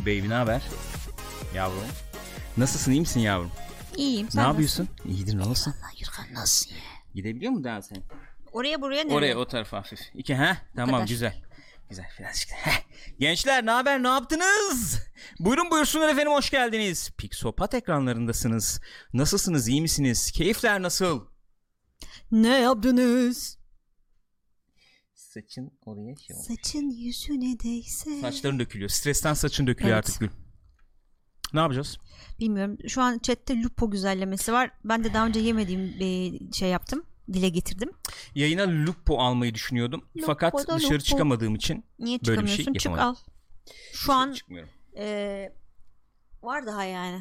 baby, ne haber? Yavrum. Nasılsın, iyi misin yavrum? İyiyim. Ne yapıyorsun? İyidir, ne olsun? Vallahi nasılsın ya? Gidebiliyor mu daha sen? Oraya buraya nereye? Oraya, o tarafa hafif. Tamam kadar. güzel. Güzel birazcık. Gençler ne haber, ne yaptınız? Buyurun buyursunlar efendim, hoş geldiniz. Pixopat ekranlarındasınız. Nasılsınız, iyi misiniz? Keyifler nasıl? Ne yaptınız? Saçın oraya şey olmuş. Saçın yüzüne değse. Saçların dökülüyor. Stresten saçın dökülüyor Evet. artık Gül. Ne yapacağız? Bilmiyorum. Şu an chatte lupo güzellemesi var. Ben de daha önce yemediğim bir şey yaptım. Dile getirdim. Yayına lupo almayı düşünüyordum. Lupo Fakat da dışarı lupo. çıkamadığım için Niye böyle bir çıkamıyorsun? şey Çık yapamadım. al. Şu an Çıkmıyorum. var daha yani.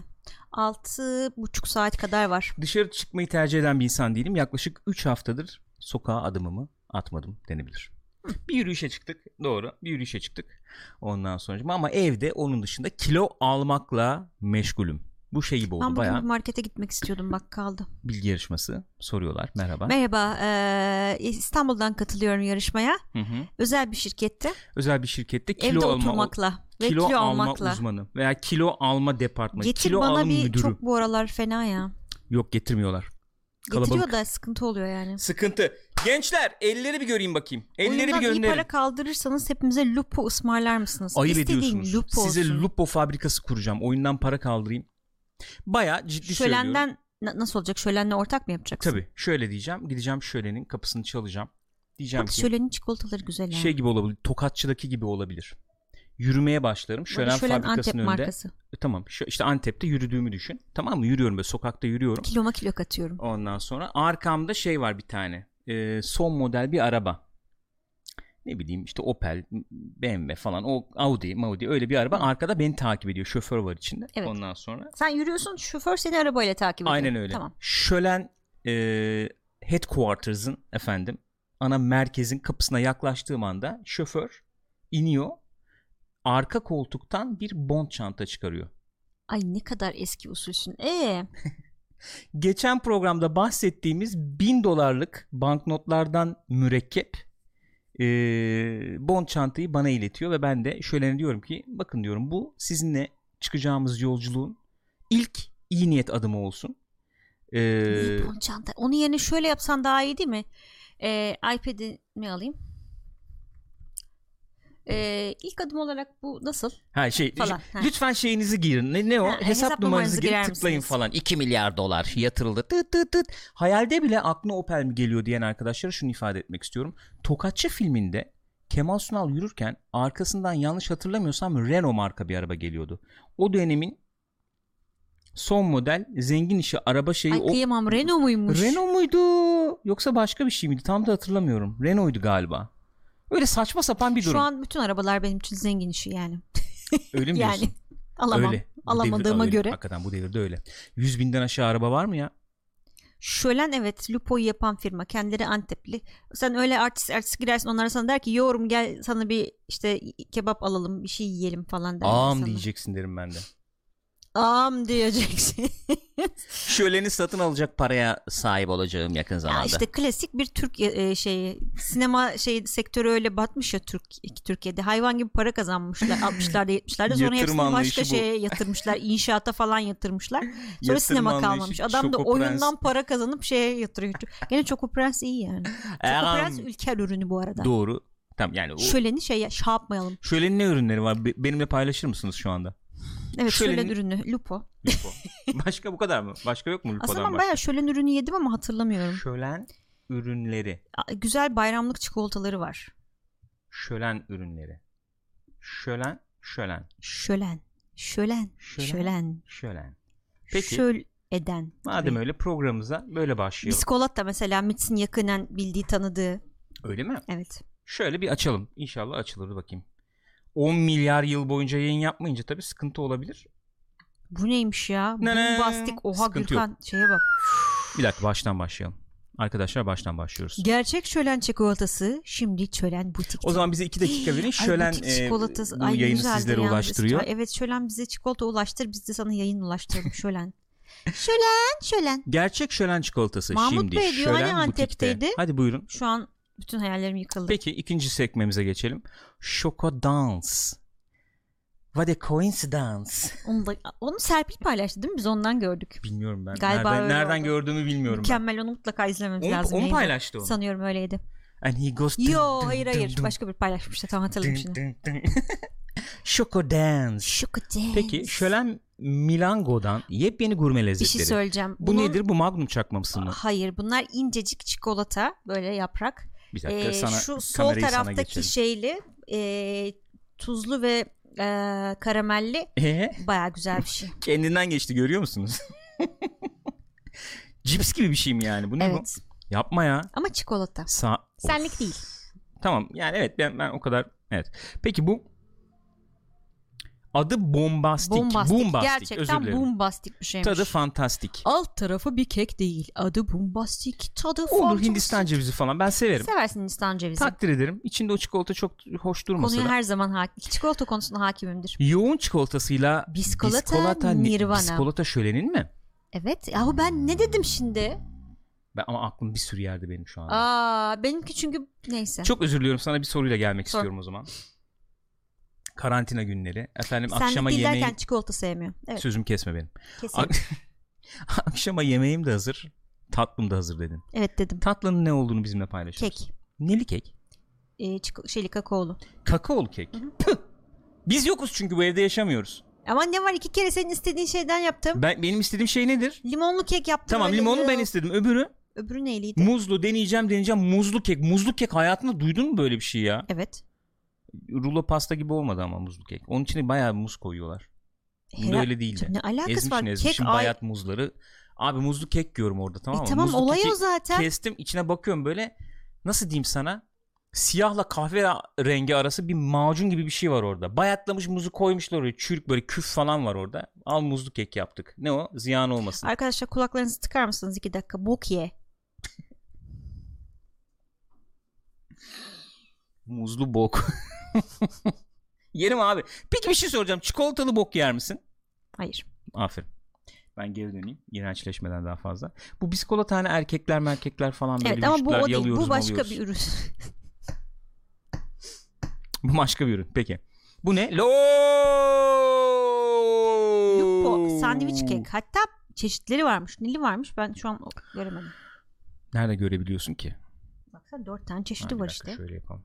6,5 saat kadar var. Dışarı çıkmayı tercih eden bir insan değilim. Yaklaşık 3 haftadır sokağa adımımı atmadım denebilir. Bir yürüyüşe çıktık. Doğru. Bir yürüyüşe çıktık. Ondan sonra ama evde onun dışında kilo almakla meşgulüm. Bu şey gibi oldu Ben bugün bayağı. bir markete gitmek istiyordum, bak kaldı. Bilgi yarışması soruyorlar. Merhaba. Merhaba. İstanbul'dan katılıyorum yarışmaya. Hı. Özel bir şirkette. Özel bir şirkette Evde kilo alma oturmakla ve kilo kilo alma almakla. uzmanı veya kilo alma departmanı, Getir kilo bana alım bir müdürü. çok bu aralar fena ya. Yok, getirmiyorlar. Getiriyor da sıkıntı oluyor yani. Sıkıntı. Gençler elleri bir göreyim bakayım. Elleri Oyundan bir iyi gönderin. para kaldırırsanız hepimize lupo ısmarlar mısınız? Ayıp İstediğim ediyorsunuz. lupo Size olsun. lupo fabrikası kuracağım. Oyundan para kaldırayım. Bayağı ciddi söylüyorum. Şölenden nasıl olacak? Şölenle ortak mı yapacaksın? Tabii. Şöyle diyeceğim. Gideceğim Şölen'in kapısını çalacağım. Diyeceğim Bak, ki Şölen'in çikolataları güzel şey gibi olabilir. Tokatçı'daki gibi olabilir. Yürümeye başlarım. Şölen Şölen fabrikasının Antep önünde. markası. Tamam. İşte Antep'te yürüdüğümü düşün. Tamam mı? Yürüyorum böyle, sokakta yürüyorum. Kiloma kilo katıyorum. Ondan sonra arkamda şey var bir tane. Son model bir araba. Ne bileyim işte Opel, BMW falan, o Audi öyle bir araba. Arkada beni takip ediyor. Şoför var içinde. Evet. Ondan sonra. Sen yürüyorsun, şoför seni arabayla takip ediyor. Aynen öyle. Tamam. Şölen headquarters'ın efendim ana merkezin kapısına yaklaştığım anda şoför iniyor. Arka koltuktan bir bond çanta çıkarıyor. Ay ne kadar eski usulsün. Geçen programda bahsettiğimiz $1000 banknotlardan mürekkep bond çantayı bana iletiyor ve ben de şöyle diyorum ki bakın diyorum, bu sizinle çıkacağımız yolculuğun ilk iyi niyet adımı olsun. Bond çanta. Onun yerine şöyle yapsan daha iyi değil mi? iPad'i mi alayım? İlk adım olarak bu nasıl? Falan. Lütfen şeyinizi girin. Ne o? Hesap numaranızı girin, tıklayın misiniz? falan. $2 milyar yatırıldı. Tıt. Hayalde bile aklına Opel mi geliyor diyen arkadaşlara şunu ifade etmek istiyorum. Tokatçı filminde Kemal Sunal yürürken arkasından yanlış hatırlamıyorsam Renault marka bir araba geliyordu. O dönemin son model zengin işi araba şeyi. Ay kıyamam, Renault muymuş? Renault muydu? Yoksa başka bir şey miydi? Tam da hatırlamıyorum. Renault'ydu galiba. Öyle saçma sapan bir durum. Şu an bütün arabalar benim için zengin işi yani. Öyle mi diyorsun? Yani alamam. Öyle. Alamadığıma Öyle. göre. Hakikaten bu devirde öyle. 100.000'den aşağı araba var mı ya? Şölen, evet, Lupo'yu yapan firma. Kendileri Antepli. Sen öyle artist girersin, onlara sana der ki yorum gel sana bir işte kebap alalım, bir şey yiyelim falan der. Ağam sana. diyeceksin derim ben de. Ağam diyeceksin. Şöleni satın alacak paraya sahip olacağım yakın zamanda. Ya işte klasik bir Türk şeyi. Sinema sektörü öyle batmış ya Türkiye'de. Hayvan gibi para kazanmışlar 60'larda 70'lerde. Sonra Yatırım hepsini anlayışı başka bu. şeye yatırmışlar. İnşaata falan yatırmışlar. Sonra Yatırım sinema anlayışı kalmamış. Adam da Choco oyundan Prens. para kazanıp şeye yatırıyor. Gene Choco Prens iyi yani. Choco Prens ülker ürünü bu arada. Doğru. Tamam yani o... Şöleni şey yapmayalım. Şölenin ne ürünleri var? Benimle paylaşır mısınız şu anda? Evet, Şölenin... şölen ürünü Lupo. Başka bu kadar mı? Başka yok mu Lupo'dan Aslında ben başka? bayağı şölen ürünü yedim ama hatırlamıyorum. Şölen ürünleri. Güzel bayramlık çikolataları var. Şölen ürünleri. Şölen. Peki. Şöl eden. Madem öyle programımıza böyle başlayalım. Biskolata mesela Mits'in yakinen bildiği tanıdığı. Öyle mi? Evet. Şöyle bir açalım. İnşallah açılır, bakayım. 10 milyar yıl boyunca yayın yapmayınca tabii sıkıntı olabilir. Bu neymiş ya? Bombastik. Oha sıkıntı Gürkan yok. şeye bak. Bir dakika, baştan başlayalım. Arkadaşlar baştan başlıyoruz. Gerçek şölen çikolatası şimdi şölen butikte. O zaman bize 2 dakika verin. Şölen çikolatası. bu yayını sizlere ulaştırıyor. Evet, şölen bize çikolata ulaştır. Biz de sana yayın ulaştıralım şölen. Şölen. Gerçek şölen çikolatası Mahmut şimdi Bey diyor, şölen hani butikte. Antep'teydi. Hadi buyurun. Şu an bütün hayallerim yıkıldı. Peki ikinci sekmemize geçelim. Şoko Dans. What a coincidence. Onu Serpil paylaştı değil mi? Biz ondan gördük. Bilmiyorum ben. Galiba Nereden gördüğümü bilmiyorum. Mükemmel, onu mutlaka izlememiz lazım. Onu paylaştı o. Sanıyorum öyleydi. And he goes hayır. Başka bir paylaşmıştı. Tam hatırladım şimdi. Choco Dance. Peki Şölen Milango'dan yepyeni gurme lezzetleri. Bir şey söyleyeceğim. Bu nedir? Bu Magnum çakmaması mı? Hayır, bunlar incecik çikolata, böyle yaprak. Bir dakika, sana şu sol taraftaki şeyli tuzlu ve karamelli bayağı güzel bir şey. Kendinden geçti, görüyor musunuz? Cips gibi bir şey mi yani? Bu ne bu? Yapma ya. Ama çikolata. Senlik değil. Tamam yani, evet ben o kadar, evet. Peki bu adı bombastik. Gerçekten bombastik bir şeymiş. Tadı fantastik. Alt tarafı bir kek değil. Adı bombastik. Tadı olur, fantastik. Hindistan cevizi falan ben severim. Seversin Hindistan cevizi. Takdir ederim. İçinde o çikolata çok hoş durmasa Konuya da. her zaman çikolata konusunda hakimimdir. Yoğun çikolatasıyla biskolata nirvana. Biskolata şölenin mi? Evet. Yahu ben ne dedim şimdi? Ama aklım bir sürü yerde benim şu anda. Benimki çünkü neyse. Çok özür diliyorum, sana bir soruyla gelmek istiyorum o zaman. Karantina günleri. Efendim senlik akşama değil yemeğim. derken çikolata sevmiyor. Evet. Sözüm kesme benim. Keseyim. Akşama yemeğim de hazır. Tatlım da hazır dedin. Evet dedim. Tatlının ne olduğunu bizimle paylaşırsın. Kek. Neli kek? Kakaolu. Kakaolu kek. Biz yokuz çünkü bu evde yaşamıyoruz. Ama ne var, 2 kere senin istediğin şeyden yaptım. Benim istediğim şey nedir? Limonlu kek yaptım. Tamam, limonlu ben istedim. Öbürü neyliydi? Muzlu, deneyeceğim. Muzlu kek. Muzlu kek, hayatında duydun mu böyle bir şey ya? Evet. Rulo pasta gibi olmadı ama muzlu kek. Onun içine bayağı muz koyuyorlar. Bunda öyle değildi. Ne alakası var? Ezmişim bayat muzları. Abi muzlu kek yiyorum orada, tamam mı? Tamam, muzlu olay o zaten. Kestim, içine bakıyorum böyle. Nasıl diyeyim sana? Siyahla kahve rengi arası bir macun gibi bir şey var orada. Bayatlamış muzu koymuşlar oraya. Çürük böyle küf falan var orada. Al muzlu kek yaptık. Ne o? Ziyan olmasın. Arkadaşlar kulaklarınızı tıkar mısınız 2 dakika? Bok ye. Muzlu bok. Yerim abi. Peki bir şey soracağım. Çikolatalı bok yer misin? Hayır. Aferin. Ben geri döneyim. İğrençleşmeden daha fazla. Bu biskolata hani erkekler falan böyle evet, ama bu o değil. Bu başka malıyoruz. bir ürün. Bu başka bir ürün. Peki. Bu ne? Lupo sandviç kek. Hatta çeşitleri varmış. Neli varmış. Ben şu an göremedim. Nerede görebiliyorsun ki? Baksana 4 tane çeşidi var işte. Şöyle yapalım.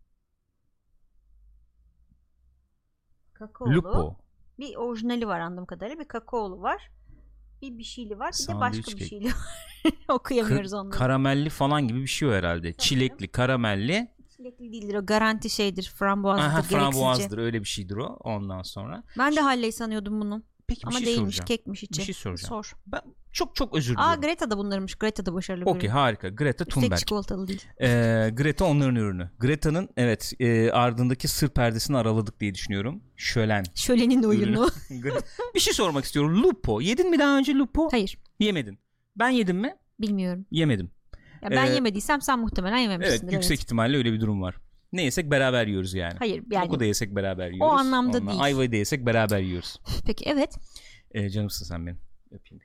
Kakaolu. Lupo. Bir orijinali var anladığım kadarıyla. Bir kakaolu var. Bir şeyli var. Bir de başka bir şeyli var. Okuyamıyoruz onları. Karamelli falan gibi bir şey o herhalde. Sanırım. Çilekli, karamelli. Çilekli değildir o. Garanti şeydir. Frambuazlıdır. Aha, frambuazdır. Öyle bir şeydir o. Ondan sonra. Ben de Halley sanıyordum bunu. Peki, ama şey değilmiş, soracağım. kekmiş içi. Bir şey soracağım. Sor. Ben çok özür dilerim. Greta da bunlarmış. Greta da başarılı. Okey, harika. Greta Thunberg. Üstelik çikolatalı değil. Greta onların ürünü. Greta'nın ardındaki sır perdesini araladık diye düşünüyorum. Şölenin oyunu. Bir şey sormak istiyorum. Lupo. Yedin mi daha önce Lupo? Hayır. Yemedin. Ben yedim mi? Bilmiyorum. Yemedim. Ya ben yemediysem sen muhtemelen yememişsindir. Evet, yüksek ihtimalle öyle bir durum var. Ne yesek beraber yiyoruz yani. Hayır yani. Boku da yesek beraber yiyoruz. O anlamda değil. Ayvayı da yesek beraber yiyoruz. Peki, evet. Canımsın sen benim. Öpeyim.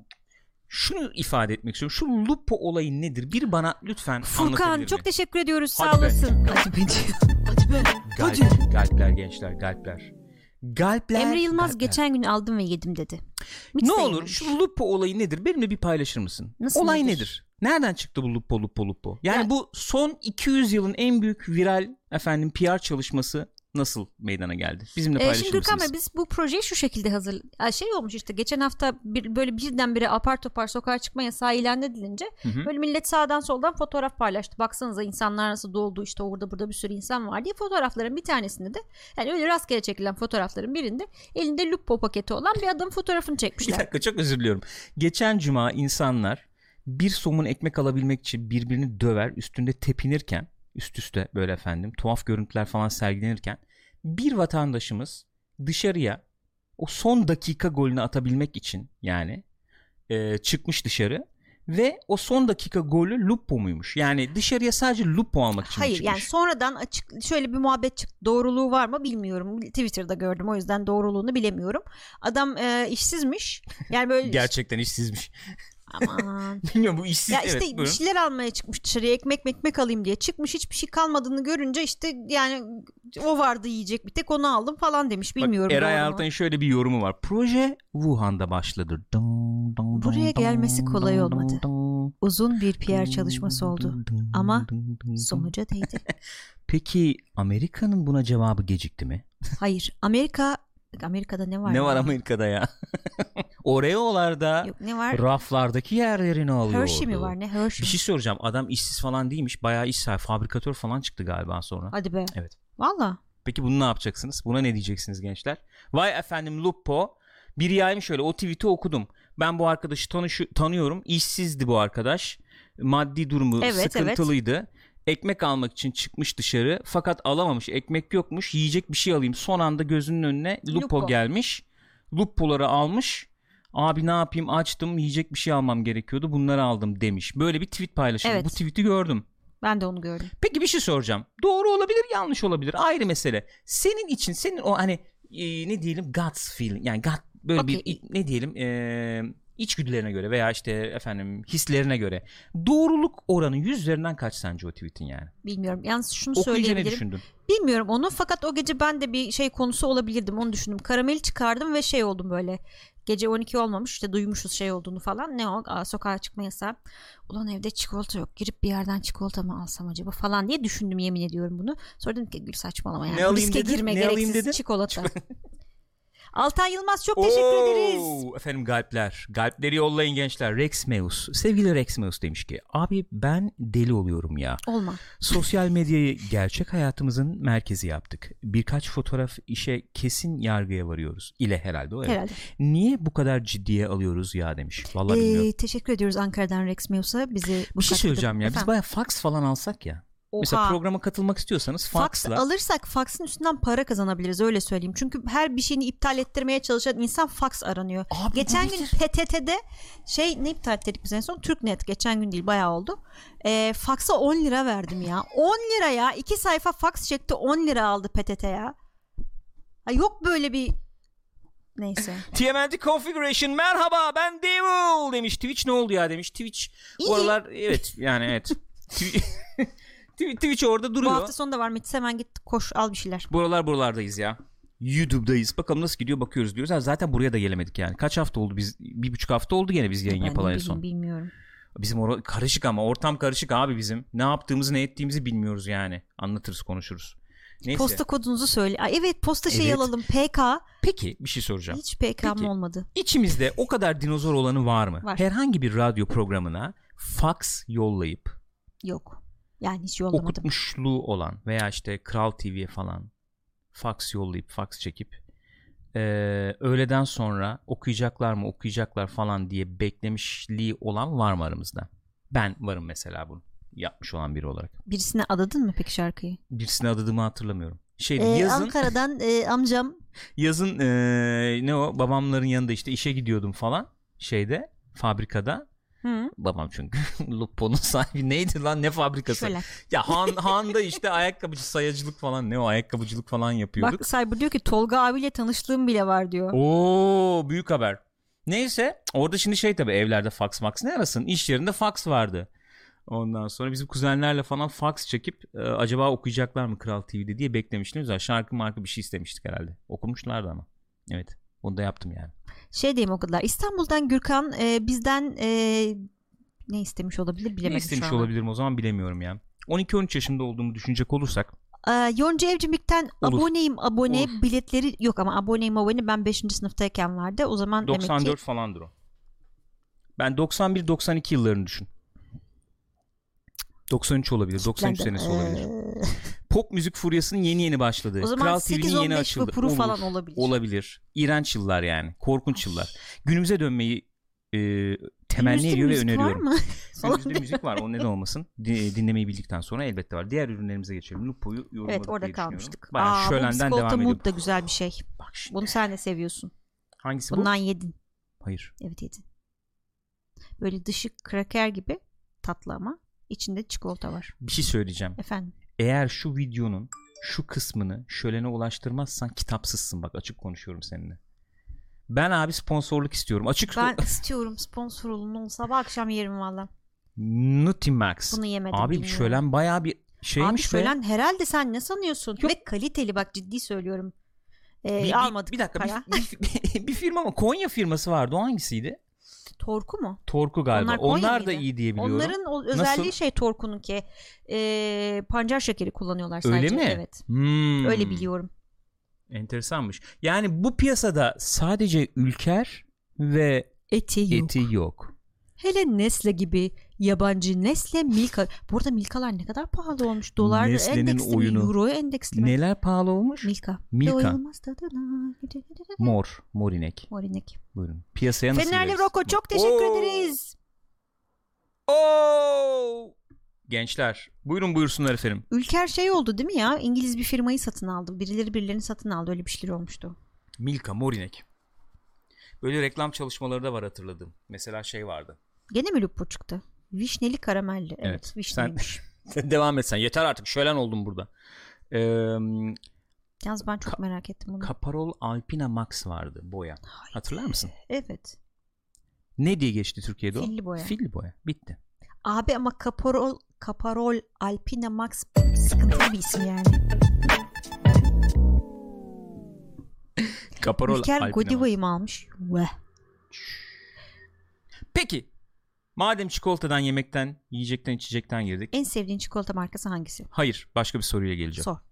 Şunu ifade etmek istiyorum. Şu Lupo olayı nedir? Bir bana lütfen anlatabilir Furkan çok teşekkür ediyoruz. Hadi sağ be. olasın. Hadi be. Galpler gençler, galpler. Emre Yılmaz geçen gün aldım ve yedim dedi. Ne olur şu Lupo olayı nedir? Benimle bir paylaşır mısın? Nasıl olay nedir? Nereden çıktı bu Lupo? Yani bu son 200 yılın en büyük viral PR çalışması nasıl meydana geldi? Bizimle paylaşır şimdi Gürkan mısınız? Bey, biz bu projeyi şu şekilde olmuş işte, geçen hafta böyle birdenbire apar topar sokağa çıkma yasağı ilan edilince böyle millet sağdan soldan fotoğraf paylaştı. Baksanıza insanlar nasıl doldu, işte orada burada bir sürü insan var diye. Fotoğrafların bir tanesinde de, yani öyle rastgele çekilen fotoğrafların birinde elinde Lupo paketi olan bir adamın fotoğrafını çekmişler. Bir dakika, çok özür diliyorum. Geçen cuma insanlar bir somun ekmek alabilmek için birbirini döver, üstünde tepinirken, üst üste böyle efendim tuhaf görüntüler falan sergilenirken bir vatandaşımız dışarıya o son dakika golünü atabilmek için yani çıkmış dışarı ve o son dakika golü Lupo muymuş? Yani dışarıya sadece Lupo almak için Hayır, çıkmış. yani sonradan şöyle bir muhabbet çıktı. Doğruluğu var mı bilmiyorum. Twitter'da gördüm, o yüzden doğruluğunu bilemiyorum. Adam işsizmiş. Yani böyle gerçekten işsizmiş. Aman. Bilmiyorum bu işsiz. Ya işte evet, bir şeyler almaya çıkmış dışarıya, ekmek alayım diye çıkmış, hiçbir şey kalmadığını görünce işte yani o vardı yiyecek, bir tek onu aldım falan demiş. Bilmiyorum. Bak, Eray Altay'ın şöyle bir yorumu var. Proje Wuhan'da başladı. Buraya gelmesi kolay olmadı. Uzun bir PR çalışması oldu ama sonuca değdi. Peki Amerika'nın buna cevabı gecikti mi? Hayır. Amerika'da ne var? Ne var Amerika'da ya? Oreo'larda Yok, ne var? raflardaki yerlerini alıyordu. Hershey mi var? Ne Hershey? Bir şey soracağım. Adam işsiz falan değilmiş. Bayağı iş sahibi. Fabrikatör falan çıktı galiba sonra. Hadi be. Evet. Valla. Peki bunu ne yapacaksınız? Buna ne diyeceksiniz gençler? Vay efendim Lupo. Biri yaymış öyle. O tweet'i okudum. Ben bu arkadaşı tanıyorum. İşsizdi bu arkadaş. Maddi durumu sıkıntılıydı. Evet. Ekmek almak için çıkmış dışarı. Fakat alamamış. Ekmek yokmuş. Yiyecek bir şey alayım. Son anda gözünün önüne Lupo gelmiş. Lupo'ları almış. Abi ne yapayım, açtım, yiyecek bir şey almam gerekiyordu. Bunları aldım demiş. Böyle bir tweet paylaşıldı. Evet. Bu tweet'i gördüm. Ben de onu gördüm. Peki bir şey soracağım. Doğru olabilir, yanlış olabilir. Ayrı mesele. Senin için, senin o hani ne diyelim guts feeling, yani böyle bir ne diyelim içgüdülerine göre veya işte efendim hislerine göre doğruluk oranı 100 üzerinden kaç sence o tweet'in yani? Bilmiyorum. Yalnız şunu söyleyebilirim. Ne düşündün? Bilmiyorum onu, fakat o gece ben de bir şey konusu olabilirdim, onu düşündüm. Karameli çıkardım ve şey oldum böyle. Gece 12 olmamış, işte duymuşuz şey olduğunu falan. Ne o? Sokağa çıkma yasağı. Ulan evde çikolata yok. Girip bir yerden çikolata mı alsam acaba falan diye düşündüm, yemin ediyorum bunu. Sonra dedim ki Gül saçmalama yani. Bu riske girme, gereksiz çikolata. Altan Yılmaz çok teşekkür ederiz. Efendim galpler. Galpleri yollayın gençler. Rex Meus. Sevgili Rex Meus demiş ki abi ben deli oluyorum ya. Olma. Sosyal medyayı gerçek hayatımızın merkezi yaptık. Birkaç fotoğraf işe kesin yargıya varıyoruz. İle herhalde o. Evet. Herhalde. Niye bu kadar ciddiye alıyoruz ya demiş. Vallahi bilmiyorum. Teşekkür ediyoruz Ankara'dan Rex Meus'a. Bizi bir şey söyleyeceğim ya. Biz bayağı fax falan alsak ya. Oha. Mesela programa katılmak istiyorsanız faxla. Fax alırsak faxın üstünden para kazanabiliriz, öyle söyleyeyim. Çünkü her bir şeyini iptal ettirmeye çalışan insan fax aranıyor. Abi, geçen gün PTT'de ne iptal ettik biz en son? Türknet, geçen gün değil bayağı oldu. Fax'a 10 lira verdim ya. 10 lira ya. 2 sayfa fax çekti, 10 lira aldı PTT ya. Ha, yok böyle bir neyse. TMNT Configuration merhaba ben Devil demiş. Twitch ne oldu ya demiş. Twitch oralar evet yani evet. Twitch orada duruyor. Bu hafta sonu da var. Metis hemen git koş al bir şeyler. Buralardayız ya. YouTube'dayız. Bakalım nasıl gidiyor, bakıyoruz diyoruz. Zaten buraya da gelemedik yani. Kaç hafta oldu biz? 1,5 hafta oldu gene biz yayın yapalı en son. Bilmiyorum. Bizim karışık ama ortam karışık abi bizim. Ne yaptığımızı ne ettiğimizi bilmiyoruz yani. Anlatırız, konuşuruz. Neyse. Posta kodunuzu söyle. Evet posta şeyi alalım. PK. Peki bir şey soracağım. Hiç PK'm olmadı. İçimizde o kadar dinozor olanı var mı? Var. Herhangi bir radyo programına fax yollayıp. Yok. Yani hiç yollamadım. Okutmuşluğu olan veya işte Kral TV'ye falan fax yollayıp fax çekip öğleden sonra okuyacaklar falan diye beklemişliği olan var mı aramızda? Ben varım mesela, bunu yapmış olan biri olarak. Birisine adadın mı peki şarkıyı? Birisine adadığımı hatırlamıyorum. Yazın, Ankara'dan amcam. Yazın babamların yanında işte işe gidiyordum falan fabrikada. Hı. Babam çünkü Lupo'nun sahibi, neydi lan, ne fabrikası? Şöyle. Ya Han'da işte ayakkabıcı, sayacılık falan, ayakkabıcılık falan yapıyorduk. Bak Cyber diyor ki Tolga abiyle tanıştığım bile var diyor. Oo, büyük haber. Neyse orada şimdi tabii evlerde fax ne arasın, iş yerinde fax vardı. Ondan sonra bizim kuzenlerle falan fax çekip acaba okuyacaklar mı Kral TV'de diye beklemiştim. Şarkı bir şey istemiştik herhalde. Okumuşlardı ama. Evet. Onu da yaptım yani. Diyeyim o kadar. İstanbul'dan Gürkan bizden ne istemiş olabilir bilemedim. Ne istemiş olabilirim o zaman, bilemiyorum ya. 12-13 yaşında olduğumu düşünecek olursak. Yonca Evcimik'ten aboneyim abone Olur. Biletleri yok ama aboneyim abone ben 5. sınıftayken vardı. O zaman 94 demek ki... falandır o. Ben 91-92 yıllarını düşün. 93 olabilir. 93 senesi olabilir. Pop müzik furyasının yeni başladığı. O zaman Kral TV'nin yeni açıldı. Falan olabilir. Olabilir. İğrenç yıllar yani. Korkunç yıllar. Günümüze dönmeyi temenni ediyor ve öneriyorum. Var mı? Günümüzde müzik var. O neden olmasın? Dinlemeyi bildikten sonra elbette var. Diğer ürünlerimize geçelim. Lupo'yu yorumladık. Evet, orada kalmıştık. Şölenden bu devam ediyorum. da güzel bir şey. Bak şimdi. Bunu sen de seviyorsun. Hangisi Bundan bu? yedin. Hayır. Evet yedin. Böyle dışı kraker gibi tatlı ama içinde çikolata var. Bir şey söyleyeceğim. Efendim? Eğer şu videonun şu kısmını şölene ulaştırmazsan kitapsızsın, bak açık konuşuyorum seninle. Ben abi sponsorluk istiyorum. Açık Ben istiyorum sponsor olun. Sabah akşam yerim valla. Nutimax. Bunu yemedim. Abi bilmiyorum. şölen bayağı bir şeymiş abi şölen herhalde sen ne sanıyorsun? Yok. Ve kaliteli, bak ciddi söylüyorum. Almadık bir dakika para. bir firma mı? Konya firması vardı. O hangisiydi? Torku mu? Torku galiba. Onlar da iyi diye biliyorum. Onların o özelliği Nasıl? şey Torku'nunki. Pancar şekeri kullanıyorlar sadece. Öyle mi? Evet. Öyle biliyorum. Enteresanmış. Yani bu piyasada sadece Ülker ve eti yok. Hele Nestle gibi yabancı Nestle, Milka. Burada Milka'lar ne kadar pahalı olmuş. Dolar Nestle'nin endeksli oyunu. mi? Euro endeksli mi? Neler pahalı olmuş? Milka. Morinek. Morinek. Buyurun. Piyasaya nasıl Fenerli gireriz? Roko çok teşekkür ederiz. Gençler buyurun buyursunlar efendim. Ülker şey oldu değil mi ya? İngiliz bir firmayı satın aldı. Birilerini satın aldı. Öyle bir şeyler olmuştu. Milka, Morinek. Böyle reklam çalışmaları da var hatırladım. Mesela şey vardı. Gene mi Lupo çıktı? Vişneli karamelli. Evet. Vişneliymiş. Sen devam et sen. Yeter artık. Şölen oldum burada. Yalnız ben çok merak ettim onu. Caparol Alpina Max vardı boya. Haydi. Hatırlar mısın? Evet. Ne diye geçti Türkiye'de o? Filli boya. Filli boya. Bitti. Abi ama Caparol Alpina Max sıkıntılı bir isim yani. Caparol İlker Alpina Godiva'yı Max. mı almış? Veh. Peki. Madem çikolatadan, yemekten, yiyecekten, içecekten girdik. En sevdiğin çikolata markası hangisi? Hayır. Başka bir soruyla geleceğim. Sor.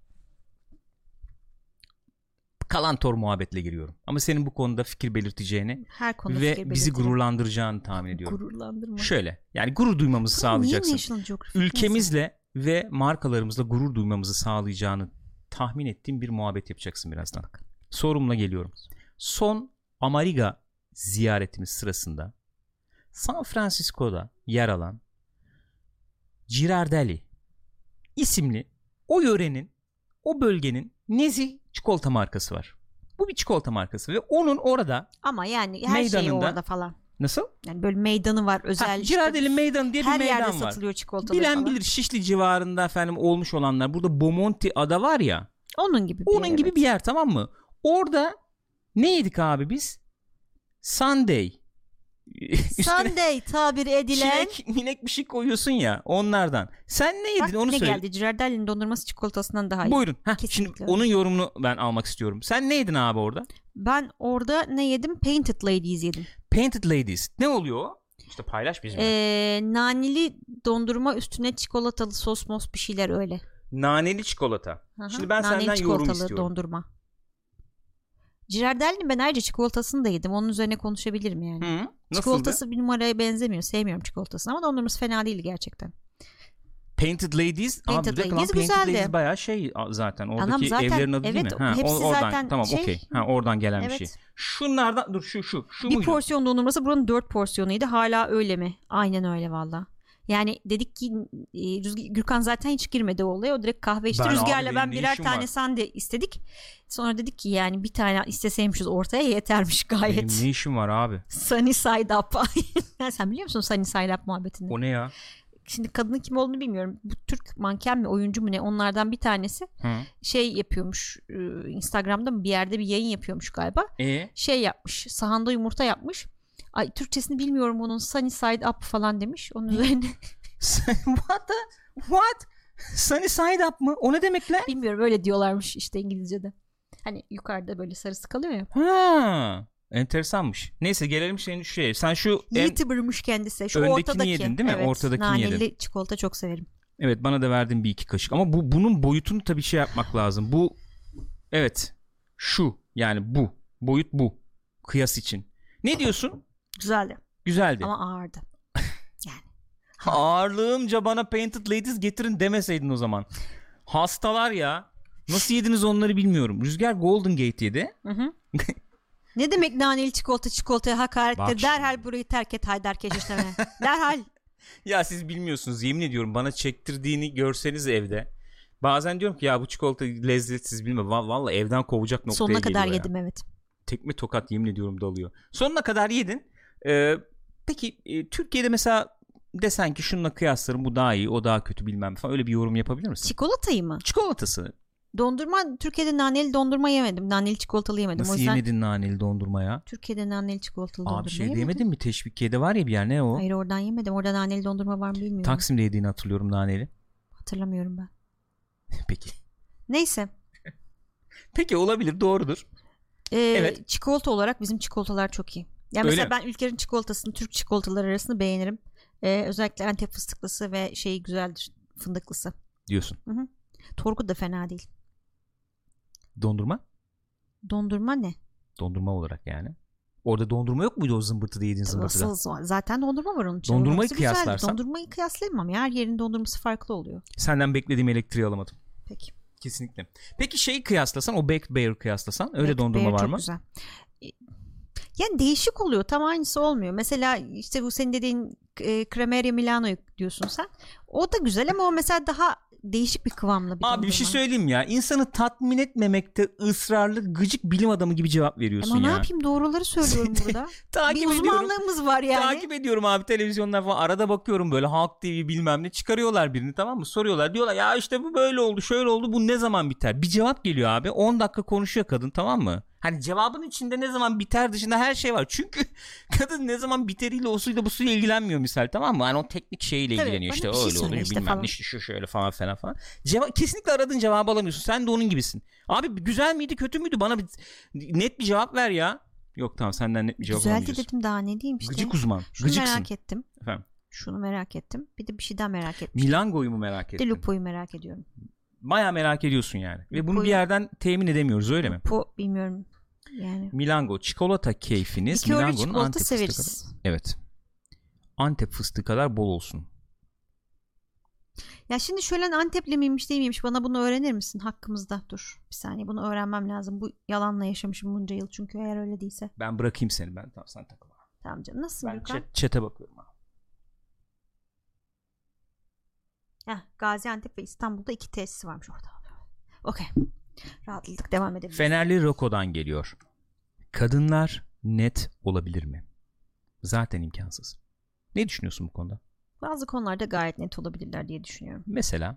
Kalantor muhabbetle giriyorum. Ama senin bu konuda fikir belirteceğini Her konuda ve fikir bizi belirtirim. gururlandıracağını tahmin ediyorum. Gururlandırma. Şöyle. Yani gurur duymamızı sağlayacaksın. National Geographic Ülkemizle ve markalarımızla gurur duymamızı sağlayacağını tahmin ettiğim bir muhabbet yapacaksın birazdan. Sorumla geliyorum. Son Amerika ziyaretimiz sırasında San Francisco'da yer alan Ghirardelli isimli o yörenin, o bölgenin nezih çikolata markası var. Bu bir çikolata markası ve onun orada Ama yani her şey orada falan. Nasıl? Yani böyle meydanı var özel. Ghirardelli meydanı diye bir her meydan var. yerde satılıyor çikolatalar Bilen falan. bilir Şişli civarında efendim olmuş olanlar. Burada Bomonti ada var ya. Onun gibi bir Onun yer, gibi evet. bir yer, tamam mı? Orada ne yedik abi biz? Sunday. Sunday tabir edilen. Minek bir şey koyuyorsun ya onlardan. Sen ne yedin onu ne söyle. geldi? Ghirardelli'nin dondurması çikolatasından daha iyi. Buyurun. Şimdi Kesinlikle. onun yorumunu ben almak istiyorum. Sen ne yedin abi orada? Ben orada ne yedim? Painted Ladies yedim. Painted Ladies. Ne oluyor o? İşte paylaş bizimle. Naneli dondurma üstüne çikolatalı sos mos bir şeyler öyle. Naneli çikolata. Aha, Şimdi ben naneli senden yorum çikolatalı istiyorum. dondurma. Ghirardelli'nin ben ayrıca çikolatasını da yedim. Onun üzerine konuşabilirim yani. Nasıldı? Çikolatası bir numaraya benzemiyor. Sevmiyorum çikolatasını ama dondurması fena değildi gerçekten. Painted Ladies. Painted Ladies güzeldi. Painted Ladies bayağı şey zaten. Oradaki zaten, evlerin adı değil mi? evet, hepsi oradan, zaten tamam şey. okey. Oradan gelen bir Evet. şey. Şunlardan dur şu Bir muydu? porsiyon dondurması buranın 4 porsiyonuydu. Hala öyle mi? Aynen öyle valla. Yani dedik ki Gürkan zaten hiç girmedi o olaya. O direkt kahve içti. Rüzgar'la ben birer tane sande istedik. Sonra dedik ki yani bir tane isteseymişiz ortaya yetermiş gayet. Benim ne işim var abi? Sunny Side Up. Sen biliyor musun Sunny Side Up muhabbetini? O ne ya? Şimdi kadının kim olduğunu bilmiyorum. Bu Türk manken mi oyuncu mu ne onlardan bir tanesi şey yapıyormuş, Instagram'da mı bir yerde bir yayın yapıyormuş galiba. Şey yapmış, sahanda yumurta yapmış. Ay Türkçesini bilmiyorum bunun, Sunny Side Up falan demiş. Onun üzerine What? Sunny Side Up mı? O ne demek lan? Bilmiyorum, öyle diyorlarmış işte İngilizce'de. Hani yukarıda böyle sarısı kalıyor ya. Ha, enteresanmış. Neyse gelelim senin şu şeye. Sen şu YouTuber'mış kendisi. Şu öndekini ortadaki yedin değil mi? Evet, Ortadakini naneli yedin. çikolata çok severim. Evet, bana da verdin bir iki kaşık. Ama bunun boyutunu tabii şey yapmak lazım. Bu evet. Şu yani bu. Boyut bu. Kıyas için. Ne diyorsun? Güzeldi. Güzeldi. Ama ağırdı. Yani. Ağırlığımca bana Painted Ladies getirin demeseydin o zaman. Hastalar ya. Nasıl yediniz onları bilmiyorum. Rüzgar Golden Gate yedi. Ne demek naneli çikolataya hakarettir. Derhal burayı terk et Haydar Keşişleme. Derhal. Ya siz bilmiyorsunuz, yemin ediyorum, bana çektirdiğini görseniz evde. Bazen diyorum ki ya bu çikolata lezzetsiz, bilmem. Vallahi evden kovacak noktaya sonuna geliyor kadar ya. yedim evet. Tekme tokat yemin ediyorum dalıyor. Sonuna kadar yedin. Peki Türkiye'de mesela desen ki şununla kıyaslarım bu daha iyi, o daha kötü bilmem falan, öyle bir yorum yapabilir misin? Çikolatayı mı? Çikolatası. Dondurma, Türkiye'de naneli dondurma yemedim. Naneli çikolatalı yemedim. Nasıl o yüzden yemedin naneli dondurma ya? Türkiye'de naneli çikolatalı dondurma Abi şey yemedim. yemedin mi? Teşvikiye'de var ya bir yer, ne o? Hayır, oradan yemedim. Orada naneli dondurma var mı bilmiyorum. Taksim'de yediğini hatırlıyorum naneli. Hatırlamıyorum ben. Peki. Neyse. Peki, olabilir, doğrudur. Evet. Çikolata olarak bizim çikolatalar çok iyi. Yani mesela ben Ülker'in çikolatasını Türk çikolataları arasında beğenirim. Özellikle Antep fıstıklısı ve şeyi güzeldir, fındıklısı. Diyorsun. Hı. Torku da fena değil. Dondurma? Dondurma ne? Dondurma olarak yani. Orada dondurma yok muydu o zımbırtıda yediğin zımbırtıda? Zaten dondurma var onun için. Dondurmayı kıyaslarsan. Dondurmayı kıyaslayamam ya. Her yerin dondurması farklı oluyor. Senden beklediğim elektriği alamadım. Peki. Kesinlikle. Peki şeyi kıyaslasan, o Baked Bear kıyaslasan, öyle dondurma var mı? Çok güzel. Yani değişik oluyor. Tam aynısı olmuyor. Mesela işte bu senin dediğin Cremeria Milano'yu diyorsun sen. O da güzel ama o mesela daha değişik bir kıvamlı bir dondurma. Bir şey söyleyeyim ya. İnsanı tatmin etmemekte ısrarlı gıcık bilim adamı gibi cevap veriyorsun ama ya. Ama ne yapayım, doğruları söylüyorum burada. Bir uzmanlığımız var yani. Takip ediyorum abi televizyonlar falan. Arada bakıyorum böyle Halk TV bilmem ne, çıkarıyorlar birini, tamam mı? Soruyorlar, diyorlar ya işte bu böyle oldu, şöyle oldu, bu ne zaman biter? Bir cevap geliyor abi. 10 dakika konuşuyor kadın, tamam mı? Hani cevabın içinde ne zaman biter dışında her şey var. Çünkü kadın ne zaman biteriyle o suyla bu suyla ilgilenmiyor misal, tamam mı? Hani o teknik şeyle ilgileniyor. İşte öyle oluyor işte bilmem ne, işte şu şöyle falan falan. Kesinlikle aradığın cevabı alamıyorsun. Sen de onun gibisin. Abi güzel miydi kötü müydü? Bana net bir cevap ver ya. Yok tamam, senden net bir cevap alamayacağız. Güzeldi dedim, daha ne diyeyim işte. Gıcık uzman. Şunu Gıcıksın. merak ettim. Efendim? Şunu merak ettim. Bir de bir şeyden merak ettim. Milango'yu mu merak ettin? Bir de Lupo'yu merak ediyorum. Bayağı merak ediyorsun yani. Ve bunu Lupo'yu... bir yerden temin edemiyoruz, öyle mi? Lupo bilmiyorum. Yani. Milango çikolata keyfiniz. Milango'nun Antep fıstığı kadar. Evet. Antep fıstığı kadar bol olsun. Ya şimdi şöyle, Antepli miymiş değil miymiş, bana bunu öğrenir misin hakkımızda? Dur bir saniye, bunu öğrenmem lazım. Bu yalanla yaşamışım bunca yıl çünkü, eğer öyle değilse. Ben bırakayım seni, ben tamam, sen takılma. Tamam canım, nasılsın Gürkan? Ben chat'e bakıyorum abi. Gaziantep ve İstanbul'da 2 tesisi varmış orada. Okey. Rahatladık, devam edebiliriz. Fenerli Roko'dan geliyor. Kadınlar net olabilir mi? Zaten imkansız. Ne düşünüyorsun bu konuda? Bazı konularda gayet net olabilirler diye düşünüyorum. Mesela?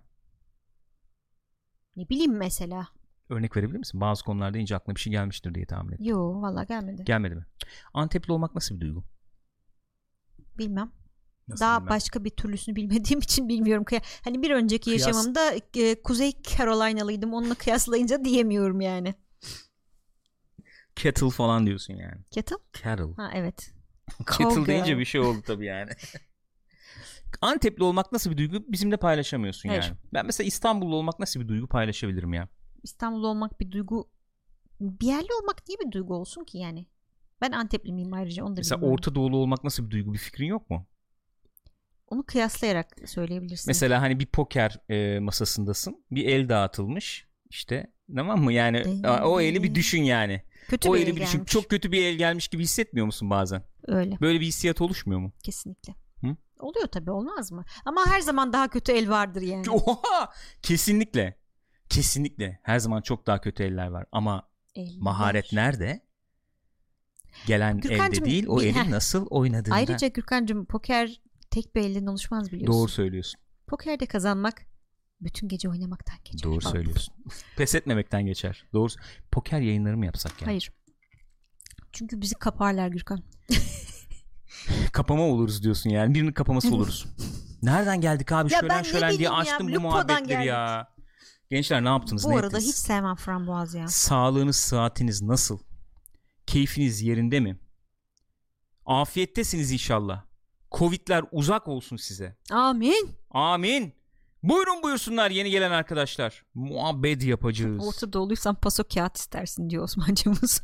Ne bileyim mesela? Örnek verebilir misin? Bazı konularda deyince aklına bir şey gelmiştir diye tahmin ettim. Yo, vallahi gelmedi. Gelmedi mi? Antepli olmak nasıl bir duygu? Bilmem. Nasıl daha bilmem? Başka bir türlüsünü bilmediğim için bilmiyorum. Hani bir önceki yaşamımda Kuzey Carolina'lıydım. Onunla kıyaslayınca diyemiyorum yani. Kettle falan diyorsun yani. Kettle? Ha evet. Kettle deyince bir şey oldu tabii yani. Antepli olmak nasıl bir duygu? Bizimle paylaşamıyorsun yani. Ben mesela İstanbullu olmak nasıl bir duygu paylaşabilirim ya? İstanbullu olmak bir duygu. Bir yerli olmak niye bir duygu olsun ki yani? Ben Antepli miyim ayrıca, onu da mesela bilmiyorum. Orta Doğulu olmak nasıl bir duygu? Bir fikrin yok mu? Onu kıyaslayarak söyleyebilirsin. Mesela hani bir poker masasındasın. Bir el dağıtılmış. İşte tamam mı? Yani o eli bir düşün yani. Kötü o bir eli el bir düşün. gelmiş. Çok kötü bir el gelmiş gibi hissetmiyor musun bazen? Öyle. Böyle bir hissiyat oluşmuyor mu? Kesinlikle. Hı? Oluyor tabii, olmaz mı? Ama her zaman daha kötü el vardır yani. Oha! Kesinlikle. Kesinlikle. Her zaman çok daha kötü eller var. Ama maharet nerede? Gelen elde değil, o elin nasıl oynadığında. Ayrıca Gürkan'cığım, poker tek bir elden oluşmaz biliyorsun. Doğru söylüyorsun. Pokerde kazanmak bütün gece oynamaktan geçer. Doğru söylüyorsun. Pes etmemekten geçer. Doğru. Poker yayınları mı yapsak yani? Hayır. Çünkü bizi kaparlar Gürkan. Kapama oluruz diyorsun yani. Birinin kapaması oluruz. Nereden geldik abi? Şölen diye açtım bu muhabbetleri ya. Gençler ne yaptınız? Bu arada hiç sevmem frambuaz ya. Sağlığınız, sıhhatiniz nasıl? Keyfiniz yerinde mi? Afiyettesiniz inşallah. Covid'ler uzak olsun size. Amin. Amin. Buyursunlar yeni gelen arkadaşlar. Muhabbet yapacağız. Orta Doğuluysan paso kağıt istersin diyor Osman'cığımız.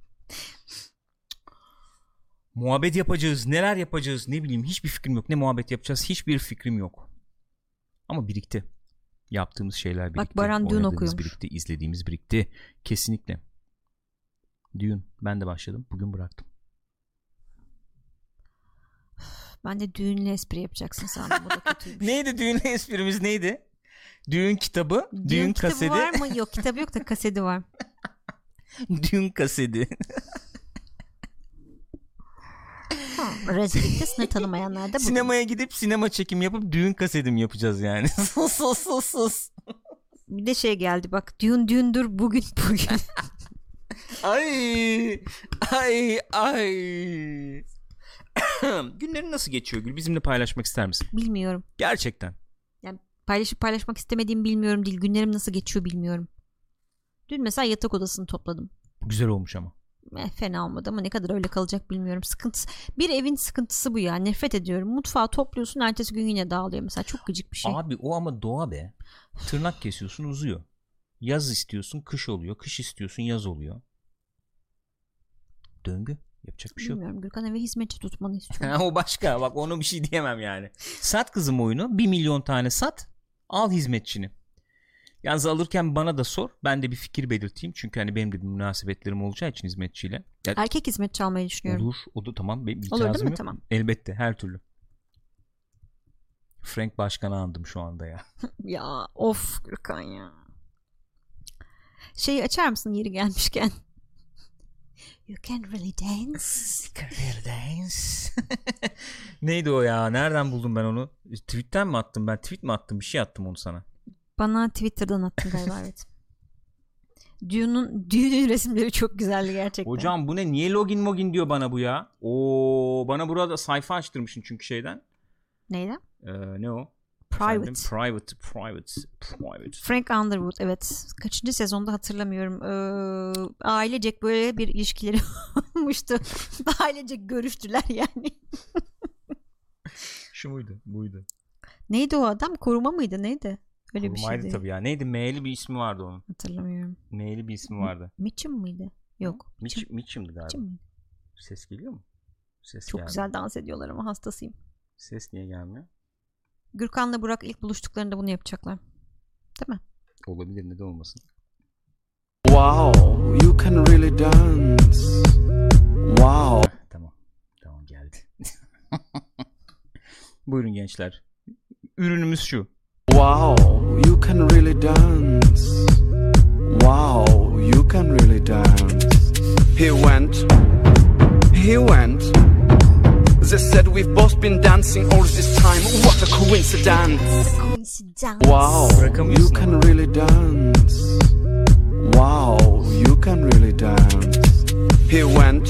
Muhabbet yapacağız. Neler yapacağız ne bileyim, hiçbir fikrim yok. Ne muhabbet yapacağız hiçbir fikrim yok. Ama birikti. Yaptığımız şeyler birikti. Bak Baran Dune okuyormuş. Birikti, izlediğimiz birikti. Kesinlikle. Dune. Ben de başladım. Bugün bıraktım. Ben de düğünle espri yapacaksın sandım. Bu da kötüymüş. Neydi düğünle esprimiz neydi? Düğün kitabı. Düğün kaseti. Kitabı var mı? Yok, kitabı yok da kaseti var. Düğün kaseti. Rezillikte sınır tanımayanlar da bu. Sinemaya gidip sinema çekim yapıp düğün kasetim yapacağız yani. Sus. Bir de şey geldi bak. Dündür bugün. Ay. Günlerin nasıl geçiyor Gül? Bizimle paylaşmak ister misin? Bilmiyorum. Gerçekten. Yani paylaşmak istemediğim bilmiyorum değil. Günlerim nasıl geçiyor bilmiyorum. Dün mesela yatak odasını topladım. Güzel olmuş ama. Fena olmadı ama ne kadar öyle kalacak bilmiyorum. Sıkıntısı. Bir evin sıkıntısı bu ya. Nefret ediyorum. Mutfağı topluyorsun, ertesi gün yine dağılıyor mesela. Çok gıcık bir şey. Abi o ama doğa be. Tırnak kesiyorsun, uzuyor. Yaz istiyorsun, kış oluyor. Kış istiyorsun, yaz oluyor. Döngü. Yapacak bir şey yok. Bilmiyorum. Gürkan eve hizmetçi tutmanı istiyorum. O başka. Bak onu bir şey diyemem yani. Sat kızım oyunu. 1 milyon tane sat. Al hizmetçini. Yalnız alırken bana da sor. Ben de bir fikir belirteyim. Çünkü hani benim de bir münasebetlerim olacağı için hizmetçiyle. Yani, erkek hizmetçi almayı düşünüyorum. Olur. O da tamam. Benim olur değil mi? yok. Tamam. Elbette. Her türlü. Frank Başkan'ı andım şu anda ya. Ya of Gürkan ya. Şeyi açar mısın yeri gelmişken? You can really dance. You can really dance. Neydi o ya? Nereden buldum ben onu? Tweet'ten mi attım ben? Tweet mi attım? Bir şey attım onu sana. Bana Twitter'dan attın galiba evet. Düğünün resimleri çok güzeldi gerçekten. Hocam bu ne? Niye login diyor bana bu ya? Oo, bana burada sayfa açtırmışsın çünkü şeyden. Neyden? Ne o? Private. Private. Frank Underwood evet. Kaçıncı sezonda hatırlamıyorum. Ailecek böyle bir ilişkileri olmuştu. Ailecek görüştüler yani. Şu muydu? Buydu. Neydi o adam? Koruma mıydı? Neydi? Öyle bir şeydi. Tabii ya. Neydi? M'li bir ismi vardı onun. Hatırlamıyorum. M'li bir ismi vardı. Mitchum mıydı? Yok. Mitchum'du galiba. Mitchum mıydı? Ses geliyor mu? Ses çok gelmiyor. güzel dans ediyorlar ama hastasıyım. Ses niye gelmiyor? Gürkan'la Burak ilk buluştuklarında bunu yapacaklar. Değil mi? Olabilir, neden olmasın? Wow, you can really dance. Wow. Tamam geldi. Buyurun gençler. Ürünümüz şu. Wow, you can really dance. Wow, you can really dance. He went. They said we've both been dancing all this time. What a coincidence. Wow, you can really dance. Wow, you can really dance. He went.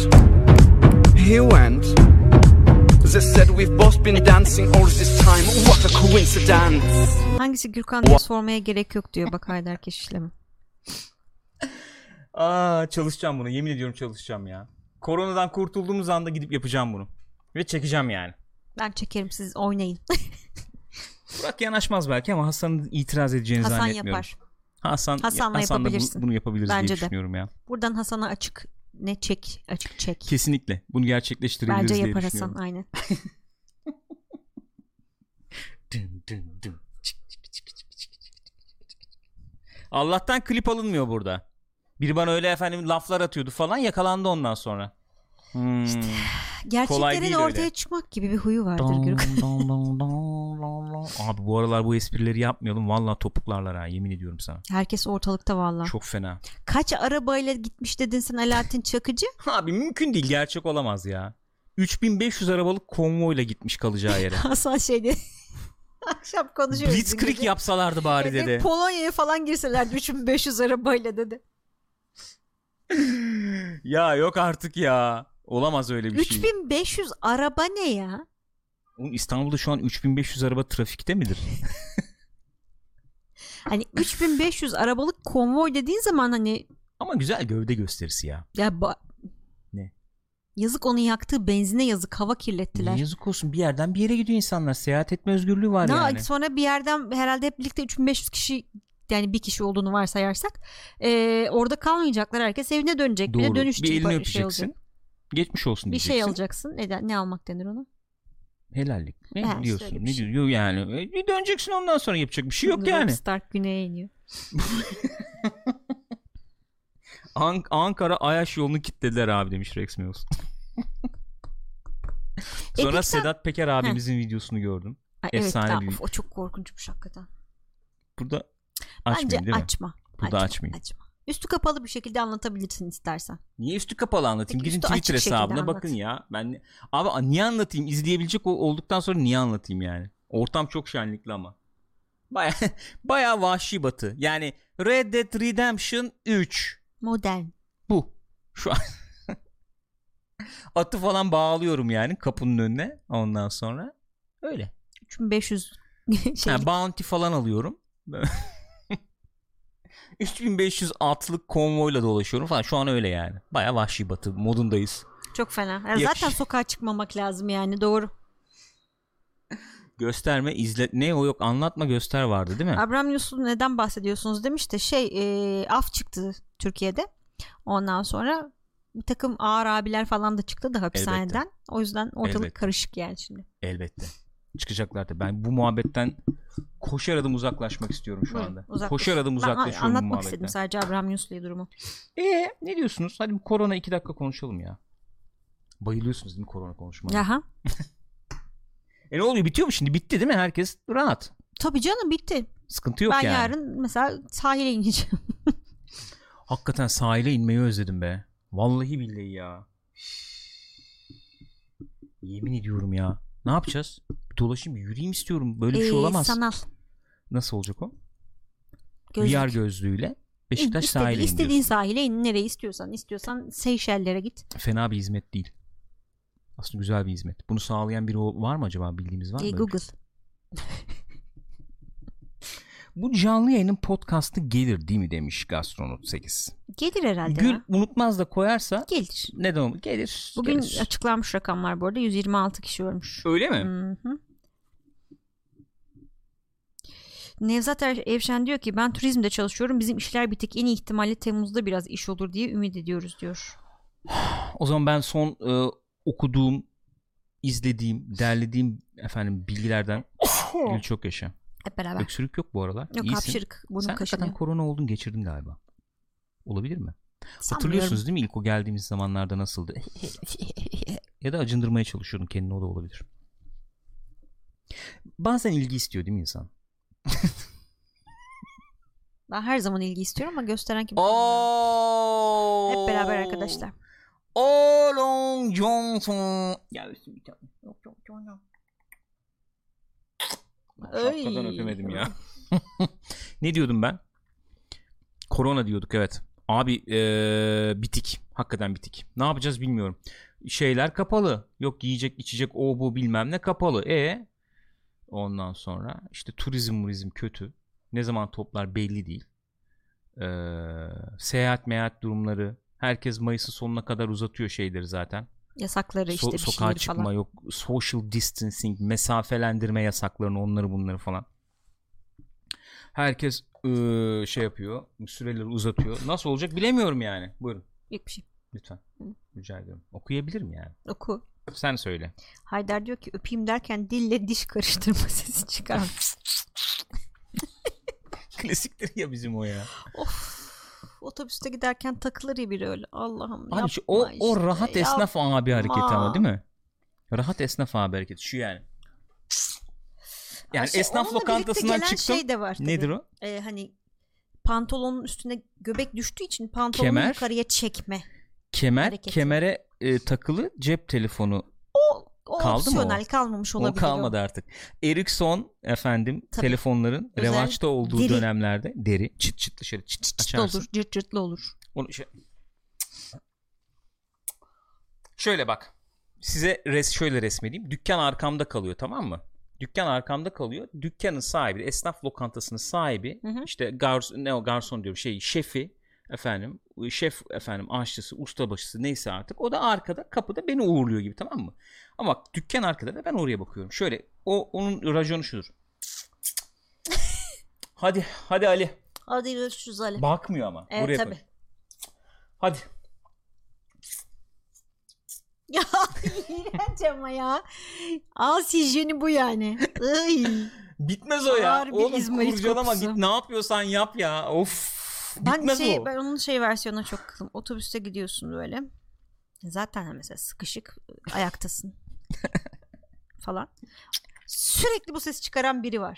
They said we've both been dancing all this time. What a coincidence. Hangisi Gürkan diye sormaya gerek yok diyor bak Haydarkeş işlemi. Çalışacağım bunu. Yemin ediyorum çalışacağım ya. Koronadan kurtulduğumuz anda gidip yapacağım bunu. Ve çekeceğim yani. Ben çekerim, siz oynayın. Burak yanaşmaz belki ama Hasan'ın itiraz edeceğini Hasan zannetmiyorum. yapar. Hasan'la yapabilirsin. Bunu yapabiliriz bence diye de düşünüyorum ya. Buradan Hasan'a açık çek. Kesinlikle. Bunu gerçekleştirebiliriz bence diye yapar düşünüyorum. Hasan aynen. Allah'tan klip alınmıyor burada. Biri bana öyle laflar atıyordu falan, yakalandı ondan sonra. İşte gerçeklerin ortaya öyle çıkmak gibi bir huyu vardır Gürkan. Abi bu aralar bu esprileri yapmayalım. Vallahi topuklarlar ha, yemin ediyorum sana. Herkes ortalıkta vallahi. Çok fena. Kaç arabayla gitmiş dedin sen Alaaddin Çakıcı? Abi mümkün değil, gerçek olamaz ya. 3500 arabalık konvoyla gitmiş kalacağı yere. Hasan şeyde akşam konuşuyoruz. Blitzkrieg yapsalardı bari dedi. Polonya'ya falan girselerdi 3500 arabayla dedi. Ya yok artık ya. Olamaz öyle bir 3500 araba ne ya? İstanbul'da şu an 3500 araba trafikte midir? Hani 3500 arabalık konvoy dediğin zaman hani. Ama güzel gövde gösterisi ya. Ya ne? Yazık, onun yaktığı benzine yazık, hava kirlettiler. Ne yazık olsun, bir yerden bir yere gidiyor insanlar. Seyahat etme özgürlüğü var yani. Sonra bir yerden herhalde hep birlikte 3500 kişi, yani bir kişi olduğunu varsayarsak orada kalmayacaklar, herkes evine dönecek. Doğru. Bir de dönüş bir elini şey öpeceksin. olacak. Geçmiş olsun bir diyeceksin. şey alacaksın. Ne almak denir ona? Helallik. Ne diyorsun? Şey. Ne diyor yani? Bir döneceksin, ondan sonra yapacak bir şey yok yani. Start güneye iniyor. Ankara Ayaş yolunu kilitlediler abi demiş Rex Mills. Sonra Sedat Peker abimizin videosunu gördüm. Efsane evet, bir. o çok korkunçmuş hakikaten. Burada açmayayım değil mi? Burada açmayayım. Açma. Üstü kapalı bir şekilde anlatabilirsin istersen. Niye üstü kapalı anlatayım? Gidin Twitter hesabına bakın ya. Abi niye anlatayım? İzleyebilecek olduktan sonra niye anlatayım yani? Ortam çok şenlikli ama. Baya vahşi batı. Yani Red Dead Redemption 3 modern. Bu. Şu an atı falan bağlıyorum yani kapının önüne. Ondan sonra öyle. 3500 bounty falan alıyorum. 3500 atlık konvoyla dolaşıyorum falan. Şu an öyle yani. Baya vahşi batı modundayız. Çok fena. Yani zaten sokağa çıkmamak lazım yani, doğru. Gösterme, izle, ne o yok anlatma göster vardı değil mi? Abraham Yusuf'u neden bahsediyorsunuz demiş de af çıktı Türkiye'de. Ondan sonra bir takım ağır abiler falan da çıktı da hapishaneden. Elbette. O yüzden ortalık karışık yani şimdi. Elbette. Çıkacaklar da. Ben bu muhabbetten koşar adım uzaklaşmak istiyorum şu anda. Koşar adım uzaklaşıyorum bu muhabbetten. Anlatmak istedim sadece Abraham Yusuf'la durumu. Ne diyorsunuz? Hadi bu korona 2 dakika konuşalım ya. Bayılıyorsunuz değil mi korona konuşmaya? Aha. Ne oluyor? Bitiyor mu şimdi? Bitti değil mi? Herkes rahat. Tabii canım, bitti. Sıkıntı yok ben yani. Ben yarın mesela sahile ineceğim. Hakikaten sahile inmeyi özledim be. Vallahi billahi ya. Yemin ediyorum ya. Ne yapacağız? Bir dolaşayım, yürüyeyim istiyorum. Böyle bir şey olamaz. Sanal. Nasıl olacak o? Gözlük. VR gözlüğüyle Beşiktaş sahile in diyorsun. İstediğin sahile in, nereye istiyorsan. İstiyorsan Seyşellere git. Fena bir hizmet değil. Aslında güzel bir hizmet. Bunu sağlayan biri var mı acaba? Bildiğimiz var mı? Google. Bu canlı yayının podcast'ı gelir değil mi demiş Gastronot 8. Gelir herhalde. Gül ya. Unutmaz da koyarsa gelir. Neden olmaz? Gelir. Bugün gelir. açıklanmış rakamlar bu arada. 126 kişi ölmüş. Öyle mi? Hı-hı. Nevzat Evşen diyor ki ben turizmde çalışıyorum. Bizim işler bitik. En iyi ihtimalle Temmuz'da biraz iş olur diye ümit ediyoruz diyor. O zaman ben son okuduğum, izlediğim, derlediğim bilgilerden Gül çok yaşa. Hep beraber. Öksürük yok bu aralar. Yok, İyisin. hapşırık. Burnum sen kaşınıyor. hakikaten korona oldun, geçirdin galiba. Olabilir mi? Sanmıyorum. Hatırlıyorsunuz değil mi ilk o geldiğimiz zamanlarda nasıldı? Ya da acındırmaya çalışıyordun kendini, o da olabilir. Bazen ilgi istiyor değil mi insan? Ben her zaman ilgi istiyorum ama gösteren kim? Hep beraber arkadaşlar. Long Johnson. Ya üstüm bir tane. Yok. Şapkadan öpemedim ya. Ne diyordum ben? Korona diyorduk, evet. Abi bitik. Hakikaten bitik. Ne yapacağız bilmiyorum. Şeyler kapalı. Yok yiyecek içecek o bu bilmem ne kapalı. Ondan sonra işte turizm kötü. Ne zaman toplar belli değil. Seyahat durumları. Herkes Mayıs'ın sonuna kadar uzatıyor şeyleri zaten. Yasakları işte bir sokağa çıkma falan. Yok social distancing, mesafelendirme yasaklarını, onları bunları falan. Herkes şey yapıyor, süreleri uzatıyor. Nasıl olacak bilemiyorum yani. Buyurun. Yok bir şey. Lütfen. Rica ediyorum. Okuyabilirim yani. Oku. Sen söyle. Haydar diyor ki öpeyim derken dille diş karıştırma sesi çıkar. Klasiktir ya bizim o ya. Of. Otobüste giderken takılır ya biri öyle. Allah'ım abi yapma o işte. Rahat esnaf abi hareketi ama değil mi? Rahat esnaf abi hareketi şu yani. Yani esnaf lokantasından çıktım. Şey de var tabii. Nedir o? Hani pantolonun üstüne göbek düştüğü için pantolonu yukarıya çekme. Kemere takılı cep telefonu. O kaldı opsiyonel mı kalmamış olabilir. O kalmadı artık. Ericsson telefonların özel, revaçta olduğu dönemlerde deri çıt çıt dışarı çıt açarsın. Olur, cırt cırtlı olur. Onu şöyle bak. Size şöyle resmedeyim. Dükkan arkamda kalıyor, tamam mı? Dükkan arkamda kalıyor. Dükkanın sahibi, esnaf lokantasının sahibi, işte garson diyorum, şefi şef aşçısı, ustabaşısı neyse artık, o da arkada kapıda beni uğurluyor gibi, tamam mı? Ama bak dükkan arkada ve ben oraya bakıyorum. Şöyle onun raconu şudur. hadi Ali. Hadi görüşürüz Ali. Bakmıyor ama. Evet buraya tabii. koy. Hadi. Ya iğrenç ama ya. Ağız hijyeni bu yani. Bitmez o ya. Oğlum kurcalama, git ne yapıyorsan yap ya. Of. Bitmez o. Ben onun versiyonuna çok kızdım. Otobüste gidiyorsun böyle. Zaten mesela sıkışık ayaktasın. falan. Sürekli bu ses çıkaran biri var.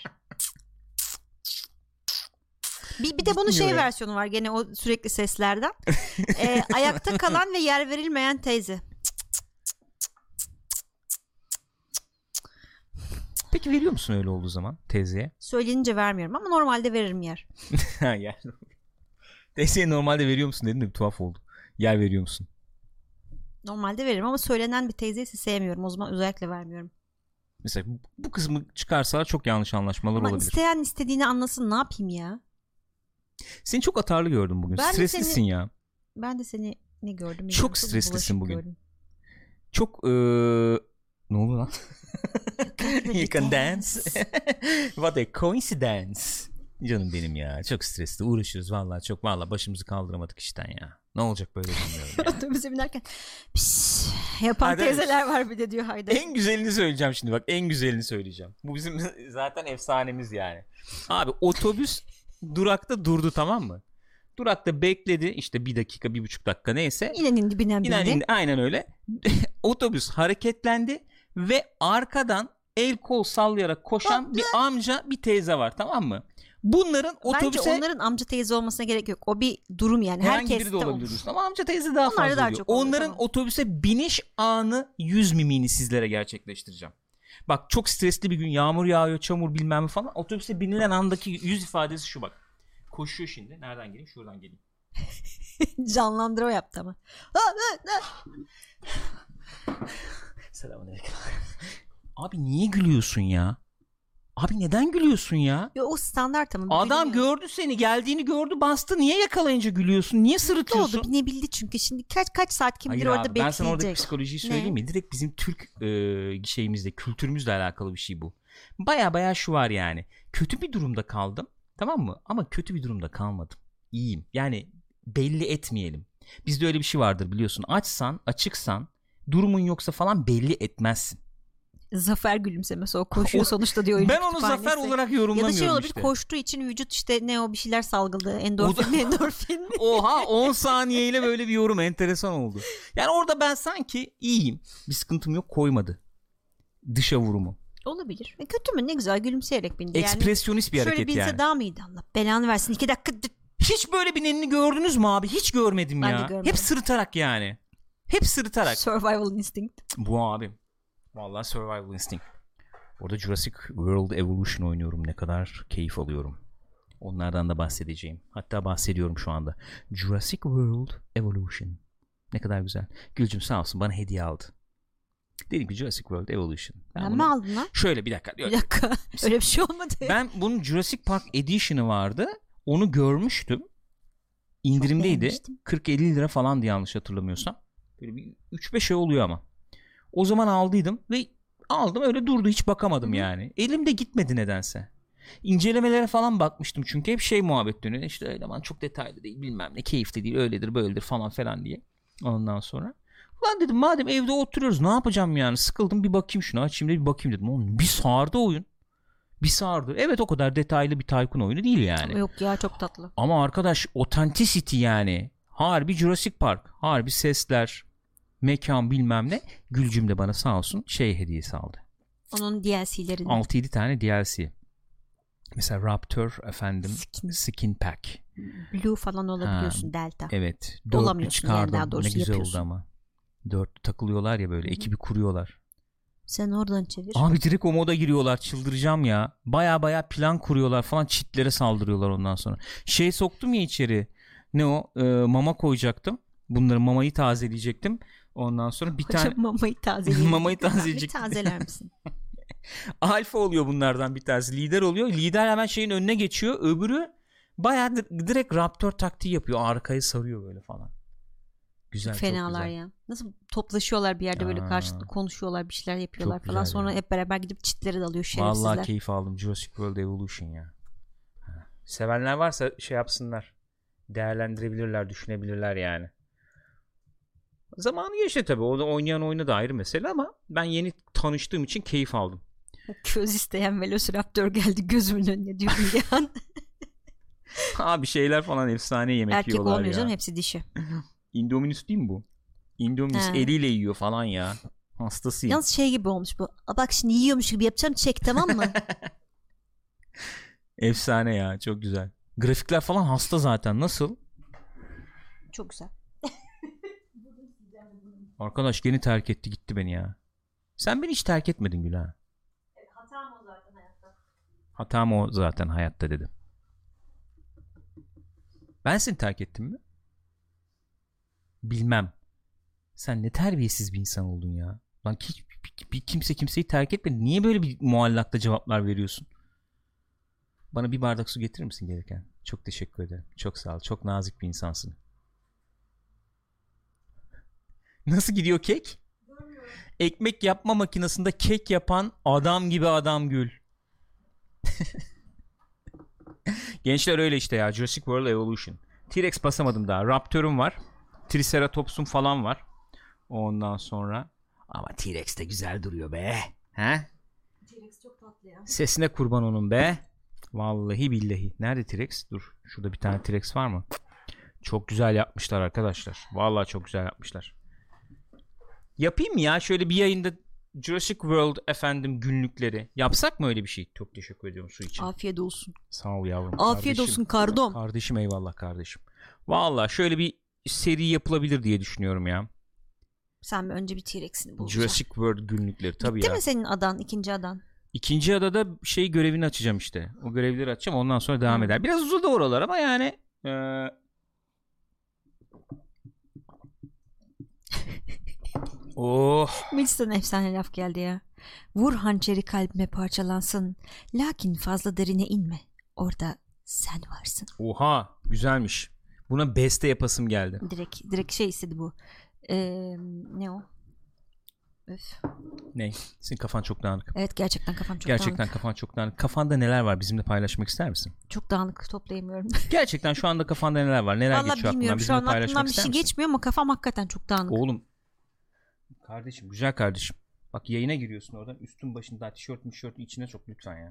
Bir de bunun versiyonu var gene, o sürekli seslerden. Ayakta kalan ve yer verilmeyen teyze. Peki veriyor musun öyle olduğu zaman teyzeye? Söylenince vermiyorum ama normalde veririm yer. Yer. Teyzeye normalde veriyor musun dedim de bir tuhaf oldu. Yer veriyor musun? Normalde veririm ama söylenen bir teyzeyse sevmiyorum. O zaman özellikle vermiyorum. Mesela bu kısmı çıkarsalar çok yanlış anlaşmalar ama olabilir. isteyen istediğini anlasın, ne yapayım ya? Seni çok atarlı gördüm bugün. Ben Streslisin ya. Ben de seni ne gördüm? Çok streslisin bugün. Gördüm. Çok ne oldu lan? You can dance. What a coincidence. Canım benim ya. Çok stresli. Uğraşıyoruz vallahi çok. Vallahi başımızı kaldıramadık işten ya. Ne olacak böyle bilmiyorum ya. Otobüse binerken pis yapan teyzeler var bir de diyor Haydar. En güzelini söyleyeceğim şimdi bak. En güzelini söyleyeceğim. Bu bizim zaten efsanemiz yani. Abi otobüs durakta durdu, tamam mı? Durakta bekledi işte 1 dakika 1,5 dakika neyse. İnenin dibinden bindi. Aynen öyle. Otobüs hareketlendi ve arkadan el kol sallayarak koşan bir amca bir teyze var, tamam mı? Bunların otobüse... Bence onların amca teyze olmasına gerek yok. O bir durum yani. Herhangi Herkes biri de olabilir diyorsun ama amca teyze daha onlar fazla daha oluyor. çok oluyor, Onların tamam. Otobüse biniş anı yüz mimini sizlere gerçekleştireceğim. Bak çok stresli bir gün, yağmur yağıyor, çamur bilmem ne falan. Otobüse binilen andaki yüz ifadesi şu bak. Koşuyor şimdi. Nereden geleyim? Şuradan geleyim. Canlandırma yaptı ama. Selamünaleyküm. Abi niye gülüyorsun ya? Abi neden gülüyorsun ya? Yo, o standart ama. Adam gördü seni, geldiğini gördü, bastı. Niye yakalayınca gülüyorsun? Niye sırıtıyorsun? Oldu, binebildi çünkü. Şimdi kaç saat kim bilir orada bekleyecek. Ben sana oradaki psikolojiyi söyleyeyim mi? Direkt bizim Türk şeyimizde, kültürümüzle alakalı bir şey bu. Baya şu var yani. Kötü bir durumda kaldım. Tamam mı? Ama kötü bir durumda kalmadım. İyiyim. Yani belli etmeyelim. Bizde öyle bir şey vardır biliyorsun. Açsan, açıksan, durumun yoksa falan belli etmezsin. Zafer gülümsemesi, o koşuyor sonuçta diyor. Ben onu zafer olarak yorumlamıyorum işte. Ya da olabilir, koştuğu için vücut işte ne o bir şeyler salgıladı. Endorfin. Oha 10 saniyeyle böyle bir yorum enteresan oldu. Yani orada ben sanki iyiyim. Bir sıkıntım yok, koymadı. Dışa vurumu. Olabilir. Kötü mü? Ne güzel gülümseyerek bindi. Ekspresyonist bir hareket yani. Şöyle bilse daha mıydı, Allah belanı versin. 2 dakika. Hiç böyle binenini gördünüz mü abi? Hiç görmedim ben ya. De görmedim. Hep sırıtarak yani. Hep sırıtarak. Survival instinct. Bu abi. Vallahi survival instinct. Orada Jurassic World Evolution oynuyorum. Ne kadar keyif alıyorum. Onlardan da bahsedeceğim. Hatta bahsediyorum şu anda. Jurassic World Evolution. Ne kadar güzel. Gülcüm sağ olsun bana hediye aldı. Dedim ki Jurassic World Evolution. Ben mi aldın lan? Şöyle bir dakika. Bir dakika. Öyle bir şey olmadı. Ben bunun Jurassic Park Edition'ı vardı. Onu görmüştüm. İndirimdeydi. 40-50 lira falandı yanlış hatırlamıyorsam. Böyle bir 3-5 ay oluyor ama. O zaman aldıydım ve aldım öyle durdu, hiç bakamadım yani. Elimde gitmedi nedense. İncelemelere falan bakmıştım çünkü hep şey muhabbet dönüyor. İşte eleman çok detaylı değil bilmem ne, keyifli değil, öyledir böyledir falan falan diye. Ondan sonra ulan dedim madem evde oturuyoruz ne yapacağım yani, sıkıldım bir bakayım şuna, açayım da bir bakayım dedim. Oğlum bir sardı oyun. Bir sardı. Evet o kadar detaylı bir Tycoon oyunu değil yani. Yok ya, çok tatlı. Ama arkadaş authenticity yani. Harbi Jurassic Park. Harbi sesler, mekan bilmem ne. Gülcüm de bana sağ olsun şey hediyesi aldı. Onun DLC'lerini. 6-7 tane DLC. Mesela Raptor efendim. Skin Pack. Blue falan olabiliyorsun, Delta. Evet. 4'lü çıkardım. Yani, daha ne güzel yapıyorsun. oldu ama. 4 takılıyorlar ya böyle. Ekibi kuruyorlar. Sen oradan çevir. Abi direkt o moda giriyorlar. Çıldıracağım ya. Baya plan kuruyorlar falan. Çitlere saldırıyorlar ondan sonra. Şey soktum ya içeri. Ne o? Mama koyacaktım. Bunları mamayı tazeleyecektim. Ondan sonra bir tane mamayı tazeleyecektim. Mamayı tazeleyecektim. Tazeler misin? Alfa oluyor bunlardan bir tanesi. Lider oluyor. Lider hemen şeyin önüne geçiyor. Öbürü bayağı direkt Raptor taktiği yapıyor. Arkayı sarıyor böyle falan. Güzel. Fenalar güzel. ya. Nasıl toplaşıyorlar bir yerde böyle karşılıklı konuşuyorlar, bir şeyler yapıyorlar falan. Sonra hep beraber gidip çitleri dalıyor şerefsizler. Vallahi keyif aldım. Jurassic World Evolution ya. Sevenler varsa şey yapsınlar. Değerlendirebilirler, düşünebilirler yani. Zamanı geçti tabii. O da oynayan oyuna da ayrı mesele ama ben yeni tanıştığım için keyif aldım. Köz isteyen Velociraptor geldi gözümün önüne diyor bir an. Abi şeyler falan efsane yemek erkek yiyorlar ya. Erkek olmuyor canım, hepsi dişi. Indominus değil mi bu? Indominus eliyle yiyor falan ya. Hastasıyım. Yalnız şey gibi olmuş bu. Bak şimdi yiyormuş gibi yapacağım, çek tamam mı? Efsane ya, çok güzel. Grafikler falan hasta zaten. Nasıl? Çok güzel. Arkadaş gene terk etti gitti beni ya. Sen beni hiç terk etmedin Gül ha. Hatam o Hatam o zaten hayatta dedim. Ben seni terk ettim mi? Bilmem. Sen ne terbiyesiz bir insan oldun ya. Lan kimse kimseyi terk etmedi. Niye böyle bir muallakta cevaplar veriyorsun? Bana bir bardak su getirir misin gelirken? Çok teşekkür ederim. Çok sağ ol. Çok nazik bir insansın. Nasıl gidiyor kek? Ekmek yapma makinesinde kek yapan adam gibi adam Gül. Gençler öyle işte ya. Jurassic World Evolution. T-Rex basamadım daha. Raptor'um var. Triceratops'um falan var. Ondan sonra. Ama T-Rex de güzel duruyor be. He? T-Rex çok tatlı ya. Sesine kurban onun be. Vallahi billahi. Nerede T-Rex? Dur. Şurada bir tane T-Rex var mı? Çok güzel yapmışlar arkadaşlar. Vallahi çok güzel yapmışlar. Yapayım mı ya? Şöyle bir yayında Jurassic World efendim günlükleri. Yapsak mı öyle bir şey? Çok teşekkür ediyorum su için. Afiyet olsun. Sağ ol yavrum. Afiyet kardeşim. olsun kardom. Kardeşim eyvallah kardeşim. Vallahi şöyle bir seri yapılabilir diye düşünüyorum ya. Sen önce bir T-Rex'ini bulacaksın. Jurassic World günlükleri tabii Bitti ya. mi senin adan, ikinci adan? İkinci adada şey görevini açacağım işte. O görevleri açacağım, ondan sonra devam eder. Biraz uzadı oralar ama yani oh. Wilson efsane laf geldi ya. Vur hançeri kalbime parçalansın. Lakin fazla derine inme. Orada sen varsın. Oha güzelmiş. Buna beste yapasım geldi. Direkt şey istedi bu. Ne o? Öf. Ne? Senin kafan çok dağınık. Evet gerçekten kafam çok Gerçekten dağınık. kafan çok dağınık. Kafanda neler var? Bizimle paylaşmak ister misin? Çok dağınık, toplayamıyorum. Gerçekten şu anda kafanda neler var? Neler Vallahi geçiyor bilmiyorum. aklından? Şu an Bizimle paylaşmak aklımdan bir ister şey misin? geçmiyor ama kafam hakikaten çok dağınık. Oğlum. Kardeşim, güzel kardeşim. Bak yayına giriyorsun oradan. Üstün başın daha tişört içine sok lütfen ya.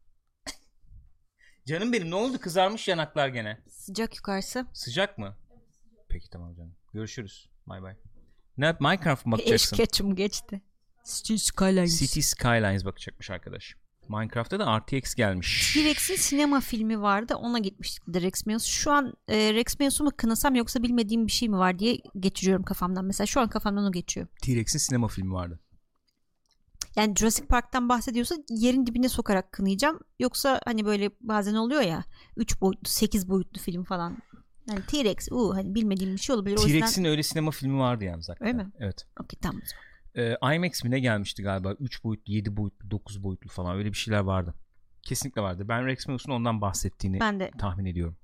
Canım benim, ne oldu? Kızarmış yanaklar gene. Sıcak yukarısı. Sıcak mı? Peki tamam canım. Görüşürüz. Bay bay. Ne? Minecraft mı bakacaksın? Eşkeçim geçti. City Skylines. City Skylines bakacakmış arkadaş. Minecraft'ta da RTX gelmiş. T-Rex'in sinema filmi vardı. Ona gitmiştik de Rex Meus. Şu an Rex Meus'u mu kınasam yoksa bilmediğim bir şey mi var diye geçiriyorum kafamdan. Mesela şu an kafamdan o geçiyor. T-Rex'in sinema filmi vardı. Yani Jurassic Park'tan bahsediyorsa yerin dibine sokarak kınayacağım. Yoksa hani böyle bazen oluyor ya 3 boyutlu 8 boyutlu film falan. Yani T-Rex hani bilmediğim bir şey olabilir. T-Rex'in öyle sinema filmi vardı yalnız hakikaten. Öyle mi? Evet. Okey tamam. IMAX mi ne gelmişti galiba? 3 boyutlu, 7 boyutlu, 9 boyutlu falan öyle bir şeyler vardı. Kesinlikle vardı. Ben Rex Meus'un ondan bahsettiğini tahmin ediyorum.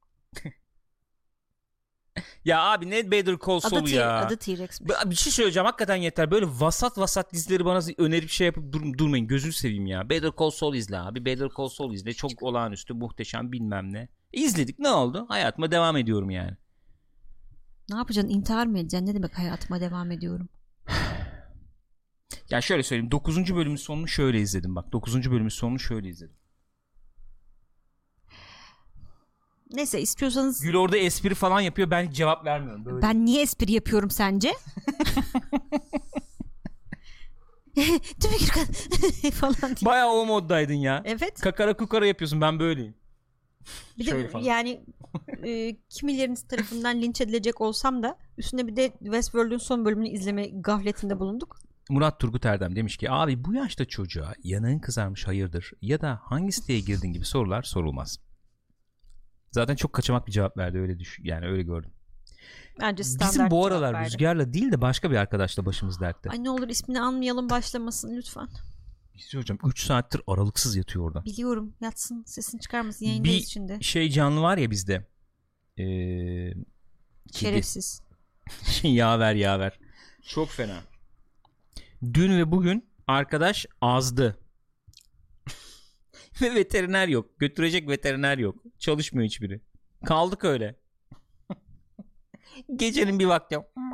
Ya abi ne Better Call Saul ya. Adı T-Rex'miş. Bir şey söyleyeceğim hakikaten yeter. Böyle vasat dizileri bana önerip şey yapıp durmayın. Gözünü seveyim ya. Better Call Saul izle abi. Better Call Saul izle. Çok olağanüstü, muhteşem bilmem ne. İzledik, ne oldu? Hayatıma devam ediyorum yani. Ne yapacaksın? İntihar mı edeceksin? Ne demek hayatıma devam ediyorum? Ya şöyle söyleyeyim. 9. bölümün sonunu şöyle izledim bak. 9. bölümün sonunu şöyle izledim. Neyse istiyorsanız... Gül orada espri falan yapıyor. Ben hiç cevap vermiyorum. Böyle. Ben niye espri yapıyorum sence? Değil mi Gürkan? falan diye. Bayağı o moddaydın ya. Evet. Kakara kukara yapıyorsun. Ben böyleyim. Bir de yani kimileriniz tarafından linç edilecek olsam da üstüne bir de Westworld'un son bölümünü izleme gafletinde bulunduk. Murat Turgut Erdem demiş ki abi bu yaşta çocuğa yanağın kızarmış hayırdır ya da hangi siteye girdin gibi sorular sorulmaz. Zaten çok kaçamak bir cevap verdi, öyle yani öyle gördüm. Bence standart. Bizim bu aralar Rüzgar'la değil de başka bir arkadaşla başımız dertte. Ay ne olur ismini anmayalım, başlamasın lütfen. Bir şey hocam 3 saattir aralıksız yatıyor orada. Biliyorum, yatsın, sesini çıkarmasın, yayındayız şimdi. Bir şey canlı var ya bizde. Şerefsiz. Yaver. Çok fena. Dün ve bugün arkadaş azdı. Ve veteriner yok. Götürecek veteriner yok. Çalışmıyor hiçbiri. Kaldık öyle. Gecenin bir vakti.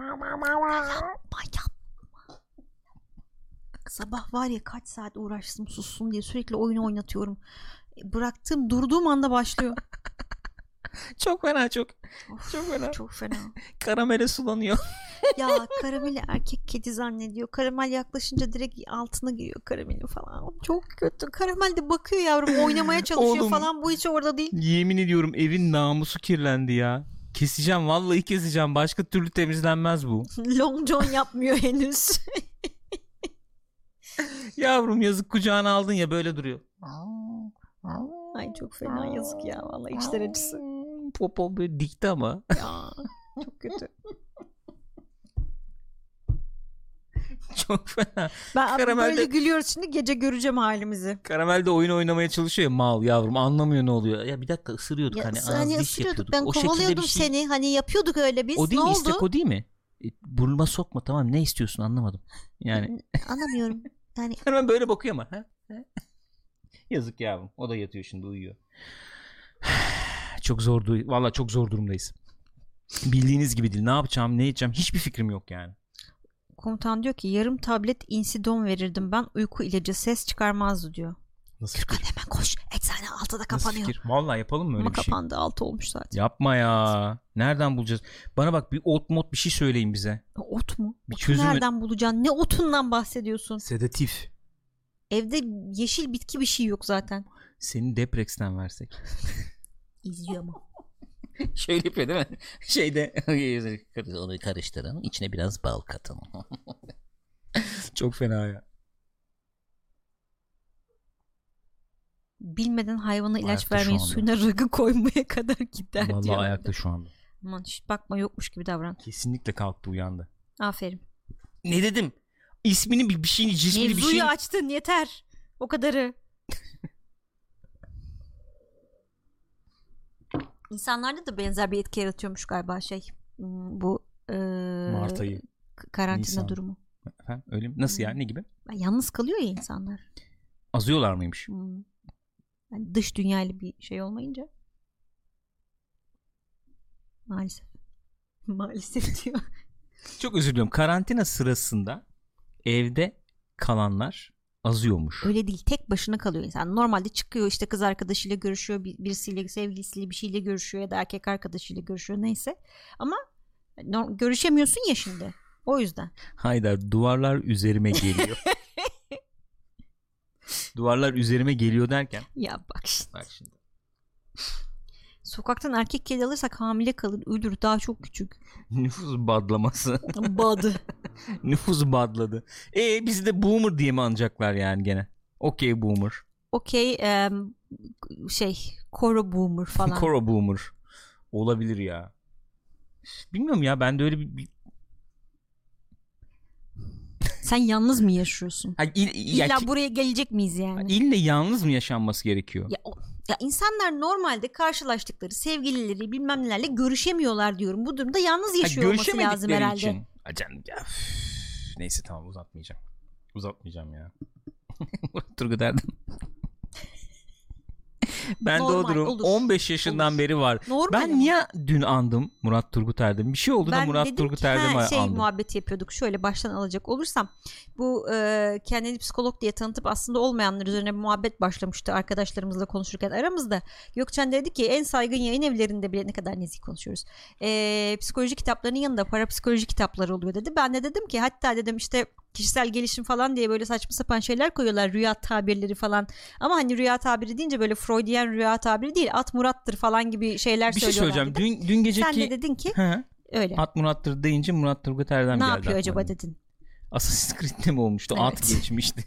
Sabah var ya kaç saat uğraştım sussun diye, sürekli oyunu oynatıyorum. Bıraktım, durduğum anda başlıyor. Çok fena çok. Of, çok fena. Çok fena. Karamele sulanıyor. Ya karameli erkek kedi zannediyor. Karamel yaklaşınca direkt altına giriyor karameli falan. Çok kötü. Karamel de bakıyor yavrum, oynamaya çalışıyor Oğlum, falan. Bu hiç orada değil. Yemin ediyorum evin namusu kirlendi ya. Keseceğim, vallahi keseceğim. Başka türlü temizlenmez bu. Long John yapmıyor henüz. Yavrum yazık, kucağına aldın ya böyle duruyor. Ay çok fena, yazık ya vallahi, içler acısı. Popo böyle dikti ama. Ya çok kötü. Çok fena. Ben Karamelde... böyle gülüyoruz şimdi, gece göreceğim halimizi. Karamelde oyun oynamaya çalışıyor ya, mal yavrum, anlamıyor ne oluyor. Ya bir dakika, ısırıyorduk Ya, hani hani diş yapıyorduk. Ben o kovalıyordum şey... seni, hani yapıyorduk öyle biz. O değil ne mi? oldu? İstek o değil mi? Burnuma sokma, tamam, ne istiyorsun anlamadım. Yani. Anlamıyorum. Yani Hemen böyle bakıyor ama. Yazık yavrum. O da yatıyor şimdi, uyuyor. Çok zor, vallahi çok zor durumdayız. Bildiğiniz gibi değil. Ne yapacağım, ne edeceğim hiçbir fikrim yok yani. komutan diyor ki yarım tablet insidon verirdim ben, uyku ilacı, ses çıkarmazdı diyor. Nasıl fikir? Hemen koş, eczane 6'da kapanıyor. Nasıl fikir? Vallahi yapalım mı öyle Ama bir şey? kapandı, 6 olmuş zaten. Yapma ya. Nereden bulacağız? Bana bak, bir ot mod bir şey söyleyin bize. Ot mu? Bir Otu çözümü... nereden bulacaksın? Ne otundan bahsediyorsun? Sedatif. Evde yeşil bitki bir şey yok zaten. Senin Deprex'ten versek. İzliyor mu? Şöyle yapıyor değil mi? Şeyde onu karıştırın, içine biraz bal katın. Çok fena ya. Bilmeden hayvana ilaç Ayakta vermeyi, şu anda. suyuna rakı koymaya kadar gider Vallahi diyor. ayakta şu anda. Aman hiç bakma, yokmuş gibi davran. Kesinlikle kalktı, uyandı. Aferin. Ne dedim? İsmini bir şeyini, cismini bir Mevzuyu şeyini. açtın, yeter. O kadarı. İnsanlarda da benzer bir etki yaratıyormuş galiba bu Mart ayı. karantina Nisan. durumu. Efendim, öyle mi? Nasıl yani, ne gibi? Yalnız kalıyor ya insanlar. Azıyorlar mıymış? Yani dış dünyayla bir şey olmayınca. Maalesef. Maalesef diyor. Çok özür diliyorum. Karantina sırasında evde kalanlar azıyormuş. Öyle değil. Tek başına kalıyor insan. Normalde çıkıyor işte, kız arkadaşıyla görüşüyor, birisiyle, sevgilisiyle bir şeyle görüşüyor ya da erkek arkadaşıyla görüşüyor, neyse. Ama görüşemiyorsun ya şimdi. O yüzden. Haydar, duvarlar üzerime geliyor. Duvarlar üzerime geliyor derken. Ya bak şimdi. Bak şimdi. Sokaktan erkek kedi alırsak hamile kalır, ölür, daha çok küçük. Nüfus badlaması. Badı. Nüfus badladı. Bizi de boomer diye mi anacaklar yani gene? Okey boomer. Okey, Koro boomer falan. Koro boomer. Olabilir ya. Bilmiyorum ya, ben de öyle bir... Sen yalnız mı yaşıyorsun? İlla ki, buraya gelecek miyiz yani? İlle yalnız mı yaşanması gerekiyor? Ya insanlar normalde karşılaştıkları sevgilileri bilmem nelerle görüşemiyorlar diyorum. Bu durumda yalnız yaşıyor olması lazım herhalde. Için. Canım ya. Neyse tamam, uzatmayacağım ya. Turgut Erdem. Ben de o durum 15 yaşından beri var. Normal ben ama. Niye dün andım Murat Turgut Erdem? Bir şey oldu da Murat Turgut Erdem'i andım. Muhabbeti yapıyorduk. Şöyle baştan alacak olursam, bu kendini psikolog diye tanıtıp aslında olmayanlar üzerine bir muhabbet başlamıştı arkadaşlarımızla konuşurken aramızda. Gökçen dedi ki en saygın yayın evlerinde bile, ne kadar nezih konuşuyoruz, psikoloji kitaplarının yanında parapsikoloji kitapları oluyor dedi. Ben de dedim ki hatta dedim işte kişisel gelişim falan diye böyle saçma sapan şeyler koyuyorlar, rüya tabirleri falan, ama hani rüya tabiri deyince böyle Freudian rüya tabiri değil, At Murat'tır falan gibi şeyler bir söylüyorlar. Bir şey söyleyeceğim. Dün geceki... Sen de dedin ki öyle. At Murat'tır deyince Murat Turgut Erdem geldi. Ne yapıyor acaba aklıma. dedin. Assassin's Creed'de mi olmuştu? Evet. At geçmişti.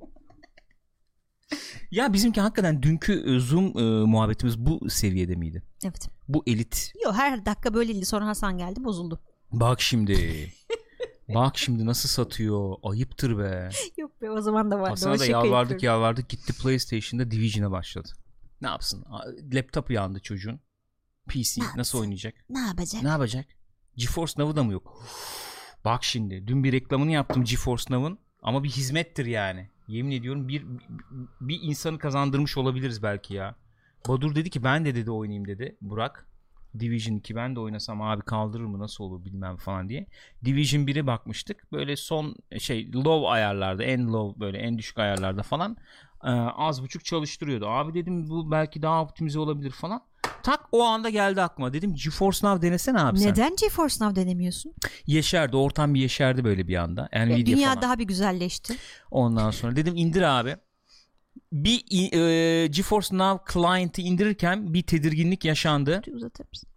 Ya bizimki hakikaten dünkü Zoom muhabbetimiz bu seviyede miydi? Evet. Bu elit. Yok, her dakika böyleydi, sonra Hasan geldi, bozuldu. Bak şimdi. Bak şimdi nasıl satıyor. Ayıptır be. Yok be, o zaman da vardı. Hasan'a da yalvardık gitti PlayStation'da Division'a başladı. Ne yapsın? Laptop yandı çocuğun. PC nasıl oynayacak? Ne yapacak? GeForce Now'ı da mı yok? Bak şimdi dün bir reklamını yaptım GeForce Now'ın, ama bir hizmettir yani. Yemin ediyorum bir insanı kazandırmış olabiliriz belki ya. Badur dedi ki ben de dedi oynayayım dedi Burak. Division 2 ben de oynasam abi kaldırır mı, nasıl olur bilmem falan diye. Division 1'e bakmıştık. Böyle son low ayarlarda, en low, böyle en düşük ayarlarda falan az buçuk çalıştırıyordu. Abi dedim bu belki daha optimize olabilir falan. Tak o anda geldi aklıma. Dedim GeForce Now denesene abi sen. Neden GeForce Now denemiyorsun? Yeşerdi. Ortam bir yeşerdi böyle bir anda. Yani dünya falan. daha bir güzelleşti. Ondan sonra dedim indir abi. Bir GeForce Now client'ı indirirken bir tedirginlik yaşandı. Uzatır mısın?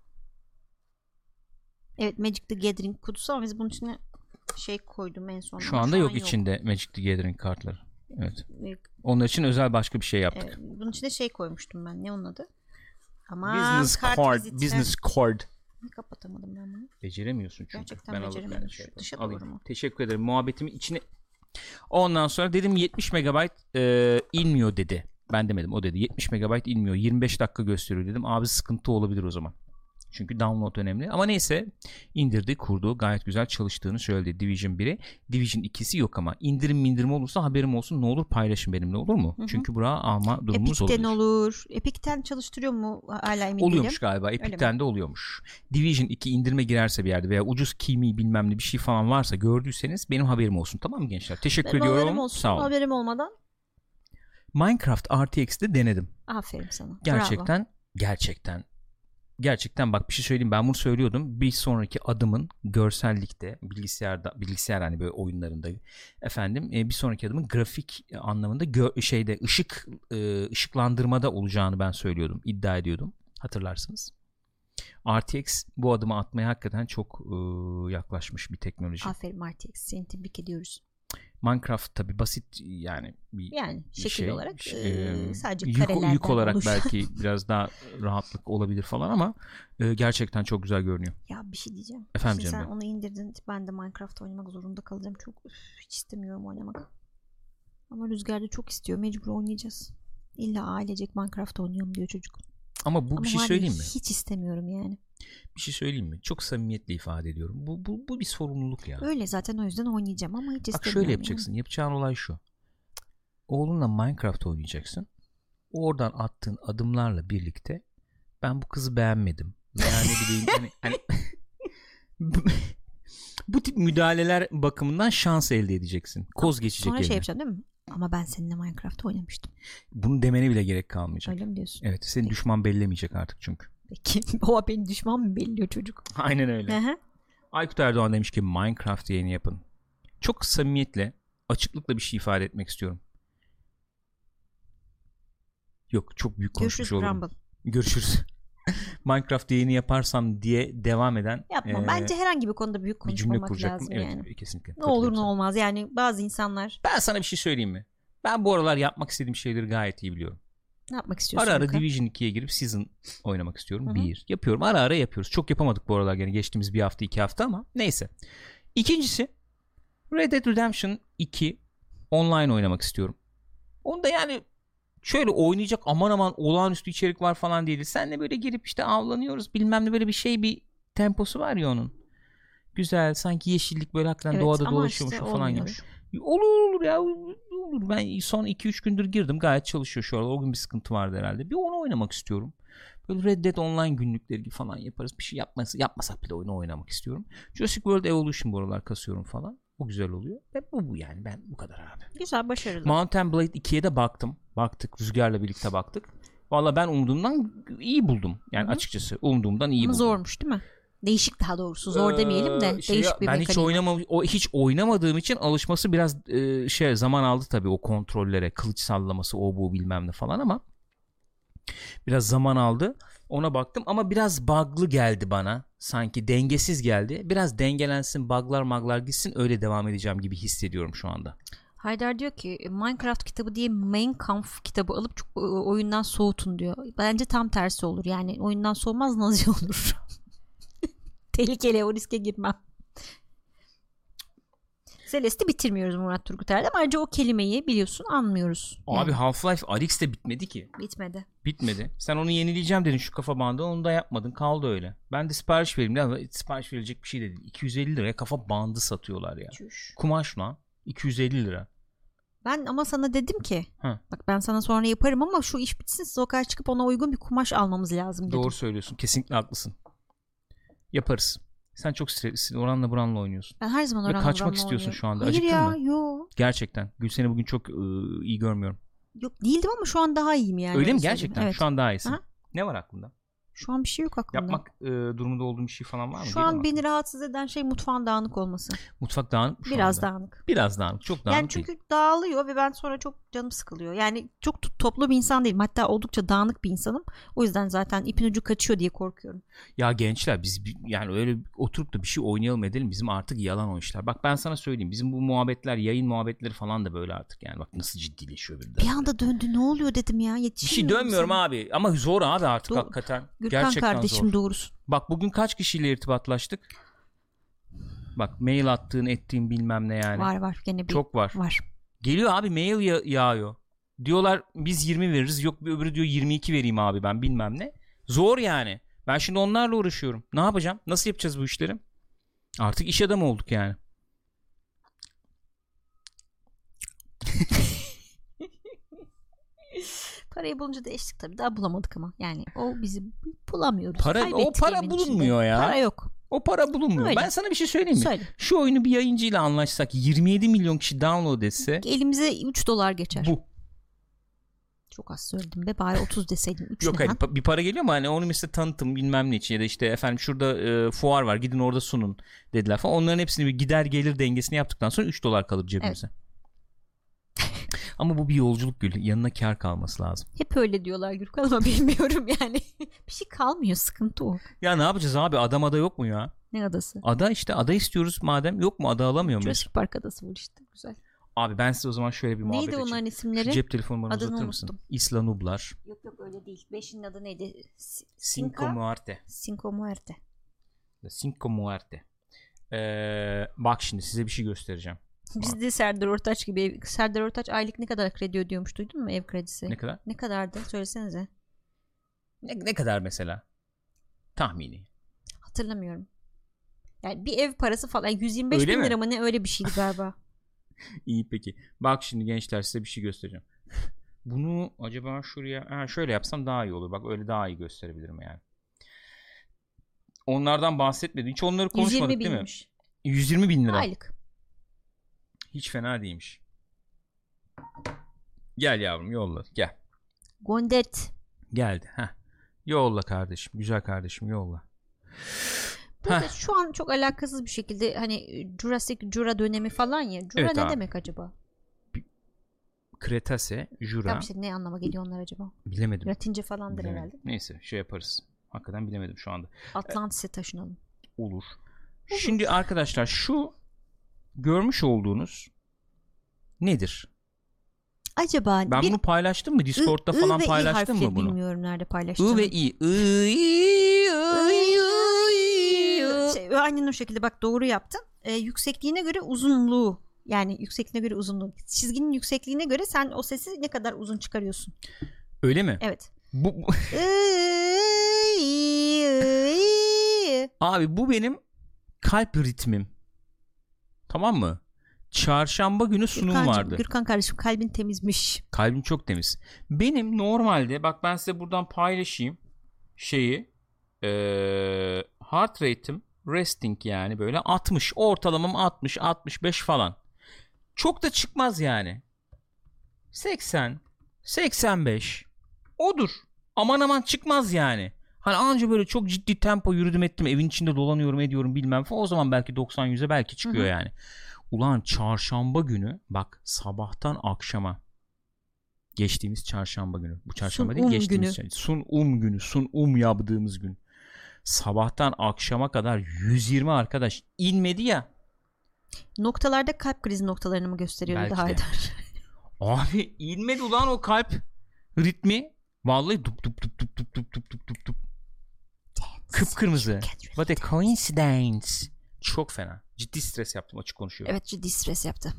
Evet, Magic the Gathering kutusu, ama biz bunun içine koydum en son. Şu anda yok içinde Magic the Gathering kartları. Evet. Onlar için özel başka bir şey yaptık. Bunun içine şey koymuştum ben. Ne onun adı? Ama business card. Business card. Kapatamadım ben bunu. Beceremiyorsun çünkü. Gerçekten ben beceremedim. Dışa doğru mu? Teşekkür ederim. Muhabbetimi içine. Ondan sonra dedim 70 MB inmiyor dedi. Ben demedim, o dedi. 70 MB inmiyor. 25 dakika gösteriyor dedim. Abi sıkıntı olabilir o zaman. Çünkü download önemli. Ama neyse, indirdi, kurdu. Gayet güzel çalıştığını söyledi Division 1'i. Division 2'si yok ama. İndirim olursa haberim olsun. Ne olur paylaşın benimle, olur mu? Hı-hı. Çünkü buraya alma durumumuz Epic'ten olur. olur. Epic'ten çalıştırıyor mu hala emin oluyormuş değilim. Galiba. Epic'ten de oluyormuş. Division 2 indirime girerse bir yerde veya ucuz kimi bilmem ne bir şey falan varsa gördüyseniz benim haberim olsun. Tamam mı gençler? Teşekkür ediyorum. Haberim olsun. Sağ olun. Haberim olmadan. Minecraft RTX'de denedim. Aferin sana. Gerçekten bak bir şey söyleyeyim, ben bunu söylüyordum. Bir sonraki adımın görsellikte, bilgisayar hani böyle oyunlarında efendim, bir sonraki adımın grafik anlamında ışıklandırmada olacağını ben söylüyordum, iddia ediyordum. Hatırlarsınız. RTX bu adımı atmaya hakikaten çok yaklaşmış bir teknoloji. Aferin RTX, seni tebrik ediyoruz. Minecraft tabi basit yani şekil şey, olarak sadece karelerden yük olarak oluşuyor. belki biraz daha rahatlık olabilir falan ama gerçekten çok güzel görünüyor. Ya bir şey diyeceğim. Efendim şimdi canım. Sen onu indirdin, ben de Minecraft oynamak zorunda kalacağım. Çok hiç istemiyorum oynamak. Ama Rüzgar da çok istiyor, mecbur oynayacağız. İlla ailecek Minecraft oynayalım diyor çocuk. Ama bir şey söyleyeyim mi? Hiç istemiyorum yani. Bir şey söyleyeyim mi? Çok samimiyetle ifade ediyorum. Bu bir sorumluluk ya. Öyle zaten, o yüzden oynayacağım ama hiç istemiyorum. Bak şöyle yapacaksın. Yani. Yapacağın olay şu. Oğlunla Minecraft oynayacaksın. Oradan attığın adımlarla birlikte ben bu kızı beğenmedim. Yani bileyim hani bu tip müdahaleler bakımından şans elde edeceksin. Koz geçecek sonra eline. Şey yapacaksın değil mi? Ama ben seninle Minecraft oynamıştım. Bunu demene bile gerek kalmayacak. Öyle mi diyorsun? Evet, seni düşman bellemeyecek artık çünkü. Peki o beni düşman mı belliyor çocuk? Aynen öyle. Hı-hı. Aykut Erdoğan demiş ki Minecraft yayını yapın. Çok samimiyetle, açıklıkla bir şey ifade etmek istiyorum. Yok, çok büyük konuşmuş olurum. Görüşürüz. Minecraft yayını yaparsam diye devam eden. Yapma. Bence herhangi bir konuda büyük konuşmamak lazım yani. Evet, kesinlikle. Ne olur ne olmaz yani, bazı insanlar. Ben sana bir şey söyleyeyim mi? Ben bu aralar yapmak istediğim şeyleri gayet iyi biliyorum. Ne yapmak istiyorsun? Ara ara Division 2'ye girip Season oynamak istiyorum. Hı-hı. Bir. Yapıyorum. Ara ara yapıyoruz. Çok yapamadık bu aralar gene geçtiğimiz bir hafta 2 hafta ama neyse. İkincisi Red Dead Redemption 2 online oynamak istiyorum. Onu da yani şöyle oynayacak aman olağanüstü içerik var falan değil. Seninle böyle girip işte avlanıyoruz bilmem ne, böyle bir temposu var ya onun. Güzel, sanki yeşillik böyle hakikaten doğada dolaşıyormuş işte falan gibi. Olur ya, olur. Ben son 2-3 gündür girdim, gayet çalışıyor şu aralar. O gün bir sıkıntı vardı herhalde. Bir onu oynamak istiyorum. Böyle Red Dead Online günlükleri gibi falan yaparız. Bir şey yapmasak bile oyunu oynamak istiyorum. Jurassic World Evolution bu aralar kasıyorum falan. O güzel oluyor. Ve bu yani, ben bu kadar abi. Güzel, başarılı. Mountain Blade 2'ye de baktık. Rüzgar'la birlikte baktık. Valla ben umduğumdan iyi buldum. Yani Hı-hı. açıkçası umduğumdan iyi buldum. Zormuş değil mi? Değişik, daha doğrusu. Zor demeyelim de değişik bir mekanik. Ben hiç oynamadığım için alışması biraz zaman aldı tabii, o kontrollere, kılıç sallaması, o bu bilmem ne falan, ama biraz zaman aldı. Ona baktım ama biraz bug'lı geldi bana. Sanki dengesiz geldi. Biraz dengelensin, bug'lar gitsin, öyle devam edeceğim gibi hissediyorum şu anda. Haydar diyor ki Minecraft kitabı diye Mein Kampf kitabı alıp çok oyundan soğutun diyor. Bence tam tersi olur. Yani oyundan soğumaz, Nazi olur. Tehlikeli, o riske girmem. Celeste'i bitirmiyoruz Murat Turgut Erdem. Ayrıca o kelimeyi biliyorsun anmıyoruz. Abi yani. Half-Life Alyx de bitmedi ki. Bitmedi. Sen onu yenileyeceğim dedin şu kafa bandı, onu da yapmadın, kaldı öyle. Ben de sipariş vereyim ama sipariş verilecek bir şey de değil. 250 liraya kafa bandı satıyorlar ya. Çüş. Kumaş lan. 250 lira. Ben ama sana dedim ki bak, ben sana sonra yaparım ama şu iş bitsin, sokağa çıkıp ona uygun bir kumaş almamız lazım dedim. Doğru söylüyorsun. Kesinlikle haklısın. Yaparız. Sen çok streslisin. Oranla buranla oynuyorsun. Ben her zaman oranla kaçmak istiyorsun oynuyorum. şu anda. Hayır Acıktın ya, mı? yok. Gerçekten. Gülsen'i bugün çok iyi görmüyorum. Yok, değildim ama şu an daha iyiyim yani. Öyle mi gerçekten? Evet. Şu an daha iyisin. Aha. Ne var aklında? Şu an bir şey yok aklımda. Yapmak durumunda olduğum bir şey falan var mı? Şu an beni rahatsız eden şey mutfağın dağınık olması. Mutfak dağınık mı şu Biraz anda? dağınık. Biraz dağınık. Çok dağınık yani çünkü değil. Dağılıyor ve ben sonra çok canım sıkılıyor. Yani çok toplu bir insan değilim. Hatta oldukça dağınık bir insanım. O yüzden zaten ipin ucu kaçıyor diye korkuyorum. Ya gençler biz yani öyle oturup da bir şey oynayalım edelim. Bizim artık yalan o işler. Bak ben sana söyleyeyim. Bizim bu muhabbetler, yayın muhabbetleri falan da böyle artık yani. Bak nasıl ciddileşiyor birden. Bir anda döndü. Ne oluyor dedim ya. Bir şey dönmüyorum sana. Abi. Ama zor abi artık hakikaten. Gürkan gerçekten kardeşim zor. doğrusun. Bak bugün kaç kişiyle irtibatlaştık? Bak mail attığın ettiğin bilmem ne yani. Var gene bir. Çok var. Geliyor abi mail yağıyor. Diyorlar biz 20 veririz. Yok bir öbürü diyor 22 vereyim abi ben bilmem ne. Zor yani. Ben şimdi onlarla uğraşıyorum. Ne yapacağım? Nasıl yapacağız bu işleri? Artık iş adamı olduk yani. Parayı bulunca değiştik tabii. Daha bulamadık ama. Yani o bizi bulamıyoruz. O para bulunmuyor ya. Para yok. O para bulunmuyor. Öyle. Ben sana bir şey söyleyeyim mi? Söyle. Şu oyunu bir yayıncıyla anlaşsak 27 milyon kişi download etse. Elimize $3 geçer. Bu. Çok az söyledim be, bari 30 deseydim. 3 yok hayır bir para geliyor mu hani onu mesela tanıtım bilmem ne için ya da işte efendim şurada fuar var gidin orada sunun dediler falan. Onların hepsini bir gider gelir dengesini yaptıktan sonra $3 kalır cebimize. Evet. Ama bu bir yolculuk Gül. Yanına kar kalması lazım. Hep öyle diyorlar Gürkan ama bilmiyorum yani. Bir şey kalmıyor, sıkıntı o. Ya ne yapacağız abi, ada yok mu ya? Ne adası? Ada işte, ada istiyoruz madem, yok mu ada alamıyor muyuz? Jurassic Park adası var işte, güzel. Abi ben size o zaman şöyle bir muhabbet açayım. Neydi onların isimleri? Şu cep telefonu bana uzatır mısın? Isla Nublar. Yok öyle değil. 5'inin adı neydi? Cinco Muerte. Cinco Muerte. Bak şimdi size bir şey göstereceğim. Biz de Serdar Ortaç gibi. Serdar Ortaç aylık ne kadar kredi ödüyormuş, duydun mu, ev kredisi? Ne kadar? Ne kadardı? Söylesenize. Ne kadar mesela? Tahmini. Hatırlamıyorum. Yani bir ev parası falan 125 öyle bin lira mı ne, öyle bir şeydi galiba. İyi peki. Bak şimdi gençler size bir şey göstereceğim. Bunu acaba şuraya şöyle yapsam daha iyi olur. Bak öyle daha iyi gösterebilirim yani. Onlardan bahsetmedim. Hiç onları konuşmadık değil mi? 120 bin lira. Aylık. Hiç fena değilmiş. Gel yavrum yolla gel. Gondet. Geldi. Heh. Yolla kardeşim. Güzel kardeşim yolla. Burada şu an çok alakasız bir şekilde hani Jura dönemi falan ya. Jura evet, ne abi demek acaba? Kretase, Jura. Tam işte ne anlama geliyor onlar acaba? Bilemedim. Latince falandır herhalde. Neyse şey yaparız. Hakikaten bilemedim şu anda. Atlantis'e taşınalım. Olur. Şimdi arkadaşlar şu görmüş olduğunuz nedir? Acaba ben bunu paylaştım mı? Discord'da falan paylaştım mı bunu? Bilmiyorum nerede paylaştım. I ve I. Aynen o şekilde, bak doğru yaptın. Yüksekliğine göre uzunluğu, yani yüksekliğine göre uzunluğu. Çizginin yüksekliğine göre sen o sesi ne kadar uzun çıkarıyorsun. Öyle mi? Evet. Abi bu benim kalp ritmim. Tamam mı? Çarşamba günü sunum vardı. Gürkan kardeşim, kalbin temizmiş. Kalbim çok temiz. Benim normalde bak ben size buradan paylaşayım şeyi, heart rate'im resting yani böyle 60, ortalamam 60 65 falan. Çok da çıkmaz yani. 80 85 odur. Aman çıkmaz yani. Hani anca böyle çok ciddi tempo yürüdüm ettim, evin içinde dolanıyorum ediyorum bilmem falan, o zaman belki 90-100'e belki çıkıyor. Hı-hı. Yani. Ulan çarşamba günü bak, sabahtan akşama, geçtiğimiz çarşamba günü, bu çarşamba değil geçtiğimiz günü. Sun yaptığımız gün, sabahtan akşama kadar 120 arkadaş inmedi ya. Noktalarda kalp krizi noktalarını mı gösteriyordu Haydar? Abi inmedi ulan o kalp ritmi. Vallahi dup dup dup dup dup dup dup dup dup dup. Kıpkırmızı. What a coincidence. Çok fena. Ciddi stres yaptım, açık konuşuyorum. Evet, ciddi stres yaptı.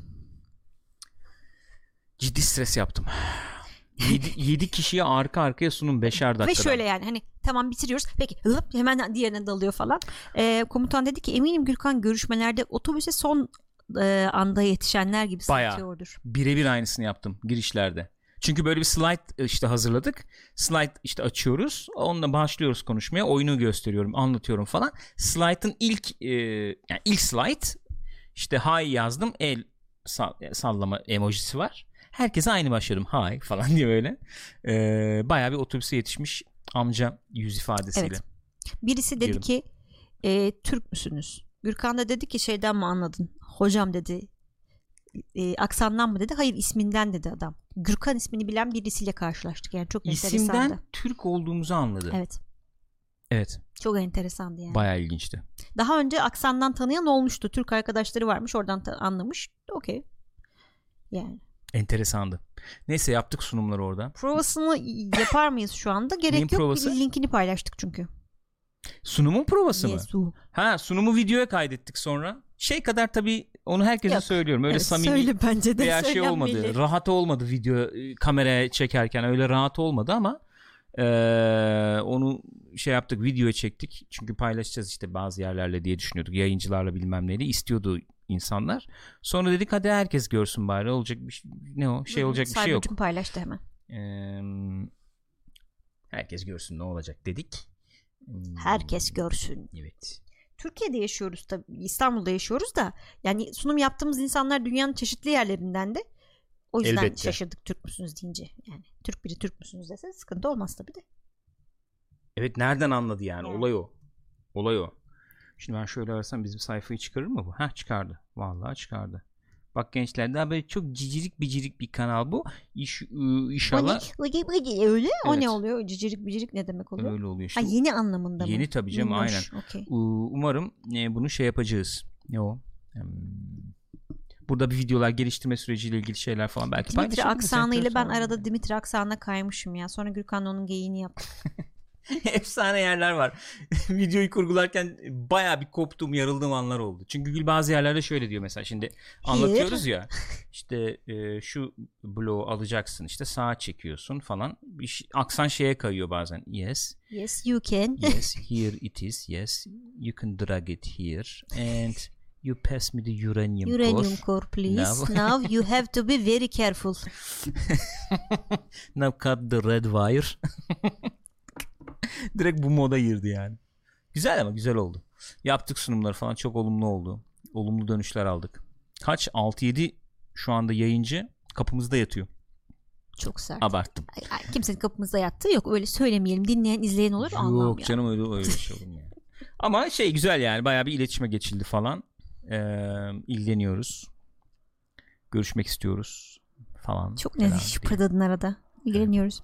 Ciddi stres yaptım. 7 kişiye arka arkaya sunum 5'er dakikada. Ve şöyle yani hani tamam bitiriyoruz. Peki hemen diğerine dalıyor falan. Komutan dedi ki eminim Gürkan görüşmelerde otobüse son anda yetişenler gibi satıyordur. Birebir aynısını yaptım girişlerde. Çünkü böyle bir slide işte hazırladık. Slide işte açıyoruz. Onunla başlıyoruz konuşmaya. Oyunu gösteriyorum, anlatıyorum falan. Slide'ın ilk slide işte hi yazdım. El sallama emojisi var. Herkese aynı başladım. Hi falan diye böyle. Bayağı bir otobüse yetişmiş amca yüz ifadesiyle. Evet. Birisi dedi ki Türk müsünüz? Gürkan da dedi ki şeyden mi anladın? Hocam dedi. Aksandan mı dedi? Hayır, isminden dedi adam. Gürkan ismini bilen birisiyle karşılaştık. Yani çok enteresandı. İsimden Türk olduğumuzu anladı. Evet. Evet. Çok enteresandı yani. Bayağı ilginçti. Daha önce aksandan tanıyan olmuştu. Türk arkadaşları varmış. Oradan anlamış. Okey. Yani. Enteresandı. Neyse yaptık sunumları orada. Provasını yapar mıyız şu anda? Gerek Neyin yok. provası? Linkini paylaştık çünkü. Sunumun provası mı? Yesu. Ha, sunumu videoya kaydettik sonra. Şey kadar tabii onu herkese Yok. söylüyorum. Öyle Evet, samimi söyle bence de veya şey olmadı. söylenmeli. Rahat olmadı video kameraya çekerken. Öyle rahat olmadı ama onu şey yaptık, videoya çektik. Çünkü paylaşacağız işte bazı yerlerle diye düşünüyorduk. Yayıncılarla bilmem neyle istiyordu insanlar. Sonra dedik hadi herkes görsün bari. Olacak bir şey, ne o? Şey olacak bir şey yok. Cybercim paylaştı hemen. Herkes görsün ne olacak dedik. Herkes görsün. Evet. Türkiye'de yaşıyoruz tabii. İstanbul'da yaşıyoruz da yani sunum yaptığımız insanlar dünyanın çeşitli yerlerinden de. O yüzden Elbette. şaşırdık Türk müsünüz deyince. Yani Türk biri Türk müsünüz dese sıkıntı olmaz tabii de. Evet, nereden anladı yani? Evet. Olay o. Olay o. Şimdi ben şöyle arasam bizim sayfayı çıkarır mı bu? Heh, çıkardı. Vallahi çıkardı. Bak gençler, daha böyle çok cicirik bicirik bir kanal bu. İnşallah Öyle. O Evet. ne oluyor? Cicirik bicirik ne demek oluyor? öyle oluyor işte. Ha, yeni anlamında mı? Yeni tabii canım, Minnoş, aynen. okey. Umarım bunu şey yapacağız. Ne o? Burada bir videolar geliştirme süreciyle ilgili şeyler falan belki Dimitri paylaşabiliriz. aksanıyla ben Enteresan. arada Dimitri aksanına kaymışım ya. Sonra Gürkan'la onun geyiğini yaptım. Efsane yerler var. Videoyu kurgularken bayağı bir koptuğum, yarıldığım anlar oldu. Çünkü Gül bazı yerlerde şöyle diyor mesela, şimdi anlatıyoruz ya işte şu bloğu alacaksın, işte sağa çekiyorsun falan. Aksan şeye kayıyor bazen. Yes. Yes you can. Yes, here it is. Yes, you can drag it here and you pass me the uranium core please. Now. Now you have to be very careful. Now cut the red wire. Direkt bu moda girdi yani. Güzel, ama güzel oldu. Yaptık sunumları falan, çok olumlu oldu. Olumlu dönüşler aldık. Kaç? 6-7 şu anda yayıncı kapımızda yatıyor. Çok sert. Abarttım. Ay, kimsenin kapımızda yattığı yok. Öyle söylemeyelim. Dinleyen, izleyen olur. Yok canım, öyle şey olur mu ya? Ama şey güzel yani, bayağı bir iletişime geçildi falan. İlgileniyoruz. Görüşmek istiyoruz falan. Çok nezih şıpırdadın arada. İlgileniyoruz.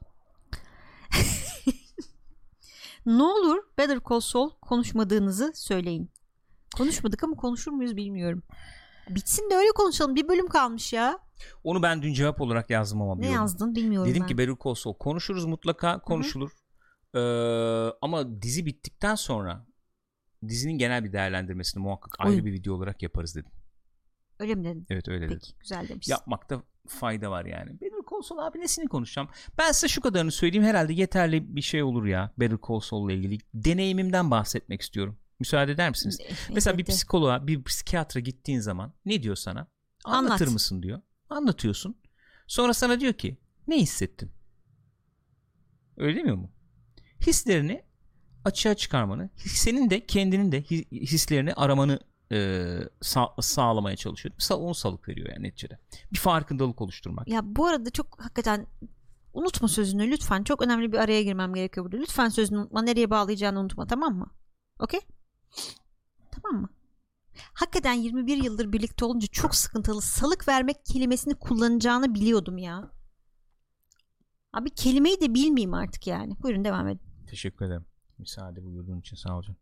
Ne olur Better Call Saul konuşmadığınızı söyleyin. Konuşmadık ama konuşur muyuz bilmiyorum. Bitsin de öyle konuşalım. Bir bölüm kalmış ya. Onu ben dün cevap olarak yazdım ama. Ne yazdın bilmiyorum. Dedim ben. ki Better Call Saul konuşuruz, mutlaka konuşulur. Ama dizi bittikten sonra dizinin genel bir değerlendirmesini muhakkak ayrı bir video olarak yaparız dedim. Öyle mi dedin? Evet, öyle dedim. Peki, güzel demişsin. Yapmakta fayda var yani. Better Call Saul abi, nesini konuşacağım? Ben size şu kadarını söyleyeyim, herhalde yeterli bir şey olur ya Better Call Saul ile ilgili. Deneyimimden bahsetmek istiyorum. Müsaade eder misiniz? Mesela bir psikoloğa, bir psikiyatra gittiğin zaman ne diyor sana? Anlatır mısın diyor. Anlatıyorsun. Sonra sana diyor ki ne hissettin? Öyle demiyor mu? Hislerini açığa çıkarmanı, senin de kendinin de hislerini aramanı sağlamaya çalışıyor. Onu salık veriyor yani neticede. Bir farkındalık oluşturmak. Ya bu arada çok hakikaten unutma sözünü lütfen. Çok önemli bir araya girmem gerekiyor burada. Lütfen sözünü unutma. Nereye bağlayacağını unutma, tamam mı? Okey? Tamam mı? Hakikaten 21 yıldır birlikte olunca çok sıkıntılı. Salık vermek kelimesini kullanacağını biliyordum ya. Abi kelimeyi de bilmeyeyim artık yani. Buyurun devam edin. Teşekkür ederim. Müsaade buyurduğun için sağ ol canım.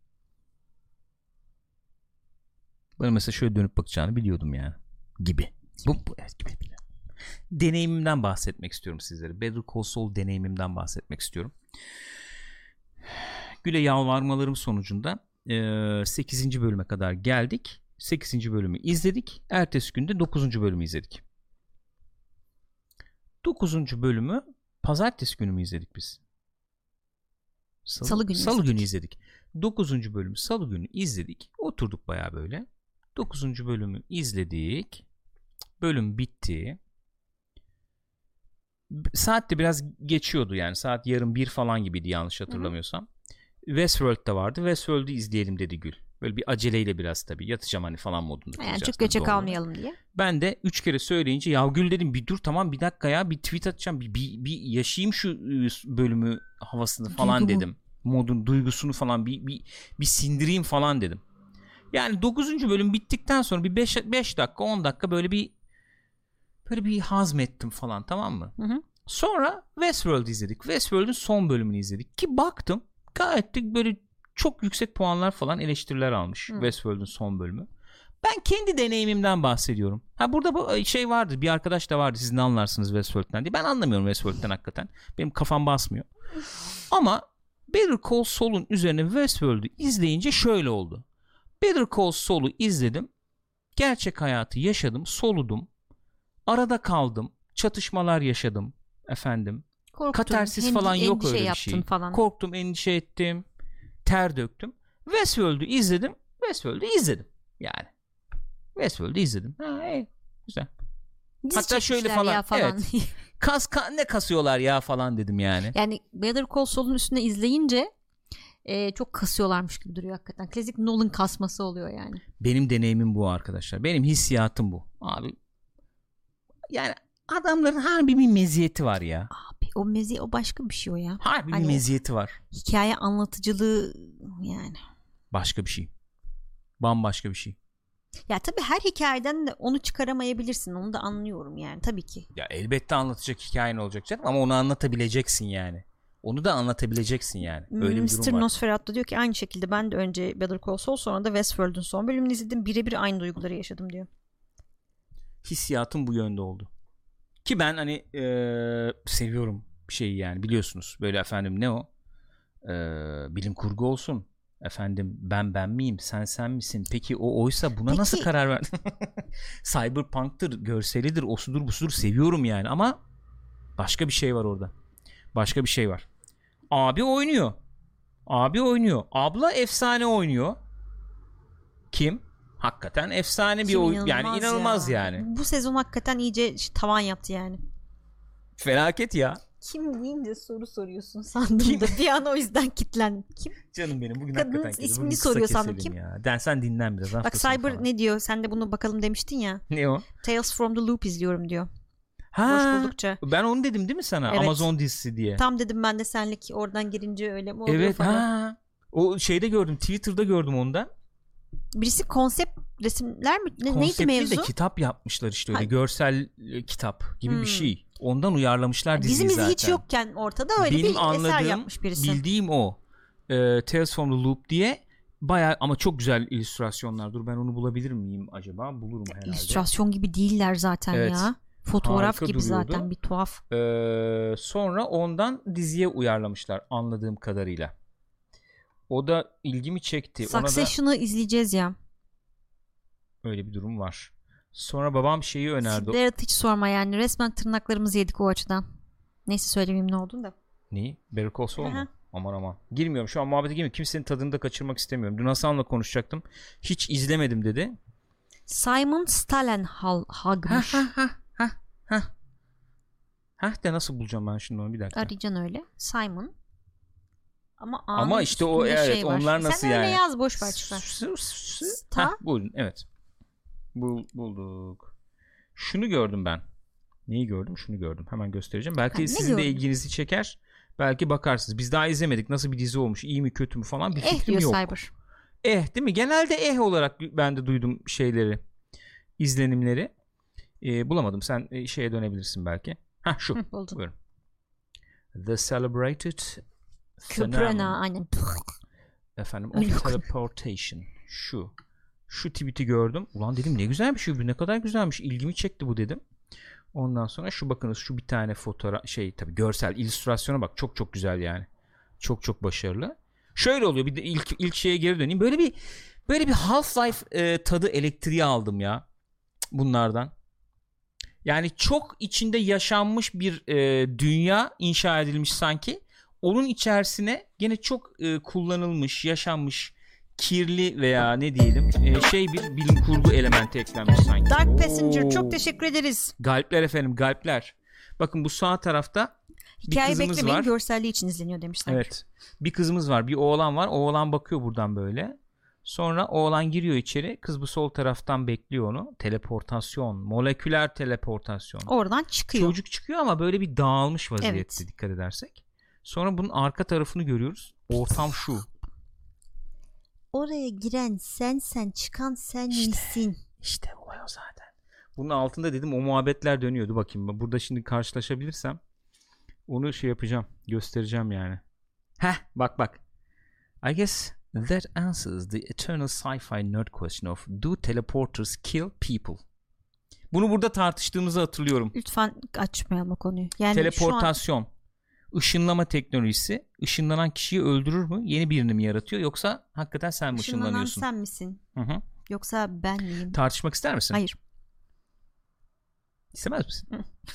Bana mesela şöyle dönüp bakacağını biliyordum yani. Gibi. Bu evet, gibi. Deneyimimden bahsetmek istiyorum sizlere. Better Call Saul deneyimimden bahsetmek istiyorum. Gül'e yalvarmalarım sonucunda 8. bölüme kadar geldik. 8. bölümü izledik. Ertesi günde 9. bölümü izledik. 9. bölümü pazartesi günü mü izledik biz? Salı günü izledik. 9. bölümü salı günü izledik. Oturduk bayağı böyle. 9. bölümü izledik. Bölüm bitti. Saat de biraz geçiyordu yani. Saat yarım 1 falan gibiydi yanlış hatırlamıyorsam. Westworld'da vardı. Westworld'u izleyelim dedi Gül. Böyle bir aceleyle biraz tabii. Yatacağım hani falan modunda. Yani çok geçe kalmayalım diye. Ben de 3 kere söyleyince ya Gül dedim bir dur tamam bir dakika ya bir tweet atacağım. Bir yaşayayım şu bölümü havasını falan dedim. Modun duygusunu falan bir sindireyim falan dedim. Yani 9. bölüm bittikten sonra bir 5 dakika 10 dakika böyle bir Böyle bir hazmettim falan, tamam mı? Hı. Sonra Westworld izledik. Westworld'ün son bölümünü izledik. Ki baktım gayet de böyle çok yüksek puanlar falan, eleştiriler almış Westworld'ün son bölümü. Ben kendi deneyimimden bahsediyorum. Ha, burada bu şey vardı, bir arkadaş da vardı, siz ne anlarsınız Westworld'den diye. Ben anlamıyorum Westworld'den hakikaten. Benim kafam basmıyor. Ama Better Call Saul'un üzerine Westworld'ü izleyince şöyle oldu. Better Call Saul'u izledim. Gerçek hayatı yaşadım, soludum. Arada kaldım. Çatışmalar yaşadım. Efendim. Korktun, Katarsis falan yok, öyle bir şey. Falan. Korktum, endişe ettim. Ter döktüm. Westworld'ü izledim. Yani. Westworld'ü izledim. Ha, güzel. Dizi hatta şöyle falan. Evet. Ne kasıyorlar ya falan dedim yani. Yani Better Call Saul'un üstüne izleyince çok kasıyorlarmış gibi duruyor hakikaten. Klasik Nolan kasması oluyor yani. Benim deneyimim bu arkadaşlar. Benim hissiyatım bu. Abi yani adamların harbi bir meziyeti var ya. Abi o başka bir şey o ya. Harbi bir meziyeti var. Hikaye anlatıcılığı yani. Başka bir şey. Bambaşka bir şey. Ya tabii her hikayeden de onu çıkaramayabilirsin. Onu da anlıyorum yani, tabii ki. Ya elbette anlatacak hikayen olacak canım, ama onu anlatabileceksin yani. Onu da anlatabileceksin yani. Öyle bir durum var. Mr. Nosferatu diyor ki aynı şekilde ben de önce Better Call Saul, sonra da Westworld'un son bölümünü izledim. Birebir aynı duyguları yaşadım diyor. Hissiyatım bu yönde oldu. Ki ben hani seviyorum bir şeyi yani, biliyorsunuz. Böyle efendim ne o? Bilim kurgu olsun. Efendim ben miyim? Sen misin? Peki o oysa buna nasıl karar verdin? Cyberpunk'tır, görselidir, osudur busudur, seviyorum yani, ama başka bir şey var orada. Başka bir şey var. Abi oynuyor. Abla efsane oynuyor. Kim? Hakikaten efsane bir oyun. Yani inanılmaz yani. Bu sezon hakikaten iyice tavan yaptı yani. Felaket ya. Kim deyince soru soruyorsun sandım da bir an o yüzden kilitlendim. Kim? Canım benim bugün kadının hakikaten ismini soruyor sandım. Kim? Ya. Sen dinlen biraz. Bak Cyber falan ne diyor? Sen de bunu bakalım demiştin ya. Ne o? Tales from the Loop izliyorum diyor. Ha, boş buldukça. Ben onu dedim değil mi sana? Evet. Amazon dizisi diye. Tam dedim ben de senlik, oradan girince öyle mi oluyor evet, falan. Ha. O şeyde gördüm, Twitter'da gördüm ondan. Birisi konsept resimler mi? Neydi mevzu? De kitap yapmışlar işte öyle. Görsel kitap gibi bir şey. Ondan uyarlamışlar diziyi Dizimiz zaten. hiç yokken ortada öyle benim bir eser yapmış birisi. Bildiğim o. Tales from the Loop diye. Bayağı ama çok güzel illüstrasyonlar. Dur ben onu bulabilir miyim acaba? Bulurum herhalde. İllüstrasyon gibi değiller zaten ya. Fotoğraf harika gibi duruyordu. Zaten bir tuhaf. Sonra ondan diziye uyarlamışlar anladığım kadarıyla. O da ilgimi çekti. Succession'ı izleyeceğiz ya. Öyle bir durum var. Sonra babam şeyi önerdi. Berat hiç sorma yani. Resmen tırnaklarımızı yedik o açıdan. Neyse söylemeyeyim ne olduğunu da. Neyi? Better Call Saul mu? Aman. Girmiyorum. Şu an muhabbete girmiyorum. Kimsenin tadını da kaçırmak istemiyorum. Dün Hasan'la konuşacaktım. Hiç izlemedim dedi. Simon Stalenhag'mış. De nasıl bulacağım ben şimdi onu, bir dakika. Arayacaksın öyle. Simon. Ama işte o evet şey onlar nasıl sen yani. Sen öyle yaz, boş ver çıkar. Buyurun evet. Bulduk. Şunu gördüm ben. Neyi gördüm? Şunu gördüm. Hemen göstereceğim. Belki sizin de ilginizi çeker. Belki bakarsınız. Biz daha izlemedik. Nasıl bir dizi olmuş? İyi mi kötü mü falan bir fikrim yok. Cyber. Değil mi? Genelde olarak ben de duydum şeyleri. İzlenimleri. Bulamadım. Sen şeye dönebilirsin belki. Şu. Buyurun. The Celebrated Köprena aynen. Efendim of Teleportation. Şu tweet'i gördüm. Ulan dedim ne güzel bir şey bu. Ne kadar güzelmiş. İlgimi çekti bu dedim. Ondan sonra şu bakınız, şu bir tane fotoğraf tabii görsel illüstrasyona bak, çok güzel yani. Çok başarılı. Şöyle oluyor, bir de ilk şeye geri döneyim. Böyle bir Half-Life tadı, elektriği aldım ya bunlardan. Yani çok içinde yaşanmış bir dünya inşa edilmiş sanki. Onun içerisine gene çok kullanılmış, yaşanmış, kirli veya ne diyelim bir bilim kurgu elementi eklenmiş sanki. Dark Passenger çok teşekkür ederiz. Galpler efendim, galpler. Bakın bu sağ tarafta hikaye bir kızımız beklemeyin, var. Görselliği için izleniyor demişler. Evet. Bir kızımız var, bir oğlan var. Oğlan bakıyor buradan böyle. Sonra oğlan giriyor içeri. Kız bu sol taraftan bekliyor onu. Teleportasyon, moleküler teleportasyon. Oradan çıkıyor. Çocuk çıkıyor ama böyle bir dağılmış vaziyette, dikkat edersek. Sonra bunun arka tarafını görüyoruz. Ortam şu. Oraya giren sen çıkan sen misin? İşte olay o zaten. Bunun altında dedim o muhabbetler dönüyordu. Bakayım burada şimdi karşılaşabilirsem onu şey yapacağım. Göstereceğim yani. Bak. I guess that answers the eternal sci-fi nerd question of do teleporters kill people? Bunu burada tartıştığımızı hatırlıyorum. Lütfen açmayalım o konuyu. Yani teleportasyon, ışınlama teknolojisi ışınlanan kişiyi öldürür mü? Yeni birini mi yaratıyor yoksa hakikaten sen mi ışınlanıyorsun? Işınlanan sen misin? Hı. Yoksa ben miyim? Tartışmak ister misin? Hayır. İstemez misin?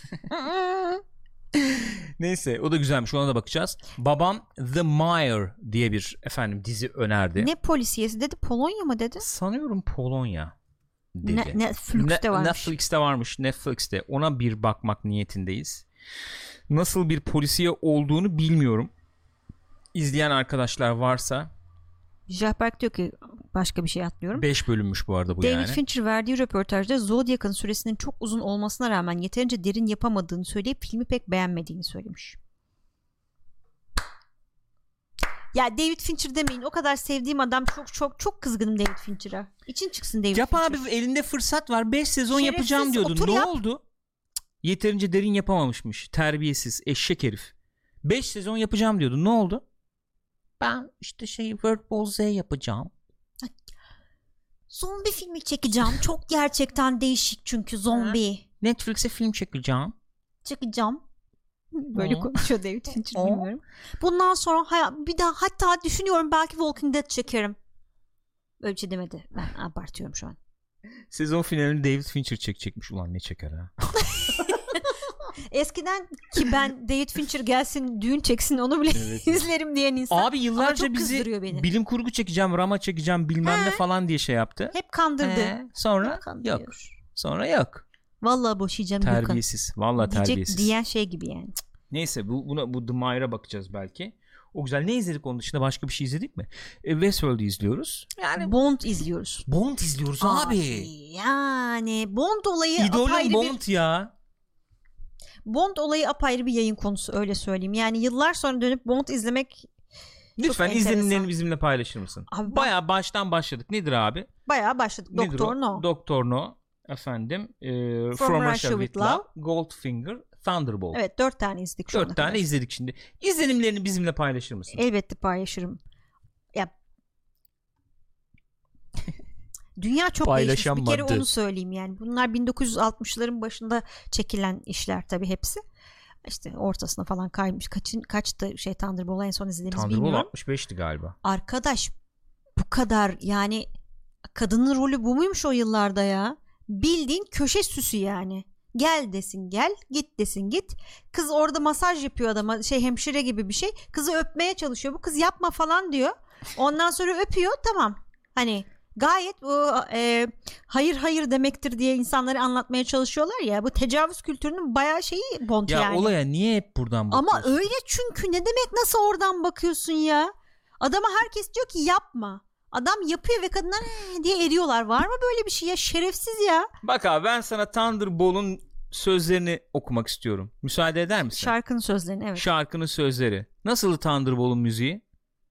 Neyse o da güzelmiş, ona da bakacağız. Babam The Mire diye bir dizi önerdi. Ne polisiyesi dedi? Polonya mı dedi? Sanıyorum Polonya dedi. Netflix'te varmış. Netflix'te ona bir bakmak niyetindeyiz. Nasıl bir polisiye olduğunu bilmiyorum. İzleyen arkadaşlar varsa. Jahberk diyor ki başka bir şey atlıyorum. 5 bölünmüş bu arada bu David yani. David Fincher verdiği röportajda Zodiac'ın süresinin çok uzun olmasına rağmen yeterince derin yapamadığını söyleyip filmi pek beğenmediğini söylemiş. Ya David Fincher demeyin, o kadar sevdiğim adam, çok kızgınım David Fincher'a. İçin çıksın David Yap Fincher. abi, elinde fırsat var, 5 sezon Şerefsiz, yapacağım diyordun. Ne yap. oldu? Yeterince derin yapamamışmış. Terbiyesiz eşek herif. 5 sezon yapacağım diyordun. Ne oldu? Ben işte World War Z yapacağım. Zombi filmi çekeceğim. Çok gerçekten değişik çünkü zombi. Netflix'e film çekeceğim. Böyle konuşuyor David Fincher, bilmiyorum. Bundan sonra bir daha hatta düşünüyorum belki Walking Dead çekerim. Öyle bir şey demedi. Ben abartıyorum şu an. Sezon finalini David Fincher çekecekmiş. Ulan ne çeker ha. Eskiden ki ben David Fincher gelsin düğün çeksin onu bile izlerim diyen insan. Abi yıllarca bizi bilim kurgu çekeceğim, Rama çekeceğim bilmem ne falan diye şey yaptı. Hep kandırdı. Sonra yok. Sonra yok. Vallahi boşayacağım. Terbiyesiz. Vallahi terbiyesiz. Diyen şey gibi yani. Neyse bu The Mire'a bakacağız belki. O güzel. Ne izledik onun dışında? Başka bir şey izledik mi? Westworld'u izliyoruz. Yani Bond izliyoruz. Bond izliyoruz abi. Yani Bond olayı İdolüm apayrı Bond ya. Bond olayı apayrı bir yayın konusu, öyle söyleyeyim. Yani yıllar sonra dönüp Bond izlemek lütfen izlenimlerini bizimle paylaşır mısın? Abi bayağı baştan başladık. Nedir abi? Bayağı başladık. Doktor No. From Russia With Love, Goldfinger, Thunderbolt. Evet, 4 tane izledik. 4 tane izledik şimdi. İzlenimlerini bizimle paylaşır mısın? Elbette paylaşırım. Ya dünya çok değişmiş. Bir kere onu söyleyeyim yani. Bunlar 1960'ların başında çekilen işler tabii hepsi. İşte ortasına falan kaymış. Kaçtı Thunderbolt'u en son izlediğimiz bilmiyorum. Thunderbolt 65'ti galiba. Arkadaş bu kadar yani, kadının rolü bu muymuş o yıllarda ya? Bildiğin köşe süsü yani. Gel desin gel, git desin git. Kız orada masaj yapıyor adama, hemşire gibi bir şey. Kızı öpmeye çalışıyor. Bu kız yapma falan diyor. Ondan sonra öpüyor, tamam. Hani gayet bu hayır demektir diye insanları anlatmaya çalışıyorlar ya. Bu tecavüz kültürünün bayağı şeyi Bond ya yani. Ya olaya niye hep buradan bakıyorsun? Ama öyle çünkü, ne demek nasıl oradan bakıyorsun ya? Adama herkes diyor ki yapma. Adam yapıyor ve kadınlar diye eriyorlar. Var mı böyle bir şey ya? Şerefsiz ya. Bak abi, ben sana Thunderbolt'un sözlerini okumak istiyorum. Müsaade eder misin? Şarkının sözlerini, evet. Şarkının sözleri. Nasıldı Thunderbolt'un müziği?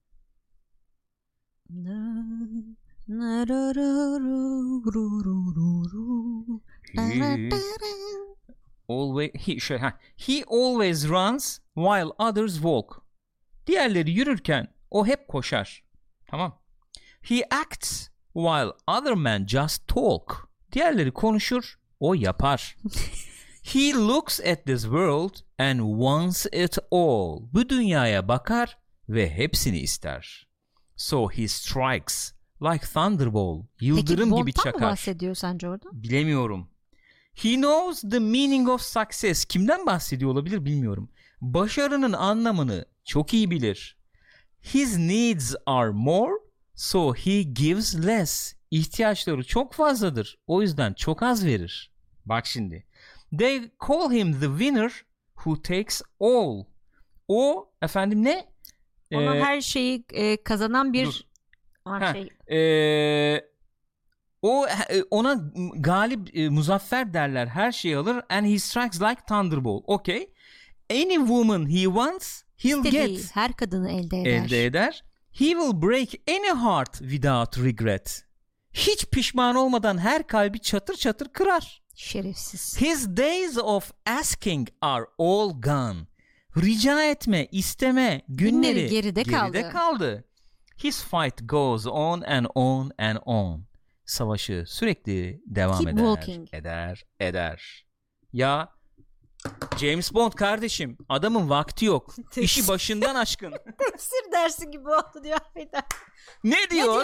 He always runs while others walk. Diğerleri yürürken o hep koşar. Tamam. He acts while other men just talk. Diğerleri konuşur, o yapar. He looks at this world and wants it all. Bu dünyaya bakar ve hepsini ister. So he strikes like thunderbolt. Yıldırım gibi çakar. Peki Bond'dan mı bahsediyor sence orada? Bilemiyorum. He knows the meaning of success. Kimden bahsediyor olabilir bilmiyorum. Başarının anlamını çok iyi bilir. His needs are more, so he gives less. İhtiyaçları çok fazladır, o yüzden çok az verir. Bak şimdi. They call him the winner who takes all. O ne? Ona her şeyi kazanan bir ona galip, muzaffer derler, her şeyi alır. And he strikes like thunderbolt. Okay. Any woman he wants, he'll get. Her kadını elde eder. He will break any heart without regret. Hiç pişman olmadan her kalbi çatır çatır kırar. Şerefsiz. His days of asking are all gone. Rica etme, isteme günleri geride kaldı. His fight goes on and on and on. Savaşı sürekli devam eder. Ya James Bond kardeşim, adamın vakti yok. İşi başından aşkın. Tefsir dersi gibi oldu diyor. Ne diyor?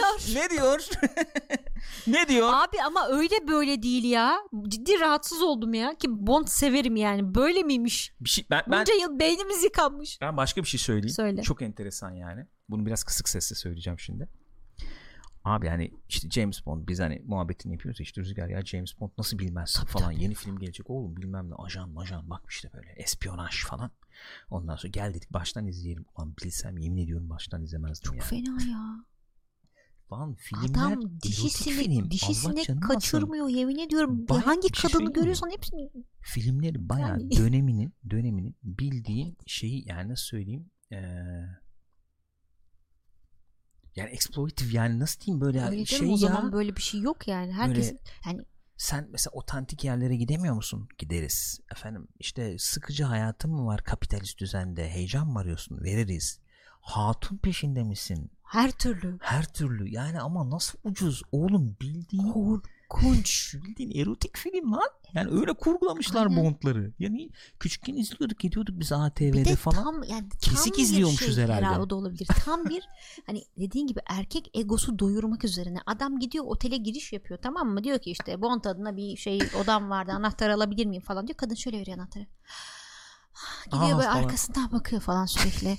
Ne diyor? Abi ama öyle böyle değil ya. Ciddi rahatsız oldum ya ki Bond severim yani. Böyle miymiş? Bir şey, bunca yıl beynimiz yıkanmış. Ben başka bir şey söyleyeyim. Söyle. Çok enteresan yani. Bunu biraz kısık sesle söyleyeceğim şimdi. Abi hani işte James Bond, biz hani muhabbetini yapıyoruz işte Rüzgar ya James Bond nasıl bilmezsin falan, yeni film gelecek oğlum bilmem ne, ajan bak işte böyle espiyonaj falan. Ondan sonra gel dedik baştan izleyelim. Ulan bilsem yemin ediyorum baştan izlemezdim çok yani. Fena ya. Lan filmler adam dişisini kaçırmıyor yemin ediyorum. Hangi kadını görüyorsan hepsini. Filmleri bayağı yani. döneminin bildiği şeyi yani nasıl söyleyeyim, yani exploitive yani nasıl diyeyim böyle öyle şey o ya. zaman böyle bir şey yok yani. Herkes böyle, yani sen mesela otantik yerlere gidemiyor musun? Gideriz. Efendim işte sıkıcı hayatın mı var kapitalist düzende? Heyecan mı arıyorsun? Veririz. Hatun peşinde misin? Her türlü. Yani ama nasıl ucuz? Oğlum bildiğin korkunç. Bildiğin erotik film lan. Yani öyle kurgulamışlar aynen. Bond'ları. Yani küçükken izliyorduk, gidiyorduk biz ATV'de falan. Kesik izliyormuşuz herhalde. O da olabilir. Tam bir hani dediğin gibi erkek egosu doyurmak üzerine. Adam gidiyor otele giriş yapıyor, tamam mı? Diyor ki işte Bond adına bir şey odam vardı, anahtarı alabilir miyim falan diyor. Kadın şöyle veriyor anahtarı. Gidiyor böyle arkasından bakıyor falan sürekli.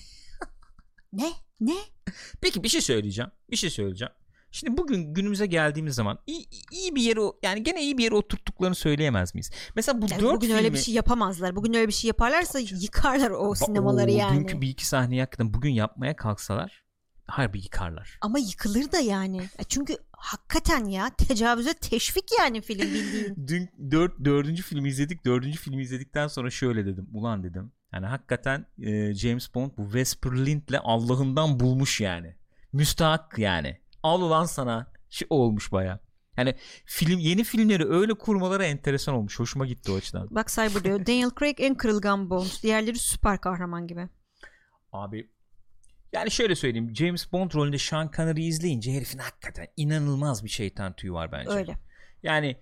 Ne? Peki bir şey söyleyeceğim. Şimdi bugün günümüze geldiğimiz zaman iyi bir yere, yani gene iyi bir yere oturttuklarını söyleyemez miyiz? Mesela bu 4 bugün filmi... öyle bir şey yapamazlar. Bugün öyle bir şey yaparlarsa yıkarlar o sinemaları yani. Dünkü bir iki sahneyi hakikaten bugün yapmaya kalksalar harbi yıkarlar. Ama yıkılır da yani. Çünkü hakikaten ya tecavüze teşvik yani film bildiğin. Dün dördüncü filmi izledik. Dördüncü filmi izledikten sonra şöyle dedim. Ulan dedim. Yani hakikaten James Bond bu Vesper Lind'le Allah'ından bulmuş yani. Müstahak yani. Al ulan sana. Şey olmuş baya. Yani yeni filmleri öyle kurmaları enteresan olmuş. Hoşuma gitti o açıdan. Bak Cyber diyor. Daniel Craig en kırılgan Bond. Diğerleri süper kahraman gibi. Abi yani şöyle söyleyeyim. James Bond rolünde Sean Connery izleyince herifin hakikaten inanılmaz bir şeytan tüyü var bence. Öyle. Yani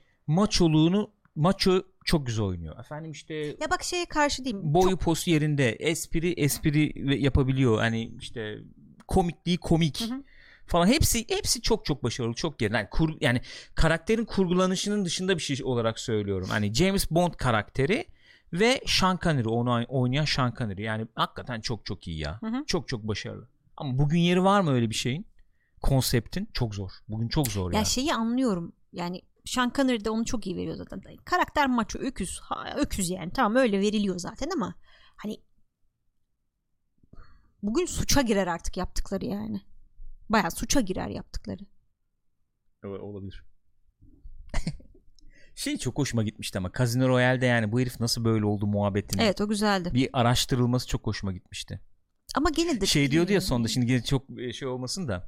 maço çok güzel oynuyor. Efendim işte ya bak şeye karşı değil mi? Boyu postu yerinde. Espri yapabiliyor. Hani işte komikliği komik. Hı hı. Falan hepsi çok başarılı, çok yerinde. Yani karakterin kurgulanışının dışında bir şey olarak söylüyorum. Hani James Bond karakteri ve Sean Connery, onu oynayan Sean Connery. Yani hakikaten çok iyi ya. Hı hı. Çok başarılı. Ama bugün yeri var mı öyle bir şeyin? Konseptin çok zor. Bugün çok zor ya. Ya şeyi anlıyorum. Yani Sean Connery de onu çok iyi veriyor zaten. Karakter maço, öküz yani. Tamam öyle veriliyor zaten ama hani bugün suça girer artık yaptıkları yani. Bayağı suça girer yaptıkları. Evet, olabilir. Çok hoşuma gitmişti ama Casino Royale'de yani bu herif nasıl böyle oldu muhabbetini. Evet, o güzeldi. Bir araştırılması çok hoşuma gitmişti. Ama gene de diyordu ya sonunda, şimdi gene çok olmasın da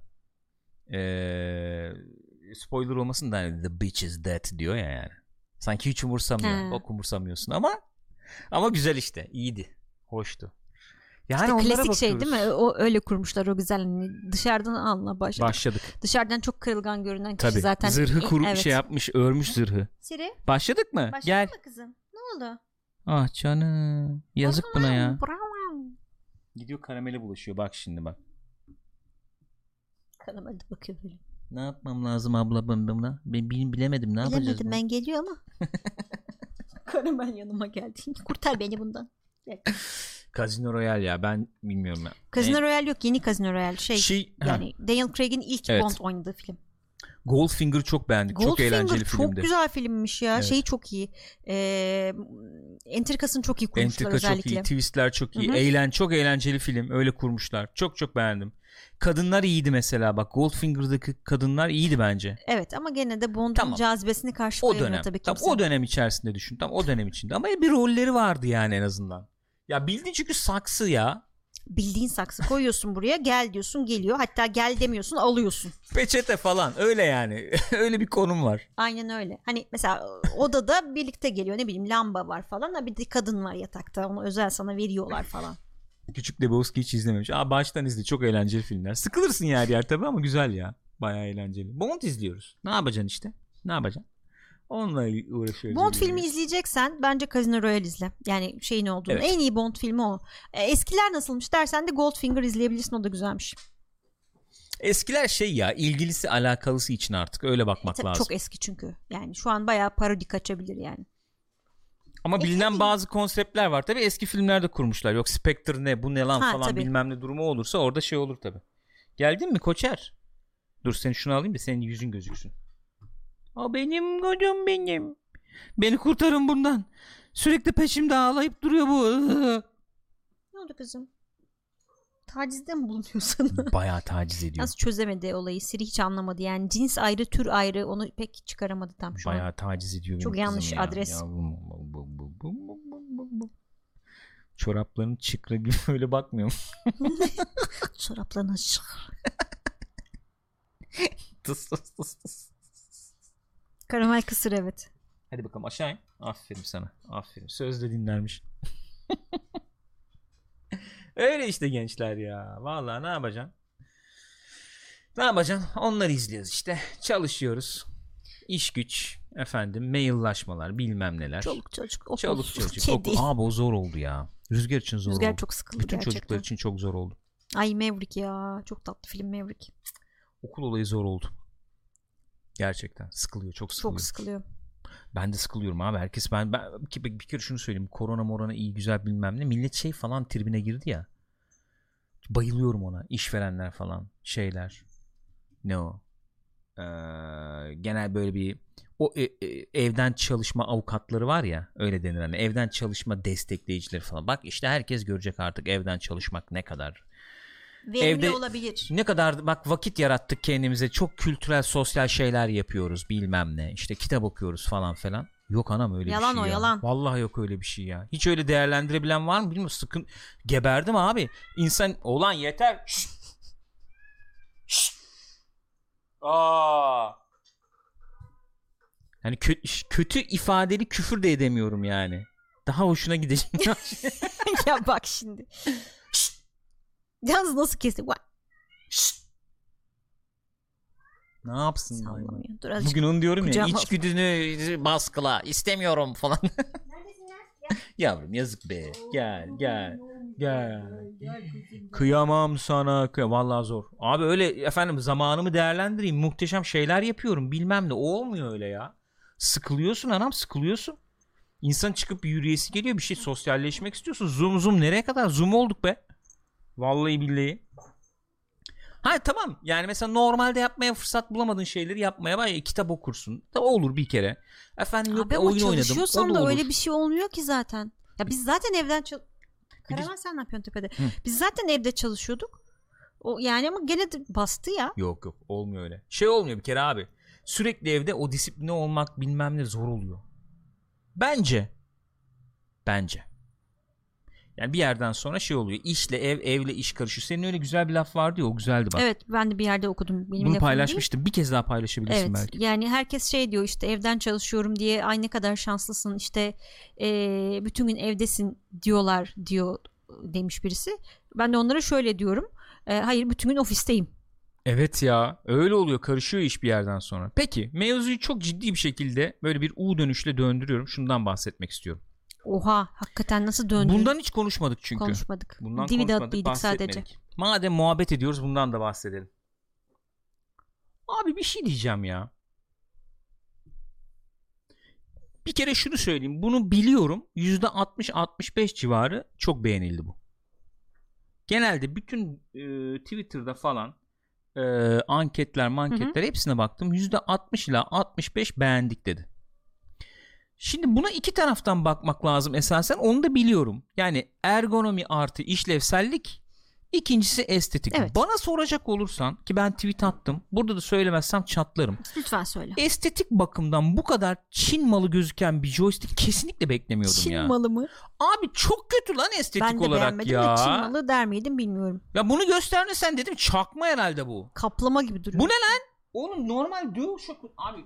spoiler olmasın da hani, the bitch is dead diyor ya yani. Sanki hiç umursamıyor. Bak umursamıyorsun ama güzel işte. İyiydi. Hoştu. Yani işte klasik şey değil mi? O öyle kurmuşlar o güzel. Dışarıdan alına başladık. Dışarıdan çok kırılgan görünen kişi. Tabii. Zaten zırhı evet. Şey yapmış, örmüş zırhı. Siri. Başladık mı? Gel. Mı kızım? Ne oldu? Ah canım. Yazık buna ya. Gidiyor karamele bulaşıyor. Bak şimdi bak. Karamele bakıyor böyle. Ne yapmam lazım abla bana? Ben bilemedim. Ne yapacağız? Bilemedim ben geliyor ama. Karamel yanıma geldi. Kurtar beni bundan. Evet. Casino Royale ya, ben bilmiyorum ya. Casino Royale yok, yeni Casino Royale yani Daniel Craig'in ilk Bond oynadığı film. Goldfinger çok beğendik. Çok eğlenceli filmdi. Çok güzel filmmiş ya. Evet. Çok iyi. Entrikasını çok iyi kurmuşlar özellikle. Entrika çok iyi. Twistler çok iyi. Çok eğlenceli film. Öyle kurmuşlar. Çok beğendim. Kadınlar iyiydi mesela. Bak Goldfinger'daki kadınlar iyiydi bence. Evet ama gene de Bond'un cazibesini karşılayamıyor tabii kimse. O dönem içerisinde düşün. O dönem içinde. Ama bir rolleri vardı yani en azından. Ya bildiğin çünkü saksı ya. Bildiğin saksı koyuyorsun buraya, gel diyorsun geliyor, hatta gel demiyorsun alıyorsun. Peçete falan öyle yani. Öyle bir konum var. Aynen öyle. Hani mesela odada birlikte geliyor, ne bileyim lamba var falan, ha bir de kadın var yatakta, onu özel sana veriyorlar falan. Küçük Lebowski hiç izlememiş. Baştan izle, çok eğlenceli filmler. Sıkılırsın yer tabii ama güzel ya. Bayağı eğlenceli. Bond izliyoruz. Ne yapacaksın işte? Ne yapacaksın? Onunla uğraşıyoruz. Bond filmi izleyeceksen bence Casino Royale izle. Yani şeyin olduğunu. Evet. En iyi Bond filmi o. Eskiler nasılmış dersen de Goldfinger izleyebilirsin, o da güzelmiş. Eskiler şey ya, ilgilisi alakalısı için artık öyle bakmak Tabii lazım. çok eski çünkü. Yani şu an bayağı parodi kaçabilir yani. Ama bilinen bazı konseptler var. Tabii eski filmlerde kurmuşlar. Yok Spectre ne, bu ne lan falan tabii. bilmem ne durumu olursa orada şey olur tabii. Geldin mi Koçer? Dur seni şunu alayım da senin yüzün gözüksün. O benim kocam benim. Beni kurtarın bundan. Sürekli peşimde ağlayıp duruyor bu. Ne oldu kızım? Tacizde mi bulunuyor sana? Bayağı taciz ediyor. Nasıl çözemedi olayı? Siri hiç anlamadı. Yani cins ayrı, tür ayrı, onu pek çıkaramadı tam şu Bayağı an. taciz ediyor. Çok yanlış ya. adres. Çorapların çıkrı gibi öyle bakmıyor mu? Çoraplarına şık. Tıs tıs tıs tıs. Karamel kısır, evet. Hadi bakalım aşağı in. Aferin sana. Aferin. Sözde dinlermiş. Öyle işte gençler ya. Vallahi ne yapacaksın? Ne yapacaksın? Onları izliyoruz işte. Çalışıyoruz. İş güç. Efendim maillaşmalar bilmem neler. Çoluk çocuk. Okul. Çoluk çocuk. Kedi. Abi o zor oldu ya. Rüzgar için zor Rüzgar oldu. çok sıkıldı Bütün gerçekten. çocuklar için çok zor oldu. Ay Maverick ya. Çok tatlı film Maverick. Okul olayı zor oldu. Gerçekten sıkılıyor, çok sıkılıyor. Çok sıkılıyor. Ben de sıkılıyorum abi. Herkes ben bir kere şunu söyleyeyim. Korona morona iyi güzel bilmem ne. Millet şey falan tribine girdi ya. Bayılıyorum ona. İşverenler falan şeyler. Ne o? Genel böyle bir o evden çalışma avukatları var ya, öyle denir hani, evden çalışma destekleyicileri falan. Bak işte herkes görecek artık evden çalışmak ne kadar Verimli evde olabilir. ne kadar bak vakit yarattık kendimize, çok kültürel sosyal şeyler yapıyoruz bilmem ne, işte kitap okuyoruz falan falan. Yok anam öyle Yalan bir şey o, ya. yalan. Vallahi yok öyle bir şey ya. Hiç öyle değerlendirebilen var mı bilmiyorum. Sıkın geberdim abi. İnsan olan yeter. Şşt. Şşt. Yani kötü ifadeli küfür de edemiyorum yani. Daha hoşuna gidecek. Ya bak şimdi. Yalnız nasıl kesti? Ne yapsın? Sallamıyor. Dur Bugün onu diyorum ya, kucağıma içgüdünü baskıla, istemiyorum falan. Yavrum yazık be. Gel. Kıyamam sana. Vallahi zor. Abi öyle efendim zamanımı değerlendireyim, muhteşem şeyler yapıyorum bilmem ne, o olmuyor öyle ya. Sıkılıyorsun anam, sıkılıyorsun. İnsan çıkıp yürüyesi geliyor, bir şey sosyalleşmek istiyorsun. Zoom nereye kadar? Zoom olduk be. Vallahi billahi. Ha tamam yani mesela normalde yapmaya fırsat bulamadığın şeyleri yapmaya bak, kitap okursun da olur bir kere. Efendim yok abi oyun oynadım. Çalışıyorsan o da olur. öyle bir şey olmuyor ki zaten. Ya biz zaten evden Karaman sen ne yapıyorsun tepede? Biz zaten evde çalışıyorduk. O yani ama gene de bastı ya. Yok olmuyor öyle. Şey olmuyor bir kere abi. Sürekli evde o disipline olmak bilmem ne zor oluyor. Bence. Yani bir yerden sonra şey oluyor. İşle ev, evle iş karışıyor. Senin öyle güzel bir laf vardı ya, o güzeldi bak. Evet, ben de bir yerde okudum. Benim bunu paylaşmıştım. Bir kez daha paylaşabilirsin evet, belki. yani herkes şey diyor işte, evden çalışıyorum diye ay ne kadar şanslısın işte, bütün gün evdesin diyor demiş birisi. Ben de onlara şöyle diyorum. Hayır, bütün gün ofisteyim. Evet ya, öyle oluyor, karışıyor iş bir yerden sonra. Peki mevzuyu çok ciddi bir şekilde böyle bir U dönüşle döndürüyorum. Şundan bahsetmek istiyorum. Oha, hakikaten nasıl döndü? Bundan hiç konuşmadık çünkü. Konuşmadık. Bundan Divide konuşmadık, attıydık bahsetmedik. sadece. Madem muhabbet ediyoruz bundan da bahsedelim. Abi bir şey diyeceğim ya. Bir kere şunu söyleyeyim. Bunu biliyorum. %60-65 civarı çok beğenildi bu. Genelde bütün Twitter'da falan anketler hepsine baktım. %60 ile 65 beğendik dedi. Şimdi buna iki taraftan bakmak lazım esasen. Onu da biliyorum. Yani ergonomi artı işlevsellik İkincisi estetik. Evet. Bana soracak olursan ki ben tweet attım. Burada da söylemezsem çatlarım. Lütfen söyle. Estetik bakımdan bu kadar Çin malı gözüken bir joystick kesinlikle beklemiyordum Çin ya. Çin malı mı? Abi çok kötü lan estetik ben de olarak beğenmedim ya. de Çin malı der miydim bilmiyorum. Ya bunu göstermesen dedim çakma herhalde bu. Kaplama gibi duruyor. Bu ne lan? Oğlum normal DualShock abi.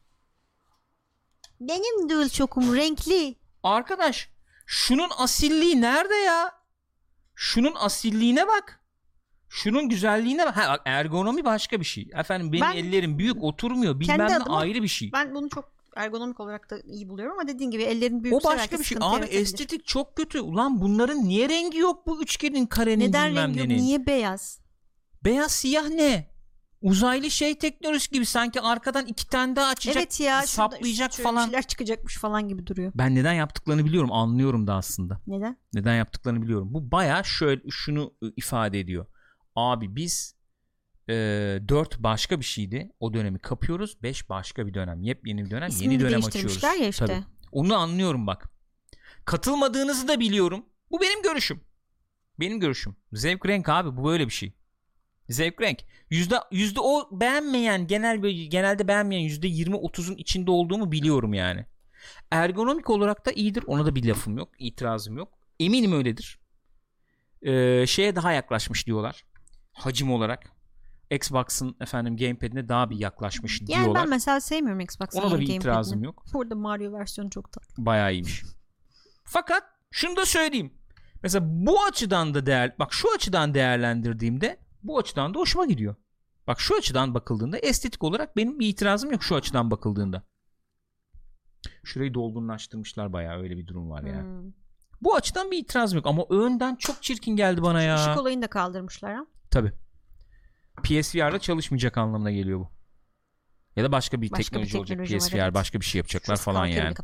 Benim DualShock'um renkli. Arkadaş şunun asilliği nerede ya? Şunun asilliğine bak. Şunun güzelliğine bak. Ha, bak ergonomi başka bir şey. Efendim benim ellerim büyük oturmuyor. Bilmem ne ayrı bir şey. Ben bunu çok ergonomik olarak da iyi buluyorum ama dediğin gibi ellerin büyük. O başka bir şey. Abi estetik çok kötü. Ulan bunların niye rengi yok bu üçgenin, karenin, neden bilmem rengi yok? nenin? Niye beyaz? Beyaz siyah ne? Uzaylı şey teknolojisi gibi sanki arkadan 2 tane daha açacak, evet ya, saplayacak falan. Şeyler çıkacakmış falan gibi duruyor. Ben neden yaptıklarını biliyorum, anlıyorum da aslında. Neden? Neden yaptıklarını biliyorum. Bu bayağı şöyle şunu ifade ediyor. Abi biz 4 başka bir şeydi. O dönemi kapıyoruz. 5 başka bir dönem. Yepyeni bir dönem. İsmini yeni dönem açıyoruz. ya işte. Tabii. Onu anlıyorum bak. Katılmadığınızı da biliyorum. Bu benim görüşüm. Benim görüşüm. Zevk renk abi, bu böyle bir şey. Zevk renk. Yüzde o beğenmeyen, genelde beğenmeyen %20-30'un içinde olduğumu biliyorum yani. Ergonomik olarak da iyidir. Ona da bir lafım yok. İtirazım yok. Eminim öyledir. Şeye daha yaklaşmış diyorlar. Hacim olarak. Xbox'ın gamepad'ine daha bir yaklaşmış yani diyorlar. Ben mesela sevmiyorum Xbox'ın ona da bir gamepad'ini. itirazım yok. Burada Mario versiyonu çok tatlı. Bayağı iyiymiş. Fakat şunu da söyleyeyim. Mesela bu açıdan da şu açıdan değerlendirdiğimde bu açıdan da hoşuma gidiyor. Bak şu açıdan bakıldığında estetik olarak benim bir itirazım yok şu açıdan bakıldığında. Şurayı dolgunlaştırmışlar bayağı, öyle bir durum var ya. Bu açıdan bir itirazım yok ama önden çok çirkin geldi bana ya. Işık olayını da kaldırmışlar ha. Tabii. PSVR'da çalışmayacak anlamına geliyor bu. Ya da başka bir teknoloji olacak. PSVR evet. Başka bir şey yapacaklar şurası falan yani.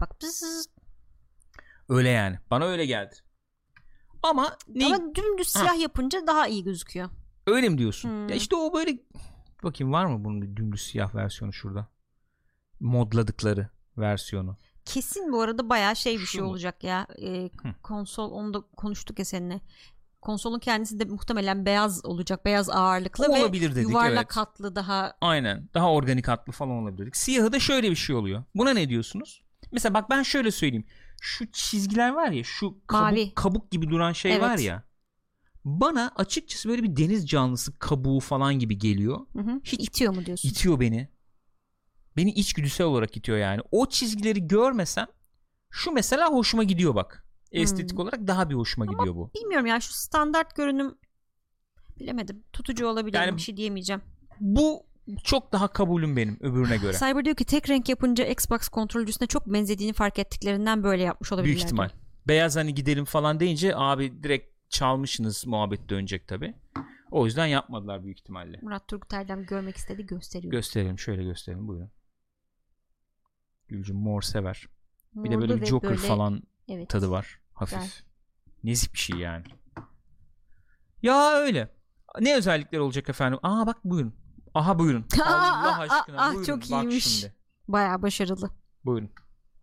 Öyle yani. Bana öyle geldi. Ama dümdüz siyah yapınca daha iyi gözüküyor. Öyle mi diyorsun? Ya işte o böyle, bakayım var mı bunun bir dümdüz siyah versiyonu şurada? Modladıkları versiyonu. Kesin bu arada bayağı bir şey olacak ya. Konsol, onu da konuştuk ya seninle. Konsolun kendisi de muhtemelen beyaz olacak. Beyaz ağırlıklı o ve olabilir dedik, yuvarlak evet. Hatlı daha. Aynen. Daha organik hatlı falan olabilir dedik. Siyahı da şöyle bir şey oluyor. Buna ne diyorsunuz? Mesela bak ben şöyle söyleyeyim. Şu çizgiler var ya, şu kabuk gibi duran şey evet. Var ya. Bana açıkçası böyle bir deniz canlısı kabuğu falan gibi geliyor. Hiç itiyor mu diyorsun? İtiyor beni. Beni içgüdüsel olarak itiyor yani. O çizgileri görmesem şu mesela hoşuma gidiyor bak. Estetik olarak daha bir hoşuma gidiyor bu. Bilmiyorum ya, şu standart görünüm bilemedim. Tutucu olabilir, yani bir şey diyemeyeceğim. Bu çok daha kabulüm benim öbürüne göre. Cyber diyor ki tek renk yapınca Xbox kontrolcüsüne çok benzediğini fark ettiklerinden böyle yapmış olabilirler. Büyük ihtimal. Beyaz hani gidelim falan deyince abi direkt çalmışsınız muhabbet dönecek tabii. O yüzden yapmadılar büyük ihtimalle. Murat Turgut Erdem görmek istedi, gösteriyor. Gösterelim, şöyle gösterelim, buyurun. Gülcüm mor sever. Bir de böyle bir Joker böyle, falan evet, tadı var. Hafif. Güzel. Nezik bir şey yani. Ya öyle. Ne özellikler olacak efendim? Aa bak buyurun. Aha buyurun. Allah aşkına buyurun. Çok iyiymiş. Bak şimdi. Bayağı başarılı. Buyurun.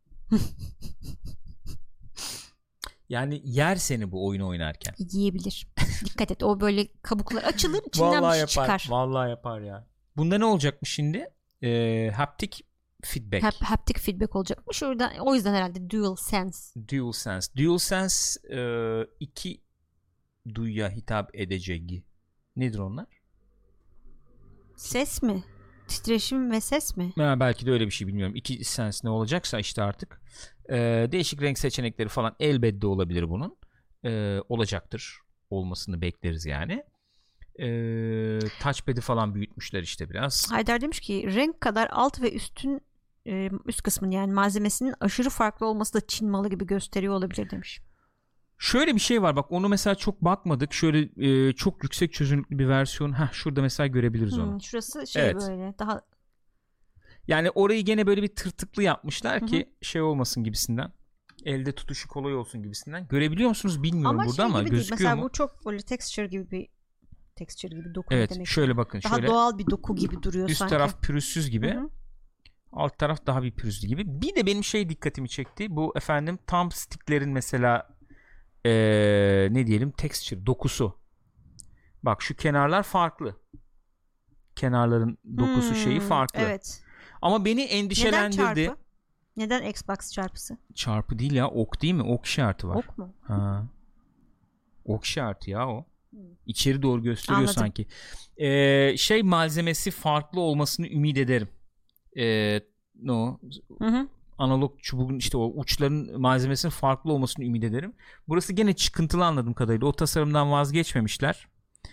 Yani yer seni bu oyunu oynarken. Yiyebilir. Dikkat et, o böyle kabuklar açılır, içinden vallahi bir şey yapar, çıkar. Vallahi yapar ya. Bunda ne olacakmış şimdi? Haptic feedback. Haptic feedback olacakmış. O yüzden herhalde DualSense. DualSense 2 duyuya hitap edecek. Nedir onlar? Ses mi? Titreşim ve ses mi? Belki de öyle bir şey, bilmiyorum. 2 sense ne olacaksa işte artık. Değişik renk seçenekleri falan elbette olabilir bunun. Olacaktır. Olmasını bekleriz yani. Touchpad'i falan büyütmüşler işte biraz. Haydar demiş ki renk kadar alt ve üst kısmın yani malzemesinin aşırı farklı olması da Çin malı gibi gösteriyor olabilir demiş. Şöyle bir şey var bak, onu mesela çok bakmadık. Şöyle çok yüksek çözünürlüklü bir versiyon. Şurada mesela görebiliriz onu. Şurası evet. Böyle daha. Yani orayı gene böyle bir tırtıklı yapmışlar ki şey olmasın gibisinden. Elde tutuşu kolay olsun gibisinden. Görebiliyor musunuz bilmiyorum burada ama gözüküyor mesela mu? Bu çok böyle texture gibi doku evet, demek. şöyle bakın. Daha şöyle doğal bir doku gibi duruyor üst sanki. Üst taraf pürüzsüz gibi. Alt taraf daha bir pürüzlü gibi. Bir de benim dikkatimi çekti. Bu thumbsticklerin mesela ne diyelim texture, dokusu. Bak şu kenarlar farklı. Kenarların dokusu şeyi farklı. Evet. Ama beni endişelendirdi. Neden çarpı? Neden Xbox çarpısı? Çarpı değil ya, ok değil mi? Ok işareti var. Ok mu? Ha. Ok işareti ya o. İçeri doğru gösteriyor. Anladım. Sanki. Şey malzemesi farklı olmasını ümit ederim. Analog çubuğun işte o uçların malzemesinin farklı olmasını ümit ederim. Burası gene çıkıntılı anladığım kadarıyla. O tasarımdan vazgeçmemişler.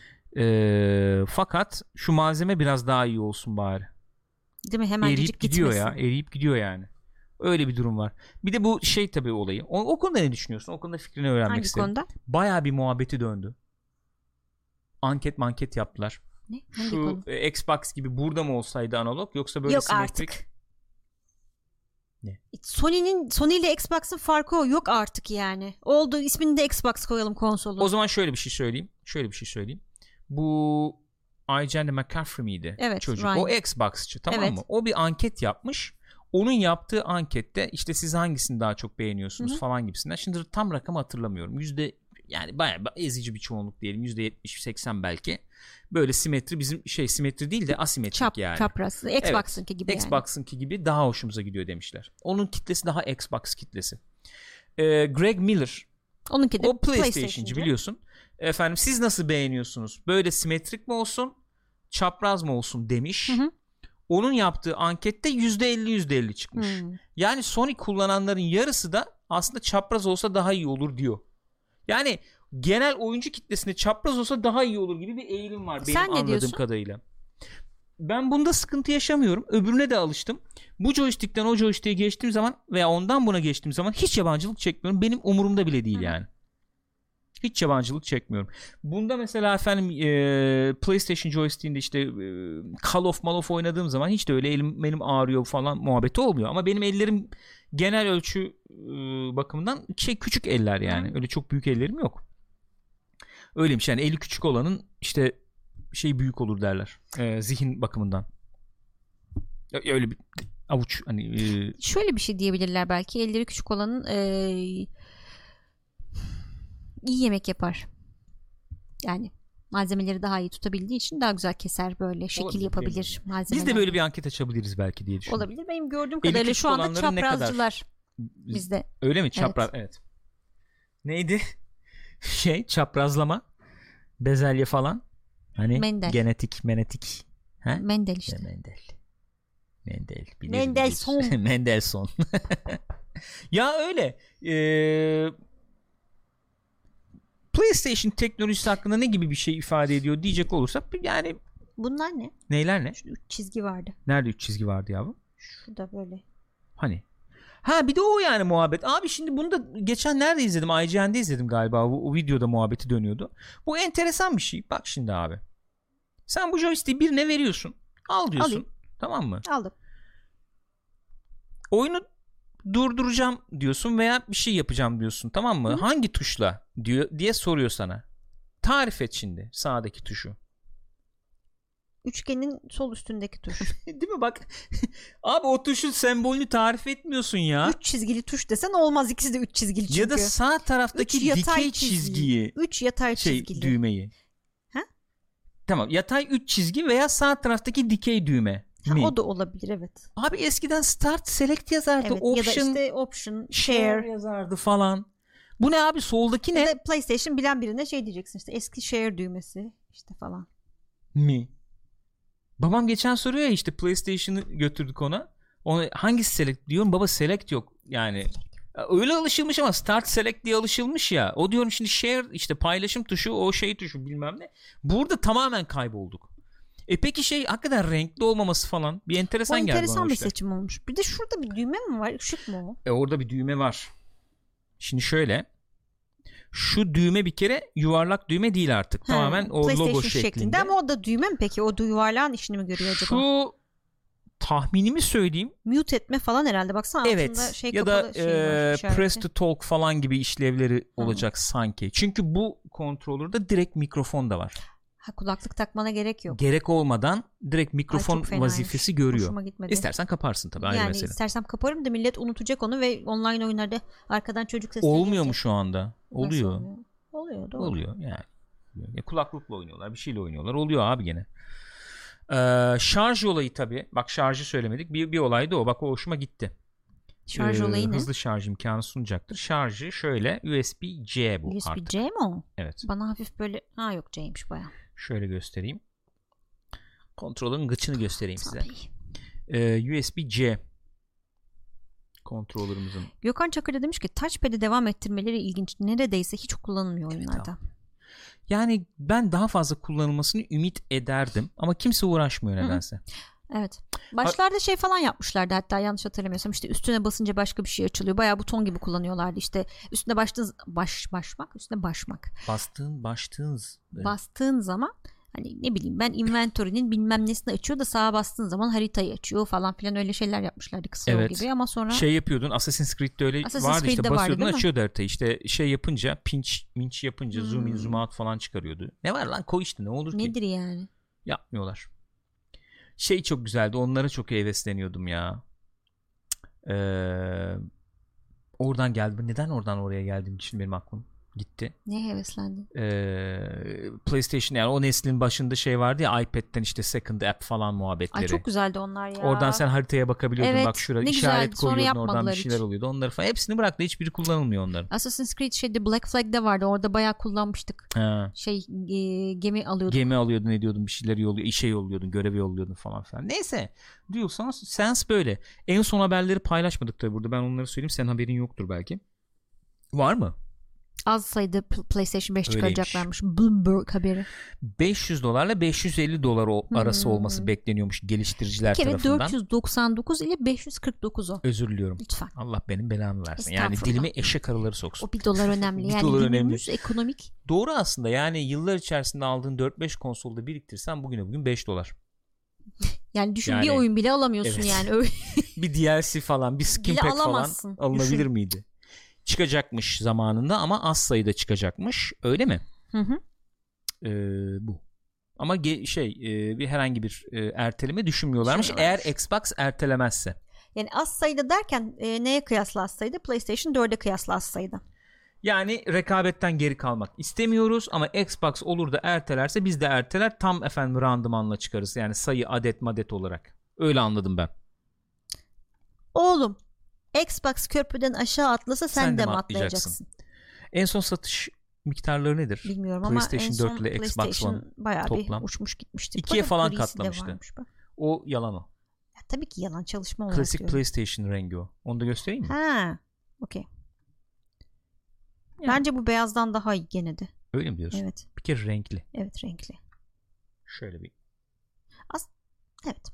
Fakat şu malzeme biraz daha iyi olsun bari. Değil mi? Hemen eriyip gidiyor gitmesin. ya. Eriyip gidiyor yani. Öyle bir durum var. Bir de bu şey tabii olayı. O konuda ne düşünüyorsun? O konuda fikrini öğrenmek Hangi isterim. konuda? Bayağı bir muhabbeti döndü. Anket yaptılar. Ne? Hangi Şu konu? Xbox gibi burada mı olsaydı analog yoksa böyle Yok simetrik? artık. Ne? Sony ile Xbox'ın farkı o. Yok artık yani. Oldu, ismini de Xbox koyalım konsolun. O zaman şöyle bir şey söyleyeyim. Bu Jen McCaffrey miydi? Evet, Çocuk. Ryan. O Xbox'çı, tamam Evet. mı? O bir anket yapmış. Onun yaptığı ankette işte siz hangisini daha çok beğeniyorsunuz falan gibisinden. Şimdi tam rakamı hatırlamıyorum. Yani bayağı ezici bir çoğunluk diyelim. %70-80 belki. Böyle simetri bizim simetri değil de asimetrik yani. Çapraz. Xbox'ınki gibi yani. Xbox'ınki gibi daha hoşumuza gidiyor demişler. Onun kitlesi daha Xbox kitlesi. Greg Miller. Onunki de O PlayStation'cı biliyorsun. Efendim siz nasıl beğeniyorsunuz? Böyle simetrik mi olsun? Çapraz mı olsun demiş. Onun yaptığı ankette %50 çıkmış. Yani Sony kullananların yarısı da aslında çapraz olsa daha iyi olur diyor. Yani genel oyuncu kitlesinde çapraz olsa daha iyi olur gibi bir eğilim var benim anladığım kadarıyla. Ben bunda sıkıntı yaşamıyorum. Öbürüne de alıştım. Bu joystick'ten o joystick'e geçtiğim zaman veya ondan buna geçtiğim zaman hiç yabancılık çekmiyorum. Benim umurumda bile değil yani. Hiç yabancılık çekmiyorum. Bunda mesela efendim PlayStation joystick'inde işte Call of oynadığım zaman hiç de öyle benim ağrıyor falan muhabbeti olmuyor. Ama benim ellerim genel ölçü bakımından küçük eller yani. Öyle çok büyük ellerim yok. Öyleymiş yani, eli küçük olanın işte büyük olur derler. Zihin bakımından. Öyle bir avuç hani. Şöyle bir şey diyebilirler belki. Elleri küçük olanın iyi yemek yapar. Yani malzemeleri daha iyi tutabildiği için daha güzel keser, böyle şekil olabilir, yapabilir malzemeler. Biz de böyle bir anket açabiliriz belki diye düşünüyorum. Olabilir. Benim gördüğüm kadarıyla şu anda çaprazcılar bizde. Öyle mi? Çapraz, evet. Neydi? Çaprazlama, bezelye falan. Hani Mendel. Genetik, menetik. Ha? Mendel işte. Mendel. Mendelssohn. Mendelssohn. Ya öyle. PlayStation teknolojisi hakkında ne gibi bir şey ifade ediyor diyecek olursak yani. Bunlar ne? Neyler ne? Şu 3 çizgi vardı. Nerede 3 çizgi vardı yavrum? Şurada böyle. Hani? Ha bir de o yani muhabbet. Abi şimdi bunu da geçen nerede izledim? IGN'de izledim galiba. O videoda muhabbeti dönüyordu. Bu enteresan bir şey. Bak şimdi abi. Sen bu joystick'i birine veriyorsun. Al diyorsun. Alayım. Tamam mı? Aldım. Oyunu durduracağım diyorsun veya bir şey yapacağım diyorsun, tamam mı? Hangi tuşla diye soruyor sana. Tarif et şimdi sağdaki tuşu. Üçgenin sol üstündeki tuş. Değil mi bak? Abi o tuşun sembolünü tarif etmiyorsun ya. 3 çizgili tuş desen olmaz, ikisi de 3 çizgili çünkü. Ya da sağ taraftaki dikey çizgiyi. 3 yatay çizgili. Düğmeyi. Ha? Tamam, yatay 3 çizgi veya sağ taraftaki dikey düğme. O da olabilir, evet. Abi eskiden start select yazardı. Evet, option, ya da işte option share yazardı falan. Bu ne abi, soldaki ne? Ya da PlayStation bilen birine diyeceksin işte, eski share düğmesi işte falan. Mi? Babam geçen soruyor ya, işte PlayStation'ı götürdük ona. Hangisi select diyorum, baba select yok yani. Öyle alışılmış ama start select diye alışılmış ya. O diyorum şimdi share işte paylaşım tuşu, o tuşu bilmem ne. Burada tamamen kaybolduk. Peki hakikaten renkli olmaması falan bir enteresan geldi bana. Enteresan bir seçim olmuş. Bir de şurada bir düğme mi var? Işık mı o? Orada bir düğme var. Şimdi şöyle. Şu düğme bir kere yuvarlak düğme değil artık. Tamamen o logo şeklinde. Ama o da düğme mi peki? O yuvarlağın işini mi görüyor acaba? Şu tahminimi söyleyeyim. Mute etme falan herhalde. Baksana evet. altında ya da var, press to talk falan gibi işlevleri olacak sanki. Çünkü bu controller'da direkt mikrofon da var. Kulaklık takmana gerek yok. Gerek olmadan direkt mikrofon vazifesi görüyor. İstersen kaparsın tabii, ayrı mesele. İstersem kaparım da millet unutacak onu ve online oyunlarda arkadan çocuk sesleri olmuyor mu şu anda? Oluyor. Oluyor, doğru. Oluyor yani. yapılıyor. Kulaklıkla oynuyorlar, bir şeyle oynuyorlar. Oluyor abi gene. Şarj olayı tabii. Bak şarjı söylemedik. Bir olay da o. Bak o hoşuma gitti. Şarj olayı ne? Hızlı şarj imkanı sunacaktır. Şarjı şöyle USB-C bu USB-C artık. mi o? Evet. Bana hafif böyle yok C'ymiş bayağı. Şöyle göstereyim. Kontrolün gıçını göstereyim size. USB-C kontrolörümüzün. Gökhan Çakır da demiş ki touchpad'i devam ettirmeleri ilginç. Neredeyse hiç kullanılmıyor oyunlarda. Evet, yani ben daha fazla kullanılmasını ümit ederdim ama kimse uğraşmıyor nedense. Evet. Başlarda şey falan yapmışlardı hatta yanlış hatırlamıyorsam işte üstüne basınca başka bir şey açılıyor. Bayağı buton gibi kullanıyorlardı işte üstüne bastığın zaman hani ne bileyim ben inventory'nin bilmem nesini açıyor da sağa bastığın zaman haritayı açıyor falan filan öyle şeyler yapmışlardı kısa yol gibi ama sonra şey yapıyordun Assassin's Creed'de öyle vardı işte basıyordun açıyordu haritayı işte şey yapınca pinch yapınca zoom in zoom out falan çıkarıyordu. Ne var lan koy işte ne olur ki. Nedir yani? Yapmıyorlar. Şey çok güzeldi. Onlara çok hevesleniyordum ya. Oradan geldim. Neden oradan oraya geldiğim için benim aklım gitti. Neye heveslendin? PlayStation yani o neslin başında şey vardı ya iPad'den işte second app falan muhabbetleri. Ay çok güzeldi onlar ya. Oradan sen haritaya bakabiliyordun. Evet, bak şurada işaret koyuyordun oradan bir şeyler oluyordu. Onları falan hepsini bıraktı. Hiçbiri kullanılmıyor onların. Assassin's Creed şeyde Black Flag'de vardı. Orada bayağı kullanmıştık. Gemi alıyordun. Gemi alıyordun ediyordun bir şeyler yolluyor. İşe yolluyordun. Göreve yolluyordun falan filan. Neyse. DualSense böyle. En son haberleri paylaşmadık tabii burada. Ben onları söyleyeyim. Senin haberin yoktur belki. Var mı? Az sayıda PlayStation 5 çıkaracaklarmış. Bloomberg haberi. $500 ile $550 arası olması bekleniyormuş geliştiriciler tarafından. 499 ile 549 o. Özür diliyorum. Lütfen. Allah benim belamı versin. Yani dilime eşek arıları soksun. O $1 önemli. Yani $1 önemli. Ekonomik. Doğru aslında. Yani yıllar içerisinde aldığın 4-5 konsolda biriktirsen bugün $5. Yani düşün bir oyun bile alamıyorsun evet. yani. Bir DLC falan, bir skin pack falan alınabilir miydi? Çıkacakmış zamanında ama az sayıda çıkacakmış. Öyle mi? Hı. Bu. Ama bir herhangi bir erteleme düşünmüyorlarmış. Eğer Xbox ertelemezse. Yani az sayıda derken neye kıyasla az sayıda? PlayStation 4'e kıyasla az sayıda. Yani rekabetten geri kalmak istemiyoruz ama Xbox olur da ertelerse biz de erteler tam randımanla çıkarız. Yani sayı adet madet olarak. Öyle anladım ben. Oğlum Xbox köprüden aşağı atlasa sen de mi atlayacaksın? En son satış miktarları nedir? Bilmiyorum PlayStation ama 4 ile Xbox One bayağı toplam bir uçmuş gitmişti. 2'ye falan katlamıştı. O yalan o. Ya, tabii ki yalan çalışma olarak klasik diyorum. PlayStation rengi o. Onu da göstereyim mi? Ha, okey. Bence bu beyazdan daha iyi gene de. Öyle mi diyorsun? Evet. Bir kere renkli. Evet renkli. Şöyle bir. Evet.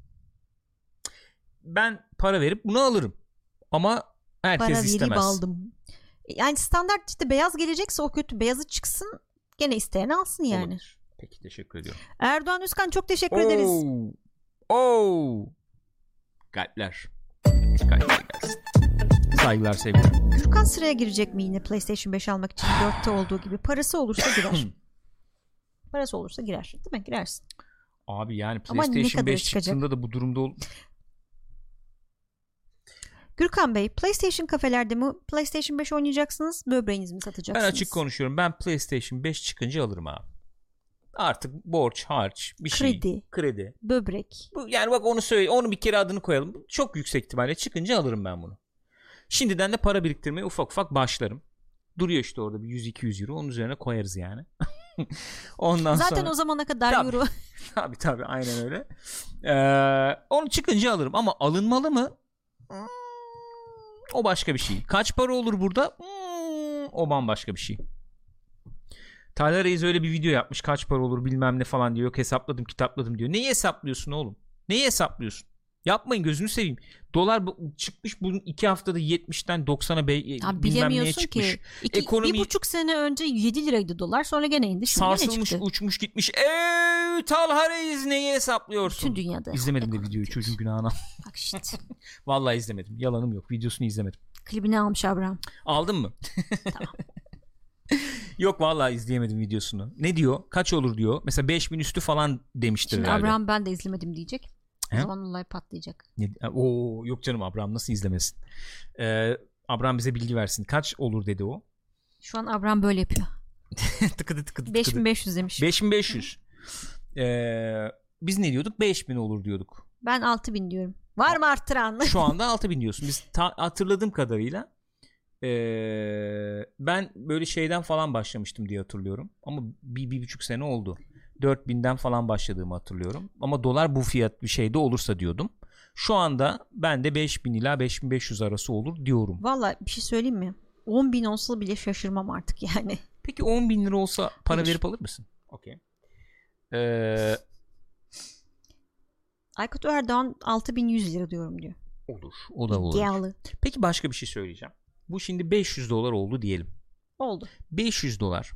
Ben para verip bunu alırım. Ama herkes para istemez. Para verip aldım. Yani standart işte beyaz gelecekse o kötü beyazı çıksın gene isteyen alsın yani. Olabilir. Peki teşekkür ediyorum. Erdoğan Özkan çok teşekkür ederiz. Kalpler. Kalpler gelsin. Saygılar sevgiler. Gürkan sıraya girecek mi yine PlayStation 5 almak için 4'te olduğu gibi? Parası olursa girer. Parası olursa girer. Değil mi? Girersin. Abi yani PlayStation 5 çıktığında da bu durumda Gürkan Bey, PlayStation kafelerde mi PlayStation 5 oynayacaksınız, böbreğinizi mi satacaksınız? Ben açık konuşuyorum. Ben PlayStation 5 çıkınca alırım abi. Artık borç, harç, bir kredi, böbrek. Yani bak onu söyle, onu bir kere adını koyalım. Çok yüksek ihtimalle çıkınca alırım ben bunu. Şimdiden de para biriktirmeye ufak ufak başlarım. Duruyor işte orada bir 100-200 euro. Onun üzerine koyarız yani. Ondan zaten sonra, o zamana kadar euro. Tabii aynen öyle. Onu çıkınca alırım ama alınmalı mı? O başka bir şey. Kaç para olur burada? O bambaşka bir şey. Tyler Reis öyle bir video yapmış. Kaç para olur bilmem ne falan diyor. Yok hesapladım kitapladım diyor. Neyi hesaplıyorsun oğlum? Neyi hesaplıyorsun? Yapmayın gözünü seveyim. Dolar çıkmış bunun 2 haftada 70'ten 90'a bilmem neye çıkmış. Ekonomi... 1,5 sene önce 7 liraydı dolar. Sonra gene indi. Sarsılmış uçmuş gitmiş. Tyler Reis neyi hesaplıyorsun? Bütün dünyada. İzlemedim de videoyu çocuğun günahına. Bak işte. Vallahi izlemedim. Yalanım yok. Videosunu izlemedim. Klibini almış Abraham. Aldın mı? Tamam. Yok vallahi izleyemedim videosunu. Ne diyor? Kaç olur diyor. Mesela 5000 üstü falan demiştir şimdi herhalde. Abraham ben de izlemedim diyecek. O zaman olay patlayacak. Yok canım Abraham nasıl izlemesin? Abraham bize bilgi versin. Kaç olur dedi o? Şu an Abraham böyle yapıyor. tıkıdı tıkıdı. 5500 demiş. 5500. Biz ne diyorduk? 5000 olur diyorduk. Ben 6000 diyorum. Var mı arttıran? Şu anda 6000 diyorsun. Biz hatırladığım kadarıyla ben böyle şeyden falan başlamıştım diye hatırlıyorum. Ama bir buçuk sene oldu. 4000'den falan başladığımı hatırlıyorum. Ama dolar bu fiyat bir şeyde olursa diyordum. Şu anda ben de 5000 ila 5500 arası olur diyorum. Vallahi bir şey söyleyeyim mi? 10.000 olsa bile şaşırmam artık yani. Peki 10.000 lira olsa para verip alır mısın? Okey. Aykut Erdoğan 6100 lira diyorum diyor. Olur. O da olur. İddialı. Peki başka bir şey söyleyeceğim. Bu şimdi 500 dolar oldu diyelim. Oldu. 500 dolar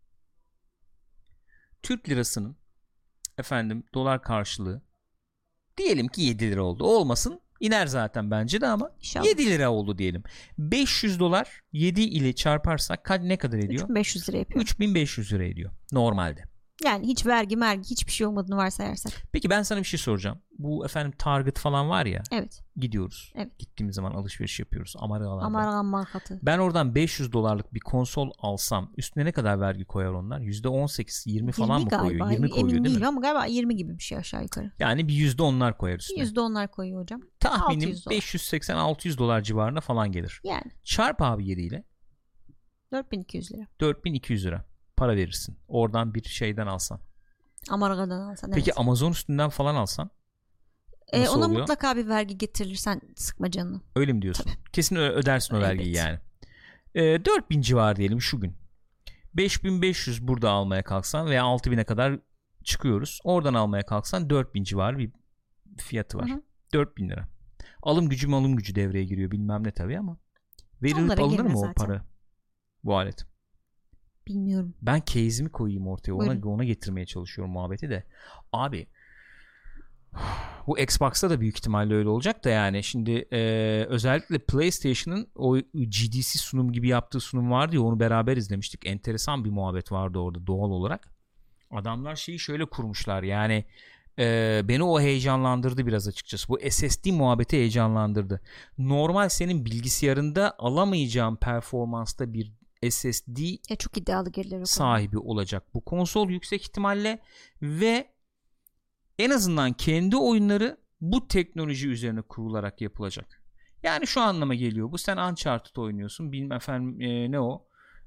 Türk lirasının dolar karşılığı diyelim ki 7 lira oldu. Olmasın iner zaten bence de ama İnşallah. 7 lira oldu diyelim. 500 dolar 7 ile çarparsak ne kadar ediyor? 3500 lira yapıyor. 3500 lira ediyor normalde. Yani hiç vergi hiçbir şey olmadığını varsayarsak. Peki ben sana bir şey soracağım. Bu Target falan var ya. Evet. Gidiyoruz. Evet. Gittiğimiz zaman alışveriş yapıyoruz. Amerika'da. Amerikan markatı. Ben oradan 500 dolarlık bir konsol alsam üstüne ne kadar vergi koyar onlar? %18, 20 falan mı koyuyor? 20 koyuyor Emin değil mi? Ama galiba 20 gibi bir şey aşağı yukarı. Yani bir %10'lar koyar üstüne. %10'lar koyuyor hocam. Tahminim 580-600 dolar civarında falan gelir. Yani. Çarp abi 7 ile. 4200 lira. 4200 lira para verirsin. Oradan bir şeyden alsan. Amerika'dan alsan. Peki evet. Amazon üstünden falan alsan? Ona oluyor? Mutlaka bir vergi getirirsen sıkma canını. Öyle mi diyorsun? Tabii. Kesin ödersin o vergiyi yani. 4000 civarı diyelim şu gün. 5500 burada almaya kalksan veya 6000'e kadar çıkıyoruz. Oradan almaya kalksan 4000 civarı bir fiyatı var. Hı-hı. 4000 lira. Alım gücü devreye giriyor bilmem ne tabii ama. Verilip alınır mı zaten o para? Bu alet. Bilmiyorum. Ben case'imi koyayım ortaya. Ona getirmeye çalışıyorum muhabbeti de. Abi bu Xbox'ta da büyük ihtimalle öyle olacak da yani şimdi özellikle PlayStation'ın o GDC sunum gibi yaptığı sunum vardı ya onu beraber izlemiştik. Enteresan bir muhabbet vardı orada doğal olarak. Adamlar şeyi şöyle kurmuşlar yani beni o heyecanlandırdı biraz açıkçası. Bu SSD muhabbeti heyecanlandırdı. Normal senin bilgisayarında alamayacağın performansta bir SSD çok iddialı gelir sahibi olacak bu konsol yüksek ihtimalle ve en azından kendi oyunları bu teknoloji üzerine kurularak yapılacak. Yani şu anlama geliyor. Bu sen Uncharted oynuyorsun. Bilmem ne o?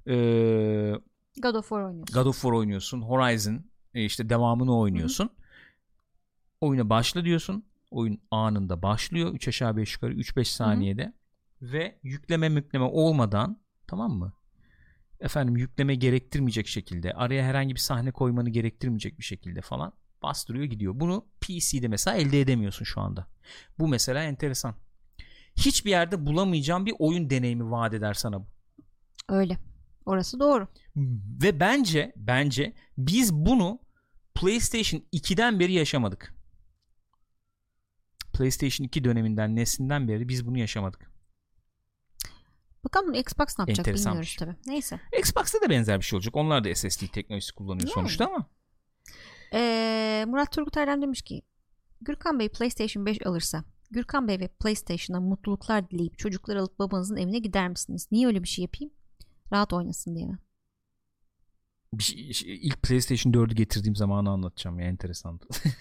God of War oynuyorsun. God of War oynuyorsun. Horizon işte devamını oynuyorsun. Hı-hı. Oyuna başla diyorsun. Oyun anında başlıyor. 3 aşağı 5 yukarı 3-5 saniyede. Hı-hı. Ve yükleme olmadan tamam mı? Yükleme gerektirmeyecek şekilde araya herhangi bir sahne koymanı gerektirmeyecek bir şekilde falan bastırıyor gidiyor. Bunu PC'de mesela elde edemiyorsun şu anda. Bu mesela enteresan. Hiçbir yerde bulamayacağım bir oyun deneyimi vaat eder sana bu. Öyle. Orası doğru. Ve bence biz bunu PlayStation 2'den beri yaşamadık. PlayStation 2 döneminden, neslinden beri biz bunu yaşamadık. Bakalım Xbox ne yapacak enteresan bilmiyoruz tabii. Neyse. Xbox'ta da benzer bir şey olacak. Onlar da SSD teknolojisi kullanıyor sonuçta ama. Murat Turgut Erdem demiş ki Gürkan Bey PlayStation 5 alırsa Gürkan Bey ve PlayStation'a mutluluklar dileyip çocukları alıp babanızın evine gider misiniz? Niye öyle bir şey yapayım? Rahat oynasın diye mi? İlk PlayStation 4'ü getirdiğim zamanı anlatacağım ya, enteresan.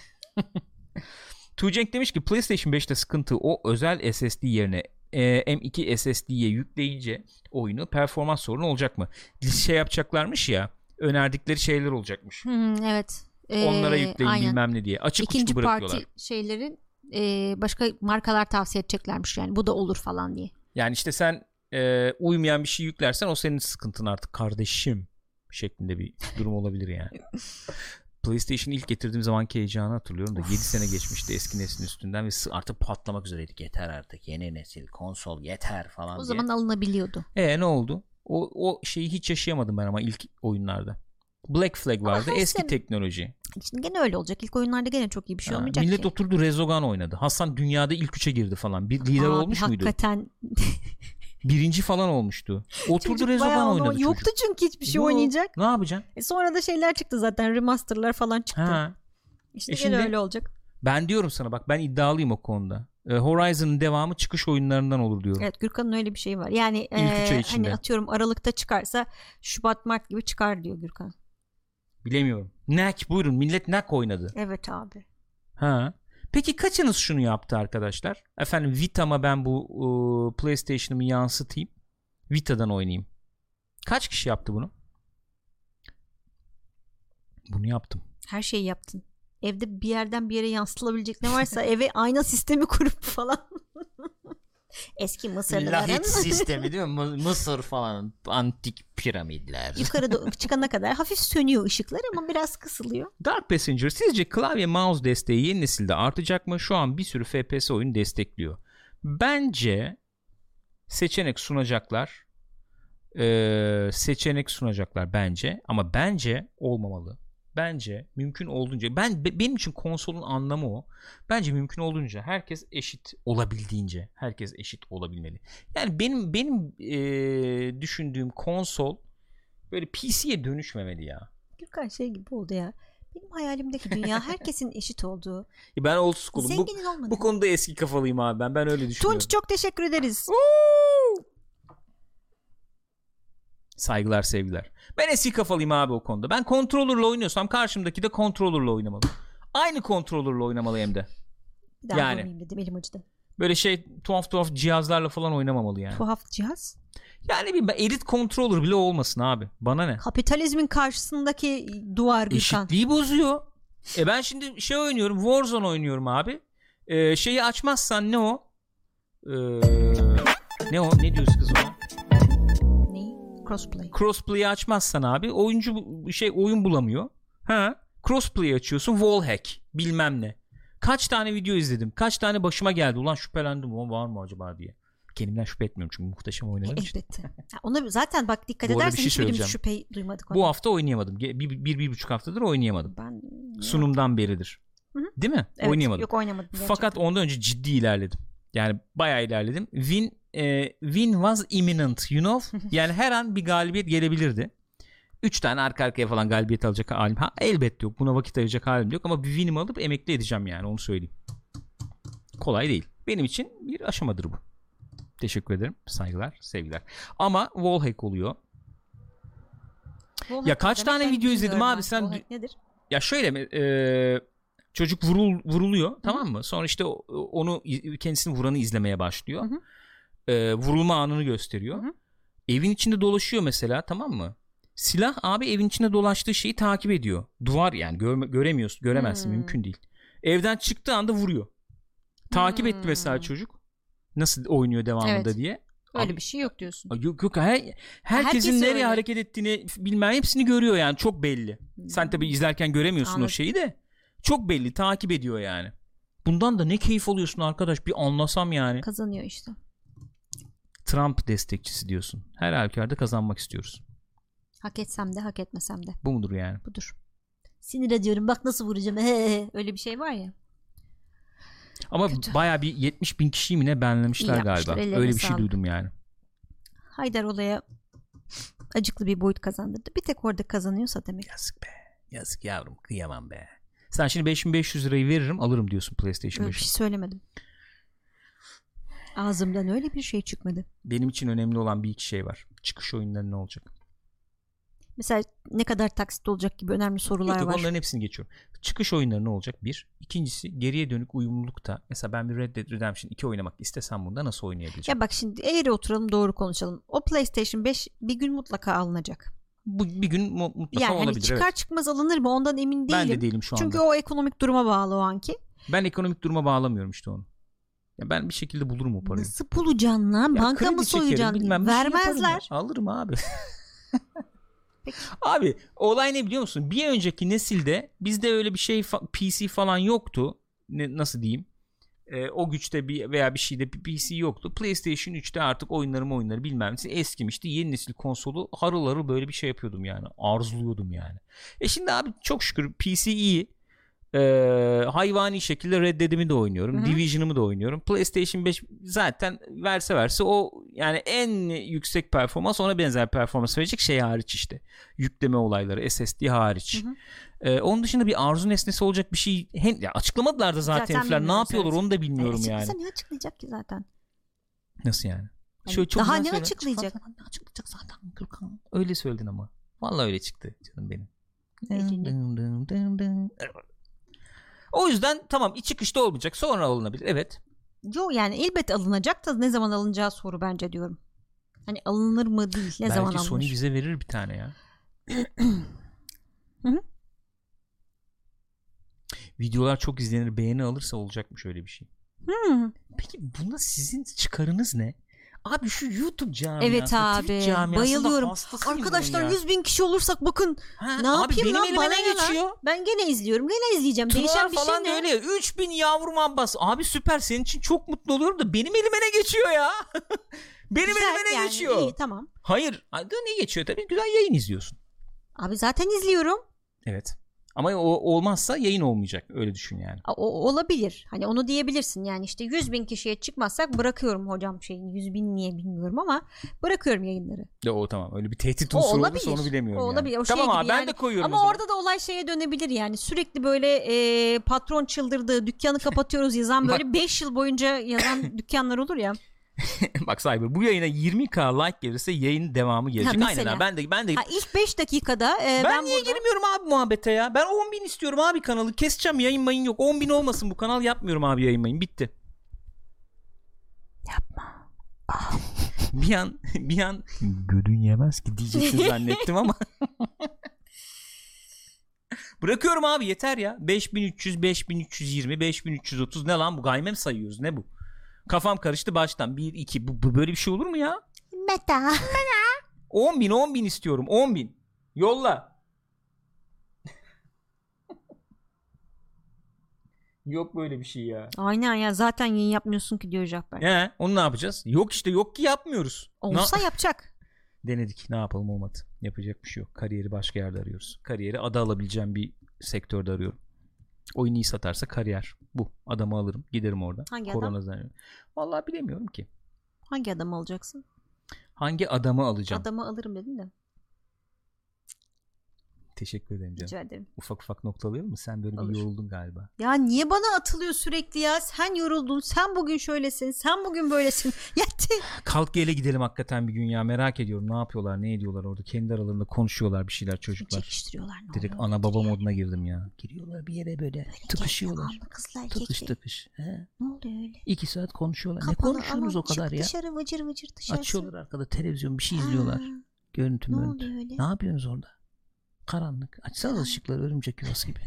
Tuğcenk demiş ki PlayStation 5'te sıkıntı o özel SSD yerine M.2 SSD'ye yükleyince oyunu performans sorunu olacak mı? Şey yapacaklarmış ya, önerdikleri şeyler olacakmış. Evet. Onlara yükleyin aynen. Bilmem ne diye. Açık uçlu bırakıyorlar. İkinci parti şeylerin başka markalar tavsiye edeceklermiş yani. Bu da olur falan diye. Yani işte sen uymayan bir şey yüklersen o senin sıkıntın artık kardeşim şeklinde bir durum olabilir yani. PlayStation'ı ilk getirdiğim zamanki heyecanı hatırlıyorum da 7 sene geçmişti eski neslin üstünden ve artık patlamak üzereydik. Yeter artık yeni nesil konsol yeter falan o diye. zaman alınabiliyordu. Ne oldu? O şeyi hiç yaşayamadım ben ama ilk oyunlarda. Black Flag vardı eski teknoloji. Şimdi gene öyle olacak. İlk oyunlarda gene çok iyi bir şey olmayacak millet ki. Oturdu Resogun oynadı. Hasan dünyada ilk 3'e girdi falan. Bir lider olmuş muydu? Hakikaten. Birinci falan olmuştu. Oturdu Resogun oynadı çocuk. Yoktu çünkü hiçbir şey oynayacak. Ne yapacaksın? Sonra da şeyler çıktı zaten. Remasterlar falan çıktı. İşte gene öyle olacak. Ben diyorum sana bak ben iddialıyım o konuda. Horizon'ın devamı çıkış oyunlarından olur diyorum. Evet, Gürkan'ın öyle bir şeyi var. Yani hani atıyorum Aralık'ta çıkarsa Şubat Mart gibi çıkar diyor Gürkan. Bilemiyorum. NAC, buyurun, millet NAC oynadı. Evet abi. Ha. Peki kaçınız şunu yaptı arkadaşlar? Efendim Vita'ma ben bu PlayStation'ımı yansıtayım. Vita'dan oynayayım. Kaç kişi yaptı bunu? Bunu yaptım. Her şeyi yaptın. Evde bir yerden bir yere yansıtılabilecek ne varsa eve ayna sistemi kurup falan. Eski Mısırlıların. Lahit sistemi değil mi? Mısır falan. Antik piramitler. Yukarı çıkana kadar hafif sönüyor ışıklar ama biraz kısılıyor. Dark Passenger sizce klavye mouse desteği yeni nesilde artacak mı? Şu an bir sürü FPS oyun destekliyor. Bence seçenek sunacaklar. Bence. Ama bence olmamalı. Bence mümkün olduğunca, benim için konsolun anlamı o. Bence mümkün olduğunca herkes eşit olabildiğince herkes eşit olabilmeli. Yani benim düşündüğüm konsol böyle PC'ye dönüşmemeli ya. Gürkan şey gibi oldu ya. Benim hayalimdeki dünya herkesin eşit olduğu. Ben old school'um. Zenginin olmadı. Bu konuda eski kafalıyım abi ben öyle düşünüyorum. Tunç çok teşekkür ederiz. Saygılar sevgiler. Ben eski kafalıyım abi o konuda. Ben controller'la oynuyorsam karşımdaki de controller'la oynamalı. Aynı controller'la oynamalı hem de. Bir daha yani dedim, elim acıdı. Böyle tuhaf cihazlarla falan oynamamalı yani. Tuhaf cihaz? Yani bir edit controller bile olmasın abi. Bana ne? Kapitalizmin karşısındaki duvar Gürkan. Eşitliği bozuyor. Ben şimdi oynuyorum. Warzone oynuyorum abi. Şeyi açmazsan ne o? Ne o? Ne diyoruz kız ona? Crossplay'i açmazsan abi oyun bulamıyor. Crossplay'i açıyorsun, wallhack bilmem ne. Kaç tane video izledim. Kaç tane başıma geldi. Ulan şüphelendim. Var mı acaba diye. Kendimden şüphe etmiyorum çünkü muhteşem oynadığım için. Elbette. Ona zaten bak dikkat edersen hiçbirimiz şüphe duymadık ona. Bu hafta oynayamadım. Bir buçuk haftadır oynayamadım. Sunumdan beridir. Hı-hı. Değil mi? Evet, oynayamadım. Yok oynamadım. Gerçekten. Fakat ondan önce ciddi ilerledim. Yani bayağı ilerledim. Win was imminent, you know. Yani her an bir galibiyet gelebilirdi. 3 tane arka arkaya falan galibiyet alacak halim. Elbette yok. Buna vakit ayıracak halim yok ama bir win'imi alıp emekli edeceğim yani, onu söyleyeyim. Kolay değil. Benim için bir aşamadır bu. Teşekkür ederim. Saygılar, sevgiler. Ama wallhack oluyor. Ya kaç tane video izledim abi sen? Wallhack nedir? Ya şöyle çocuk vuruluyor. Hı-hı. Tamam mı? Sonra onu kendisini vuranı izlemeye başlıyor. Vurulma anını gösteriyor. Hı-hı. Evin içinde dolaşıyor mesela, tamam mı? Silah abi evin içinde dolaştığı şeyi takip ediyor. Duvar yani göremezsin, mümkün değil. Evden çıktığı anda vuruyor. Takip etti mesela çocuk. Nasıl oynuyor devamında diye. Öyle abi, bir şey yok diyorsun. Yok. Herkesin nereye hareket ettiğini bilmem, hepsini görüyor yani, çok belli. Sen tabii izlerken göremiyorsun o şeyi de. Çok belli, takip ediyor yani. Bundan da ne keyif alıyorsun arkadaş, bir anlasam yani. Kazanıyor işte. Trump destekçisi diyorsun. Her halükarda kazanmak istiyoruz. Hak etsem de hak etmesem de. Bu mudur yani? Budur. Sinir ediyorum, bak nasıl vuracağım. Öyle bir şey var ya. Ama bayağı bir 70.000 kişiyi mi ne banlamışlar galiba. Öyle bir şey duydum yani. Haydar olaya acıklı bir boyut kazandırdı. Bir tek orada kazanıyorsa demek. Yazık be. Yazık yavrum, kıyamam be. Sen şimdi 5.500 lirayı veririm alırım diyorsun PlayStation 5'i. Öyle bir şey söylemedim. Ağzımdan öyle bir şey çıkmadı. Benim için önemli olan bir iki şey var. Çıkış oyunları ne olacak? Mesela ne kadar taksit olacak gibi önemli sorular var. Onların hepsini geçiyorum. Çıkış oyunları ne olacak? Bir. İkincisi, geriye dönük uyumlulukta. Mesela ben bir Red Dead Redemption 2 oynamak istesem bunda nasıl oynayabileceğim? Ya bak şimdi eğri oturalım, doğru konuşalım. O PlayStation 5 bir gün mutlaka alınacak. Bir gün mutlaka yani olabilir. Çıkar çıkmaz alınır mı ondan emin değilim. Ben de değilim şu anda. Çünkü o ekonomik duruma bağlı o anki. Ben ekonomik duruma bağlamıyorum işte onu. Ya ben bir şekilde bulurum o parayı. Nasıl bulacaksın lan? Banka mı soyacaksın? Vermezler. Alırım abi. Peki. Abi olay ne biliyor musun? Bir önceki nesilde bizde öyle bir şey PC falan yoktu. Nasıl diyeyim? O güçte veya bir şeyde PC yoktu. PlayStation 3'te artık oyunları bilmem ne eskimişti. Yeni nesil konsolu harıl harıl böyle bir şey yapıyordum yani. Arzuluyordum yani. Şimdi abi çok şükür PC iyi. Hayvani şekilde Red Dead'imi de oynuyorum. Hı-hı. Division'ımı da oynuyorum. PlayStation 5 zaten verse o yani en yüksek performans, ona benzer performans verecek şey hariç işte. Yükleme olayları, SSD hariç. Onun dışında bir arzu nesnesi olacak bir şey ya açıklamadılar da zaten herifler. Ne yapıyorlar onu da bilmiyorum yani. Ne açıklayacak ki zaten? Nasıl yani? Yani daha ne açıklayacak? Ne açıklayacak zaten Gürkan? Öyle söyledin ama. Vallahi öyle çıktı canım benim. O yüzden tamam, çıkışta olmayacak, sonra alınabilir. Evet. Yo yani elbet alınacak da ne zaman alınacağı soru bence diyorum. Hani alınır mı değil, ne belki zaman alınır. Belki Sony bize verir bir tane ya. Videolar çok izlenir, beğeni alırsa olacakmış öyle bir şey. Peki bunda sizin çıkarınız ne? Abi şu YouTube camiası, evet abi, bayılıyorum. Arkadaşlar 100.000 kişi olursak bakın ne abi yapayım lan, bana geçiyor. Ben gene izliyorum, gene izleyeceğim. Değişen bir falan şey da öyle ya. 3000 yavrum Abbas. Abi süper, senin için çok mutlu oluyorum da benim elime ne geçiyor ya? Benim güzel, elime ne yani, geçiyor? İyi, tamam. Hayır. Ne geçiyor tabii? Güzel yayın izliyorsun. Abi zaten izliyorum. Evet. Ama o olmazsa yayın olmayacak. Öyle düşün yani. O olabilir. Hani onu diyebilirsin. Yani işte 100.000 kişiye çıkmazsak bırakıyorum hocam şeyini. 100.000 niye bilmiyorum ama bırakıyorum yayınları. Ya o tamam. Öyle bir tehdit unsuru olursa onu bilemiyorum. O olabilir. Yani. O şey tamam abi, yani. ben de koyuyorum. Ama orada da olay şeye dönebilir yani. Sürekli böyle patron çıldırdı, dükkanı kapatıyoruz yazan böyle 5 yıl boyunca yazan dükkanlar olur ya. Bak Cyber, bu yayına 20.000 like gelirse yayın devamı gelecek. Aynen abi. Ben de. İlk 5 dakikada ben niye girmiyorum abi muhabbete ya? Ben 10.000 istiyorum abi kanalı. Keseceğim, yayın mayın yok. 10.000 olmasın bu kanal, yapmıyorum abi yayın mayın. Bitti. Yapma. bir an gödün yemez ki diyeceksin zannettim ama. Bırakıyorum abi, yeter ya. 5300, 5320, 5330 ne lan bu? Gaymem sayıyoruz, ne bu? Kafam karıştı baştan. 1 2 bu böyle bir şey olur mu ya? Meta. 10.000 istiyorum. 10.000. Yolla. Yok böyle bir şey ya. Aynen ya, zaten yayın yapmıyorsun ki diyor Jahber. Onu ne yapacağız? Yok işte, yok ki yapmıyoruz. Olsa yapacak. Denedik, ne yapalım, olmadı. Yapacak bir şey yok. Kariyeri başka yerde arıyoruz. Kariyeri adı alabileceğim bir sektörde arıyorum. Oyunu iyi satarsa kariyer bu. Adamı alırım, giderim orada. Hangi Korona adam? zannediyorum. Vallahi bilemiyorum ki. Hangi adamı alacaksın? Hangi adamı alacağım? Adamı alırım dedin de. Teşekkür ederim canım. Rica ederim. Ufak noktalayalım mı? Sen böyle bir yoruldun galiba. Ya niye bana atılıyor sürekli ya? Sen yoruldun. Sen bugün şöylesin. Sen bugün böylesin. Yetti. Kalk gele gidelim hakikaten bir gün ya. Merak ediyorum. Ne yapıyorlar? Ne ediyorlar orada? Kendi aralarında konuşuyorlar bir şeyler çocuklar. Çekiştiriyorlar. Direkt ana baba moduna girdim ya. Giriyorlar bir yere böyle tıkışıyorlar. Kızlar, tıkış. He? Ne oluyor öyle? 2 saat konuşuyorlar. Kapalı, ne konuşuyoruz o kadar ya? Dışarı vıcır vıcır dışarısı. Açıyorlar arkada televizyon, bir şey izliyorlar. Görüntü. Ne yapıyorsunuz orada? Karanlık. Açsanız ışıkları, örümcek yuvası gibi.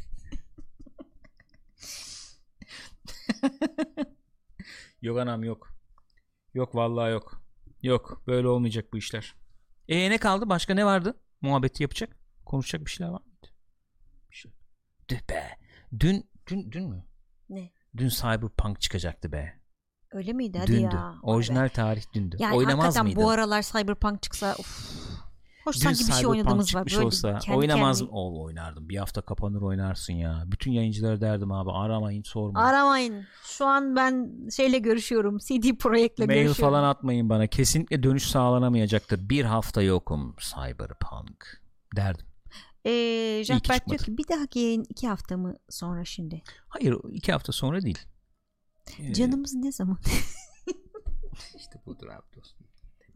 Yok anam, yok. Yok vallahi yok. Yok, böyle olmayacak bu işler. Ne kaldı? Başka ne vardı? Muhabbeti yapacak, konuşacak bir şeyler var mıydı? Bir şey. Be. Dün mü? Ne? Dün Cyberpunk çıkacaktı be. Öyle miydi? Hadi dündü. ya. Orijinal tarih dündü. Yani oynamaz mıydın? bu aralar Cyberpunk çıksa hoş, sanki bir şey oynadığımız var. Böyle olsa oynamaz mı? Oynardım. Bir hafta kapanır oynarsın ya. Bütün yayıncılara derdim abi, aramayın, sormayın. Aramayın. Şu an ben şeyle görüşüyorum. CD Projekt'le görüşüyorum. Mail falan atmayın bana. Kesinlikle dönüş sağlanamayacaktır. Bir hafta yokum Cyberpunk derdim. Jahber diyor ki bir dahaki yayın 2 hafta mı sonra şimdi? Hayır, 2 hafta sonra değil. Canımız ne zaman? İşte budur abi dostum.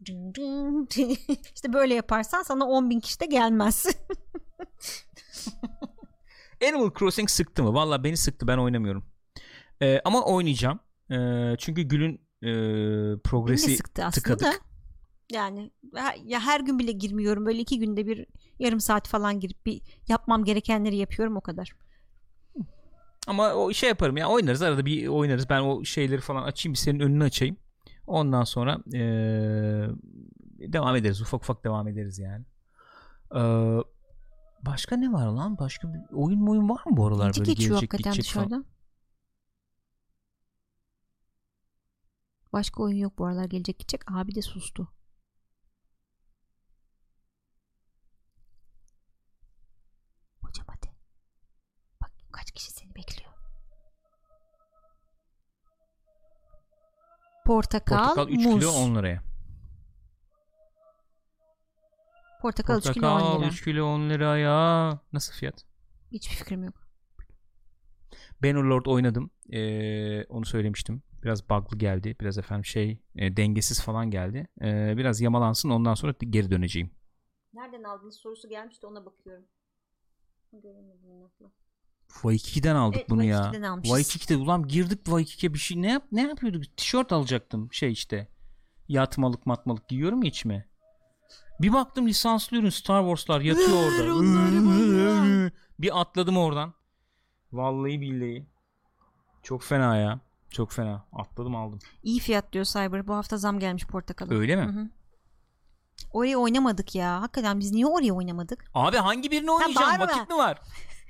İşte böyle yaparsan sana 10.000 kişi de gelmez. Animal Crossing sıktı mı? Valla beni sıktı, ben oynamıyorum. Ama oynayacağım. Çünkü Gül'ün progresi tıkadık. Da. Yani ya her gün bile girmiyorum. Böyle 2 günde bir yarım saat falan girip bir yapmam gerekenleri yapıyorum, o kadar. Ama o şey yaparım ya, oynarız arada, bir oynarız. Ben o şeyleri falan açayım, bir senin önünü açayım. Ondan sonra devam ederiz. Ufak devam ederiz yani. Başka ne var lan? Başka bir oyun var mı bu aralar? Gece böyle geçiyor gelecek, hakikaten dışarıda. Falan. Başka oyun yok bu aralar gelecek gidecek. Abi de sustu. Hocam hadi. Bak kaç kişi kişi seni bekliyor. Portakal 3 muz. kilo 10 liraya. Portakal 3 kilo 10 lira. 3 kilo 10 lira ya. Nasıl fiyat? Hiçbir fikrim yok. Bannerlord oynadım. Onu söylemiştim. Biraz bug'lı geldi. Biraz dengesiz falan geldi. Biraz yamalansın, ondan sonra geri döneceğim. Nereden aldınız sorusu gelmişti, ona bakıyorum. Göremedim lafla. Waikiki'den aldık Evet, bunu ya. Waikiki'den almışız. Waikiki'de ulan girdik Waikiki'ye bir şey. Ne yapıyorduk? Tişört alacaktım işte. Yatmalık matmalık giyiyorum ya içime. Bir baktım lisanslı ürün Star Wars'lar yatıyor orada. Bir atladım oradan. Vallahi billahi. Çok fena ya. Çok fena. Atladım aldım. İyi fiyat diyor Cyber. Bu hafta zam gelmiş portakala. Öyle mi? Hı-hı. Oraya oynamadık ya. Hakikaten biz niye oraya oynamadık? Abi hangi birini oynayacağım? Vakit mi var?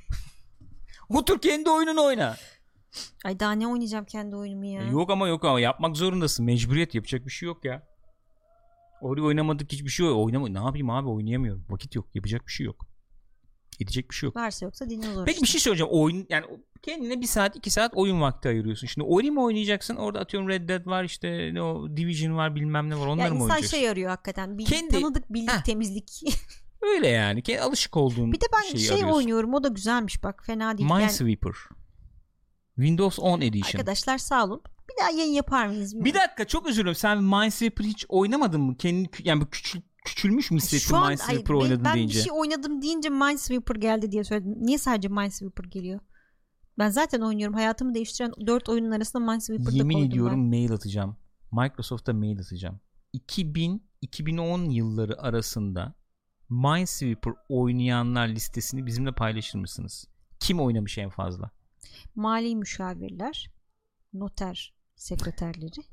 Otur kendi oyununu oyna. Ay daha ne oynayacağım kendi oyunumu ya. Yok ama yapmak zorundasın. Mecburiyet, yapacak bir şey yok ya. Oraya oynamadık, hiçbir şey yok. Ne yapayım abi, oynayamıyorum. Vakit yok. Yapacak bir şey yok. Edecek bir şey yok. Varsa yoksa dinozor. Peki bir şey söyleyeceğim. Oyun yani kendine 1 saat 2 saat oyun vakti ayırıyorsun. Şimdi oyun mu oynayacaksın? Orada atıyorum Red Dead var, işte o Division var, bilmem ne var. Onları mı oynayacaksın? İnsan şey arıyor hakikaten. Tanıdık bildik temizlik. Öyle yani. Alışık olduğun bir de ben arıyorsun. oynuyorum. O da güzelmiş bak. Fena değil. Minesweeper. Windows 10 Edition. Arkadaşlar sağ olun. Bir daha yayın yapar mıyız? Bir dakika, çok özür dilerim. Sen Minesweeper hiç oynamadın mı? Yani küçülmüş mü hissettin Minesweeper oynadın ben deyince? Ben bir şey oynadım deyince Minesweeper geldi diye söyledim. Niye sadece Minesweeper geliyor? Ben zaten oynuyorum. Hayatımı değiştiren 4 oyunun arasında Minesweeper'da koydum. Yemin ediyorum mail atacağım. Microsoft'a mail atacağım. 2000-2010 yılları arasında Minesweeper oynayanlar listesini bizimle paylaşır mısınız? Kim oynamış en fazla? Mali müşavirler, noter sekreterleri.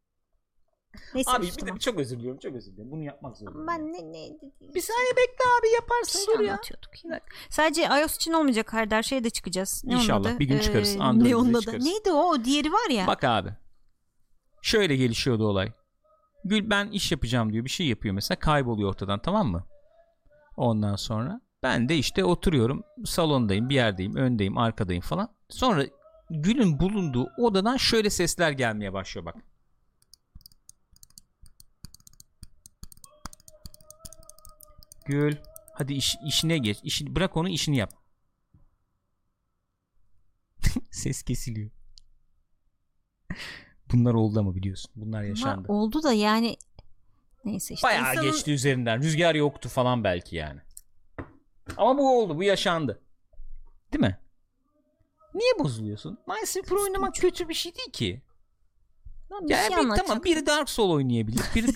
Neyse, abi bir de çok özür diliyorum. Bunu yapmak zorundayım. Ben bir saniye bekle abi, yaparsın. Dur ya. Sadece iOS için olmayacak, her şeye de çıkacağız. Ne İnşallah bir gün çıkarız. Android'de çıkarız. Neydi o? Diğeri var ya. Bak abi. Şöyle gelişiyordu olay. Gül ben iş yapacağım diyor. Bir şey yapıyor mesela, kayboluyor ortadan, tamam mı? Ondan sonra ben de işte oturuyorum. Salondayım, bir yerdeyim, öndeyim, arkadayım falan. Sonra Gül'ün bulunduğu odadan şöyle sesler gelmeye başlıyor bak. Gül, hadi işine geç. Bırak onu, işini yap. Ses kesiliyor. Bunlar oldu ama biliyorsun. Bunlar yaşandı. Ama oldu da yani neyse işte. Bayağı geçti üzerinden. Rüzgar yoktu falan belki yani. Ama bu oldu. Bu yaşandı. Değil mi? Niye bozuluyorsun? Minesweeper oynamak kötü bir şey değil ki. Tamam, biri Dark Souls oynayabilir. Biri...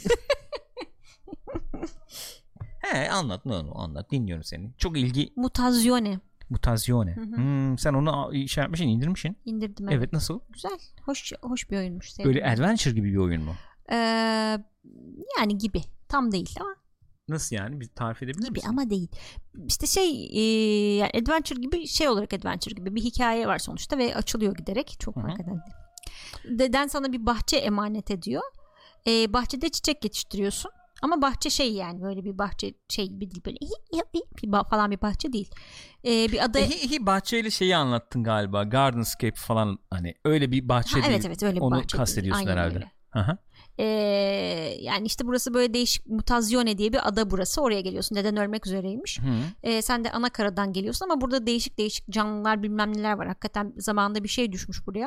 anlat dinliyorum seni. Çok ilgi. Mutazione. Sen onu şey yapmışsın, indirmişsin. İndirdim. Evet, nasıl? Güzel. Hoş bir oyunmuş. Öyle adventure gibi bir oyun mu? Yani gibi. Tam değil ama. Nasıl yani? Bir tarif edebilir misin? Gibi ama değil. İşte yani adventure gibi, olarak adventure gibi bir hikaye var sonuçta ve açılıyor giderek. Çok hakikaten. Deden sana bir bahçe emanet ediyor. Bahçede çiçek yetiştiriyorsun. Ama bahçe yani böyle bir bahçe gibi değil, böyle falan bir bahçe değil. Bir ada. Bahçeyle şeyi anlattın galiba. Gardenscape falan, hani öyle bir bahçe değil. Evet, öyle bir onu bahçe. Onu kastediyorsun herhalde. Yani işte burası böyle değişik, Mutazione diye bir ada burası. Oraya geliyorsun. Deden ölmek üzereymiş. Sen de ana karadan geliyorsun ama burada değişik canlılar, bilmem neler var. Hakikaten zamanında bir şey düşmüş buraya.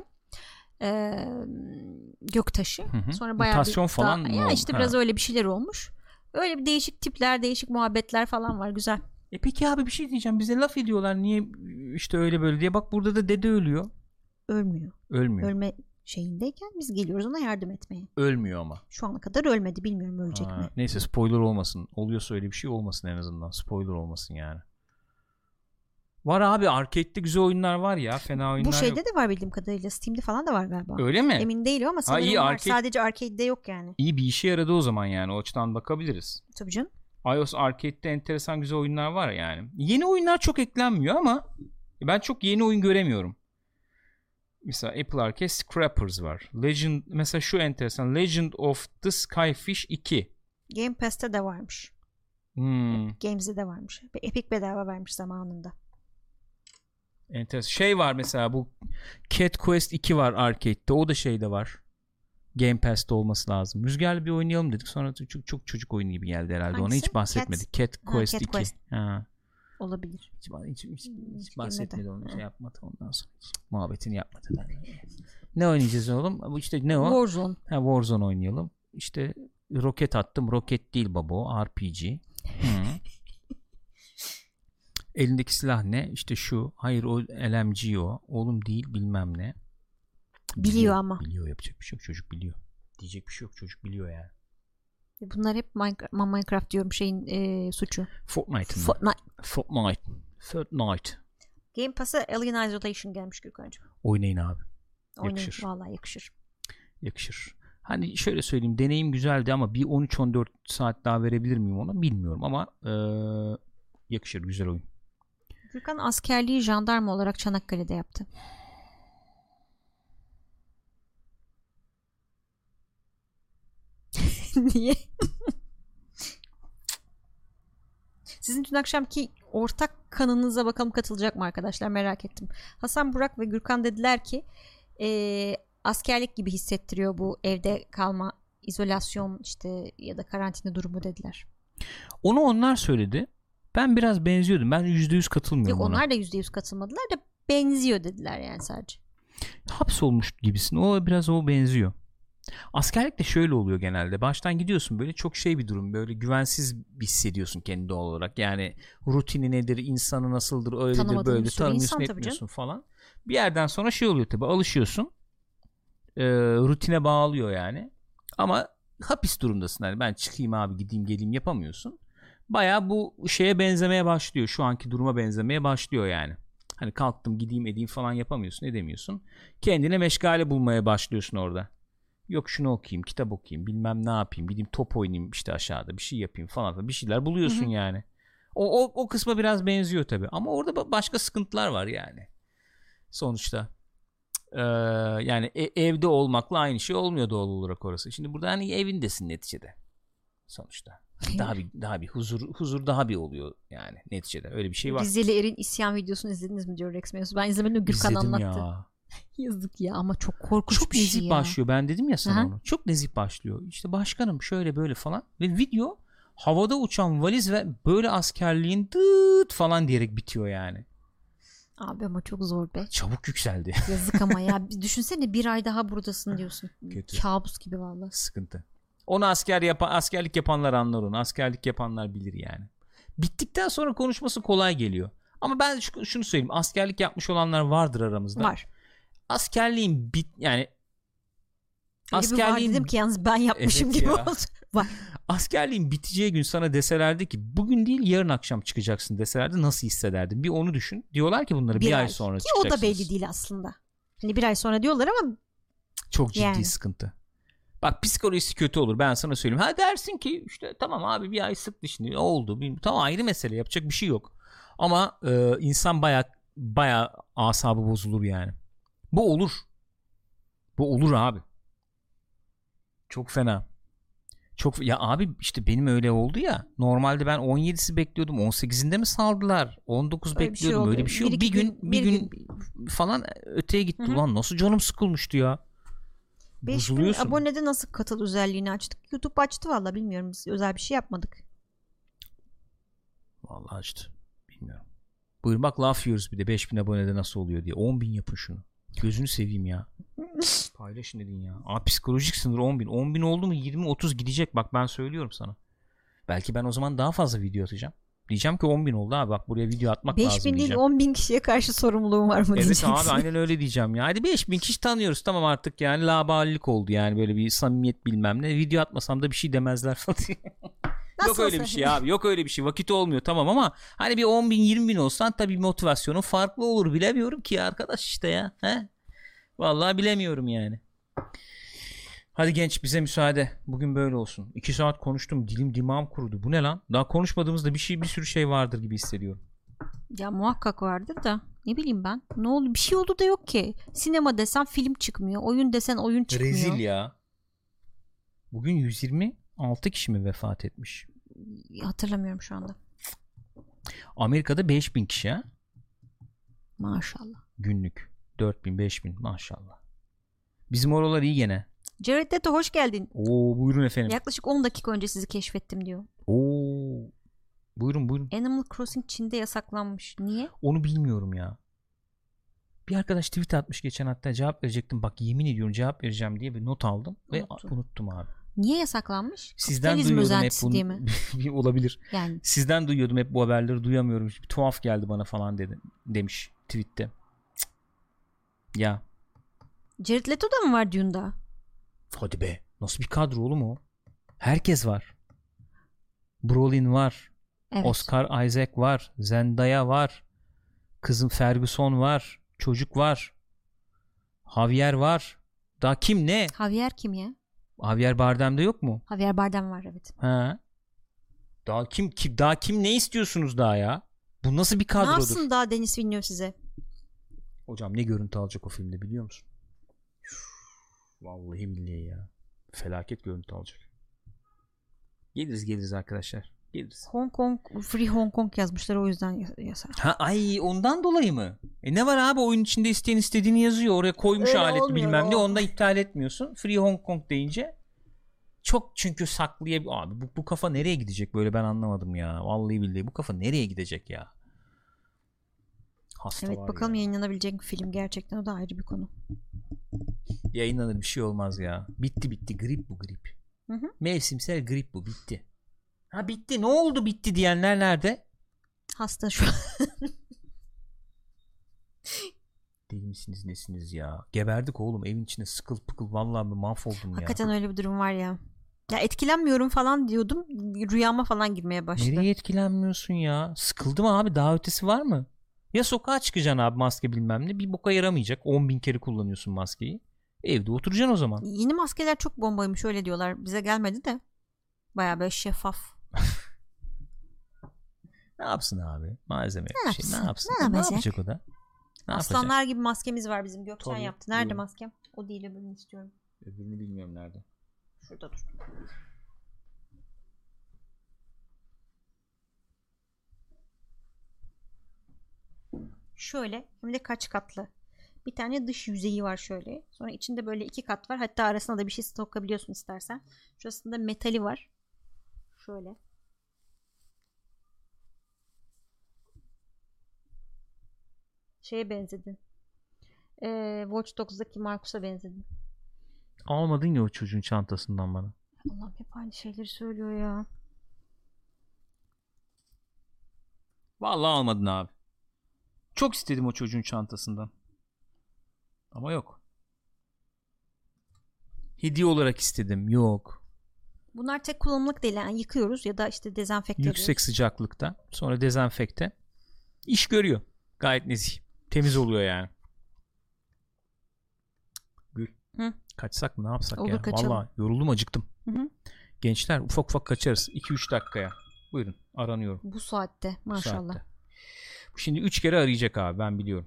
Göktaşı. Sonra bayağı mutasyon falan mı? Ya işte biraz öyle bir şeyler olmuş. Öyle bir değişik tipler, değişik muhabbetler falan var. Güzel. Peki abi bir şey diyeceğim. Bize laf ediyorlar. Niye işte öyle böyle diye. Bak burada da dede ölüyor. Ölmüyor. Ölme şeyindeyken biz geliyoruz ona yardım etmeye. Ölmüyor ama. Şu ana kadar ölmedi. Bilmiyorum ölecek mi? Neyse, spoiler olmasın. Oluyorsa öyle bir şey olmasın en azından. Spoiler olmasın yani. Var abi, arcade'de güzel oyunlar var ya, fena oyunlar. Bu şeyde yok. De var bildiğim kadarıyla, Steam'de falan da var galiba. Öyle mi? Emin değilim ama sanırım iyi, var. Sadece arcade'de yok yani. İyi bir işe yaradı o zaman yani, o açıdan bakabiliriz. Tabii canım. iOS arcade'de enteresan güzel oyunlar var yani. Yeni oyunlar çok eklenmiyor ama ben çok yeni oyun göremiyorum. Mesela Apple Arcade Scrappers var. Mesela şu enteresan, Legend of the Skyfish 2. Game Pass'te de varmış. Games'de de varmış. Epic bedava vermiş zamanında. Enteresan. Şey var mesela, bu Cat Quest 2 var arcade'de. O da şeyde var. Game Pass'te olması lazım. Rüzgar'la bir oynayalım dedik. Sonra çok çocuk oyunu gibi geldi herhalde. Hangisi? Ona hiç bahsetmedik. Cat Quest Cat 2. Quest. Ha. Olabilir. Hiç bahsetmedi onu. Şey yapmadı ondan sonra. Hiç muhabbetini yapmadı. Ne oynayacağız oğlum? İşte ne o? Warzone. Warzone oynayalım. İşte roket attım. Roket değil baba o. RPG. Elindeki silah ne? İşte şu. Hayır o LMG o. Oğlum değil bilmem ne. Biliyor ama. Biliyor, yapacak bir şey yok. Çocuk biliyor. Diyecek bir şey yok. Çocuk biliyor yani. Bunlar hep Minecraft diyorum şeyin suçu. Fortnite. Game Pass'a Alien Isolation gelmiş Gürkan'cığım. Oynayın abi. Oynayın. Yakışır. Vallahi yakışır. Yakışır. Hani şöyle söyleyeyim, deneyim güzeldi ama bir 13-14 saat daha verebilir miyim ona bilmiyorum ama yakışır, güzel oyun. Gürkan askerliği jandarma olarak Çanakkale'de yaptı. Niye? Sizin dün akşamki ortak kanınıza bakalım katılacak mı arkadaşlar, merak ettim. Hasan, Burak ve Gürkan dediler ki askerlik gibi hissettiriyor bu evde kalma, izolasyon işte ya da karantina durumu dediler. Onu onlar söyledi. Ben biraz benziyordum. Ben %100 katılmıyorum ona. Yok, onlar da %100 katılmadılar da benziyor dediler yani sadece. Hapsolmuş gibisin. O biraz o benziyor. Askerlik de şöyle oluyor genelde. Baştan gidiyorsun böyle çok şey bir durum. Böyle güvensiz hissediyorsun kendini doğal olarak. Yani rutini nedir, insanı nasıldır, öyledir, böyle tanımıyorsun, etmiyorsun falan. Bir yerden sonra şey oluyor tabii, alışıyorsun. Rutine bağlıyor yani. Ama hapis durumdasın. Yani ben çıkayım abi, gideyim geleyim yapamıyorsun. Bayağı bu şeye benzemeye başlıyor. Şu anki duruma benzemeye başlıyor yani. Hani kalktım gideyim edeyim falan yapamıyorsun, edemiyorsun. Kendine meşgale bulmaya başlıyorsun orada. Yok şunu okuyayım, kitap okuyayım, bilmem ne yapayım, gideyim top oynayayım işte aşağıda, bir şey yapayım falan, bir şeyler buluyorsun yani. O kısma biraz benziyor tabii ama orada başka sıkıntılar var yani. Sonuçta yani evde olmakla aynı şey olmuyor doğal olarak orası. Şimdi burada hani evindesin neticede. Sonuçta daha bir huzur daha bir oluyor yani neticede. Öyle bir şey var. Rizeli Er'in isyan videosunu izlediniz mi diyor Rex Mevzu. Ben izlemedim, Gürkan anlattı. Ya. Yazık ya, ama çok korkunç çok bir şey nezih başlıyor. Ben dedim ya sana onu. Çok nezih başlıyor. İşte başkanım şöyle böyle falan ve video havada uçan valiz ve böyle askerliğin dıt falan diyerek bitiyor yani. Abi ama çok zor be. Çabuk yükseldi. Yazık ama ya. Düşünsene, bir ay daha buradasın diyorsun. Kötü. Kabus gibi vallahi. Sıkıntı. Onu askerlik yapanlar anlar onu. Askerlik yapanlar bilir yani. Bittikten sonra konuşması kolay geliyor. Ama ben şunu söyleyeyim. Askerlik yapmış olanlar vardır aramızda. Var. Askerliğin yani askerliğin dedim ki yalnız ben yapmışım evet gibi oldu. Var. Askerliğin biteceği gün sana deselerdi ki bugün değil yarın akşam çıkacaksın deselerdi nasıl hissederdin? Bir onu düşün. Diyorlar ki bunları bir ay sonra ki çıkacaksınız. o da belli değil aslında. Hani bir ay sonra diyorlar ama çok ciddi sıkıntı. Bak psikolojisi kötü olur, ben sana söyleyeyim. Ha dersin ki işte tamam abi bir ay sık dişini oldu. Tamam, ayrı mesele, yapacak bir şey yok. Ama insan baya asabı bozulur yani. Bu olur. Bu olur abi. Çok fena. Çok ya abi, işte benim öyle oldu ya. Normalde ben 17'si bekliyordum. 18'inde mi saldılar? 19 öyle bekliyordum. Öyle bir şey yok. Bir gün falan öteye gitti. Ulan nasıl canım sıkılmıştı ya. 5000 abonede nasıl katıl özelliğini açtık? YouTube açtı valla, bilmiyorum. Biz özel bir şey yapmadık. Vallahi açtı. Bilmiyorum. Buyurun bak laf yiyoruz bir de 5000 abonede nasıl oluyor diye. 10.000 yapın şunu. Gözünü seveyim ya. Paylaşın dedin ya. Psikolojik sınır 10.000. 10.000 oldu mu 20-30 gidecek. Bak ben söylüyorum sana. Belki ben o zaman daha fazla video atacağım. Diyeceğim ki 10.000 oldu abi, bak buraya video atmak lazım diyeceğim. 5.000 değil 10.000 kişiye karşı sorumluluğum var mı diyeceksin. Evet abi, aynen öyle diyeceğim ya. Hadi 5.000 kişi tanıyoruz tamam artık yani laballik oldu yani, böyle bir samimiyet bilmem ne. Video atmasam da bir şey demezler falan. Yok öyle bir şey abi, yok öyle bir şey, vakit olmuyor tamam ama hani bir 10.000 20.000 olsan tabii motivasyonun farklı olur, bilemiyorum ki ya arkadaş işte ya. He? Vallahi bilemiyorum yani. Hadi genç bize müsaade. Bugün böyle olsun. 2 saat konuştum. Dilim dimağım kurudu. Bu ne lan? Daha konuşmadığımızda bir sürü şey vardır gibi hissediyorum. Ya muhakkak vardır da ne bileyim ben. Ne oldu? Bir şey oldu da yok ki. Sinema desen film çıkmıyor. Oyun desen oyun çıkmıyor. Rezil ya. Bugün 126 kişi mi vefat etmiş? Hatırlamıyorum şu anda. Amerika'da 5.000 kişi ha? Maşallah. Günlük 4000 5000 maşallah. Bizim oralar iyi gene. Jared Leto hoş geldin. Oo, buyurun efendim. Yaklaşık 10 dakika önce sizi keşfettim diyor. Oo. Buyurun. Animal Crossing Çin'de yasaklanmış. Niye? Onu bilmiyorum ya. Bir arkadaş tweet atmış geçen, hatta cevap verecektim. Bak yemin ediyorum cevap vereceğim diye bir not aldım ve unuttum abi. Niye yasaklanmış? Sizden Kapitalizm duyuyordum hep özentisi diye mi? Olabilir. Yani. Sizden duyuyordum hep bu haberleri, duyamıyorum. Bir tuhaf geldi bana falan demiş tweette. Cık. Ya. Jared Leto da mı var Dune'da? Hadi be. Nasıl bir kadro oğlum o? Herkes var. Brolin var. Evet. Oscar Isaac var. Zendaya var. Kızım Ferguson var. Çocuk var. Javier var. Daha kim ne? Javier kim ya? Javier Bardem'de yok mu? Javier Bardem var evet. Ha. Daha kim ne istiyorsunuz daha ya? Bu nasıl bir kadrodur? Ne yapsın daha Denis Villeneuve size? Hocam ne görüntü alacak o filmde biliyor musun? Vallahi billahi ya. Felaket görüntü alacak. Geliriz arkadaşlar. Geliriz. Hong Kong, Free Hong Kong yazmışlar, o yüzden yasak. Ha, ay ondan dolayı mı? Ne var abi, oyun içinde isteyen istediğini yazıyor. Oraya koymuş öyle aletli bilmem ne. o. Onu da iptal etmiyorsun. Free Hong Kong deyince çok, çünkü abi bu kafa nereye gidecek böyle, ben anlamadım ya. Vallahi billahi bu kafa nereye gidecek ya? Hasta evet, bakalım ya. Yayınlanabilecek bir film gerçekten, o da ayrı bir konu. Yayınlanır, bir şey olmaz ya. Bitti grip bu, grip. Hı. Mevsimsel grip bu, bitti. Ha bitti, ne oldu bitti diyenler nerede? Hasta şu an. Deli misiniz nesiniz ya? Geberdik oğlum evin içinde sıkıl pıkıl, vallahi ben mahvoldum ya. Hakikaten öyle bir durum var ya. Ya etkilenmiyorum falan diyordum, rüyama falan girmeye başladı. Nereye etkilenmiyorsun ya? Sıkıldım abi, daha ötesi var mı? Ya sokağa çıkacaksın abi, maske bilmem ne, bir boka yaramayacak, 10.000 kere kullanıyorsun maskeyi. Evde oturacaksın o zaman. Yeni maskeler çok bombaymış öyle diyorlar, bize gelmedi de. Bayağı böyle şeffaf. Ne yapsın abi? Malzeme Ne bir şey. Ne yapsın? Ne Ne yapacak o da? Ne Aslanlar yapacak? gibi maskemiz var bizim. Gökçen Tabii, yaptı. Nerede buyurun. maskem? O değil, öbürünü istiyorum. Öbürünü bilmiyorum nerede. Şurada dur. Şöyle, hem de kaç katlı. Bir tane dış yüzeyi var şöyle. Sonra içinde böyle 2 kat var. Hatta arasına da bir şey sokabiliyorsun istersen. Şurasında metali var. Şöyle. Şeye benzedin. Watch Dogs'daki Marcus'a benzedin. Almadın ya o çocuğun çantasından bana. Allah'ım hep aynı şeyleri söylüyor ya. Vallahi almadın abi. Çok istedim o çocuğun çantasından. Ama yok. Hediye olarak istedim. Yok. Bunlar tek kullanımlık değil. Yani yıkıyoruz ya da işte dezenfekte ediyoruz. Yüksek sıcaklıkta. Sonra dezenfekte. İş görüyor. Gayet nezih. Temiz oluyor yani. Gül. Hı. Kaçsak mı, ne yapsak Olur, ya? kaçalım. Vallahi yoruldum, acıktım. Hı. Gençler ufak ufak kaçarız. 2-3 dakikaya. Buyurun, aranıyorum. Bu saatte maşallah. Bu saatte. Şimdi 3 kere arayacak abi, ben biliyorum.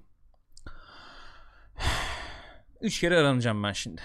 3 kere aranacağım ben şimdi.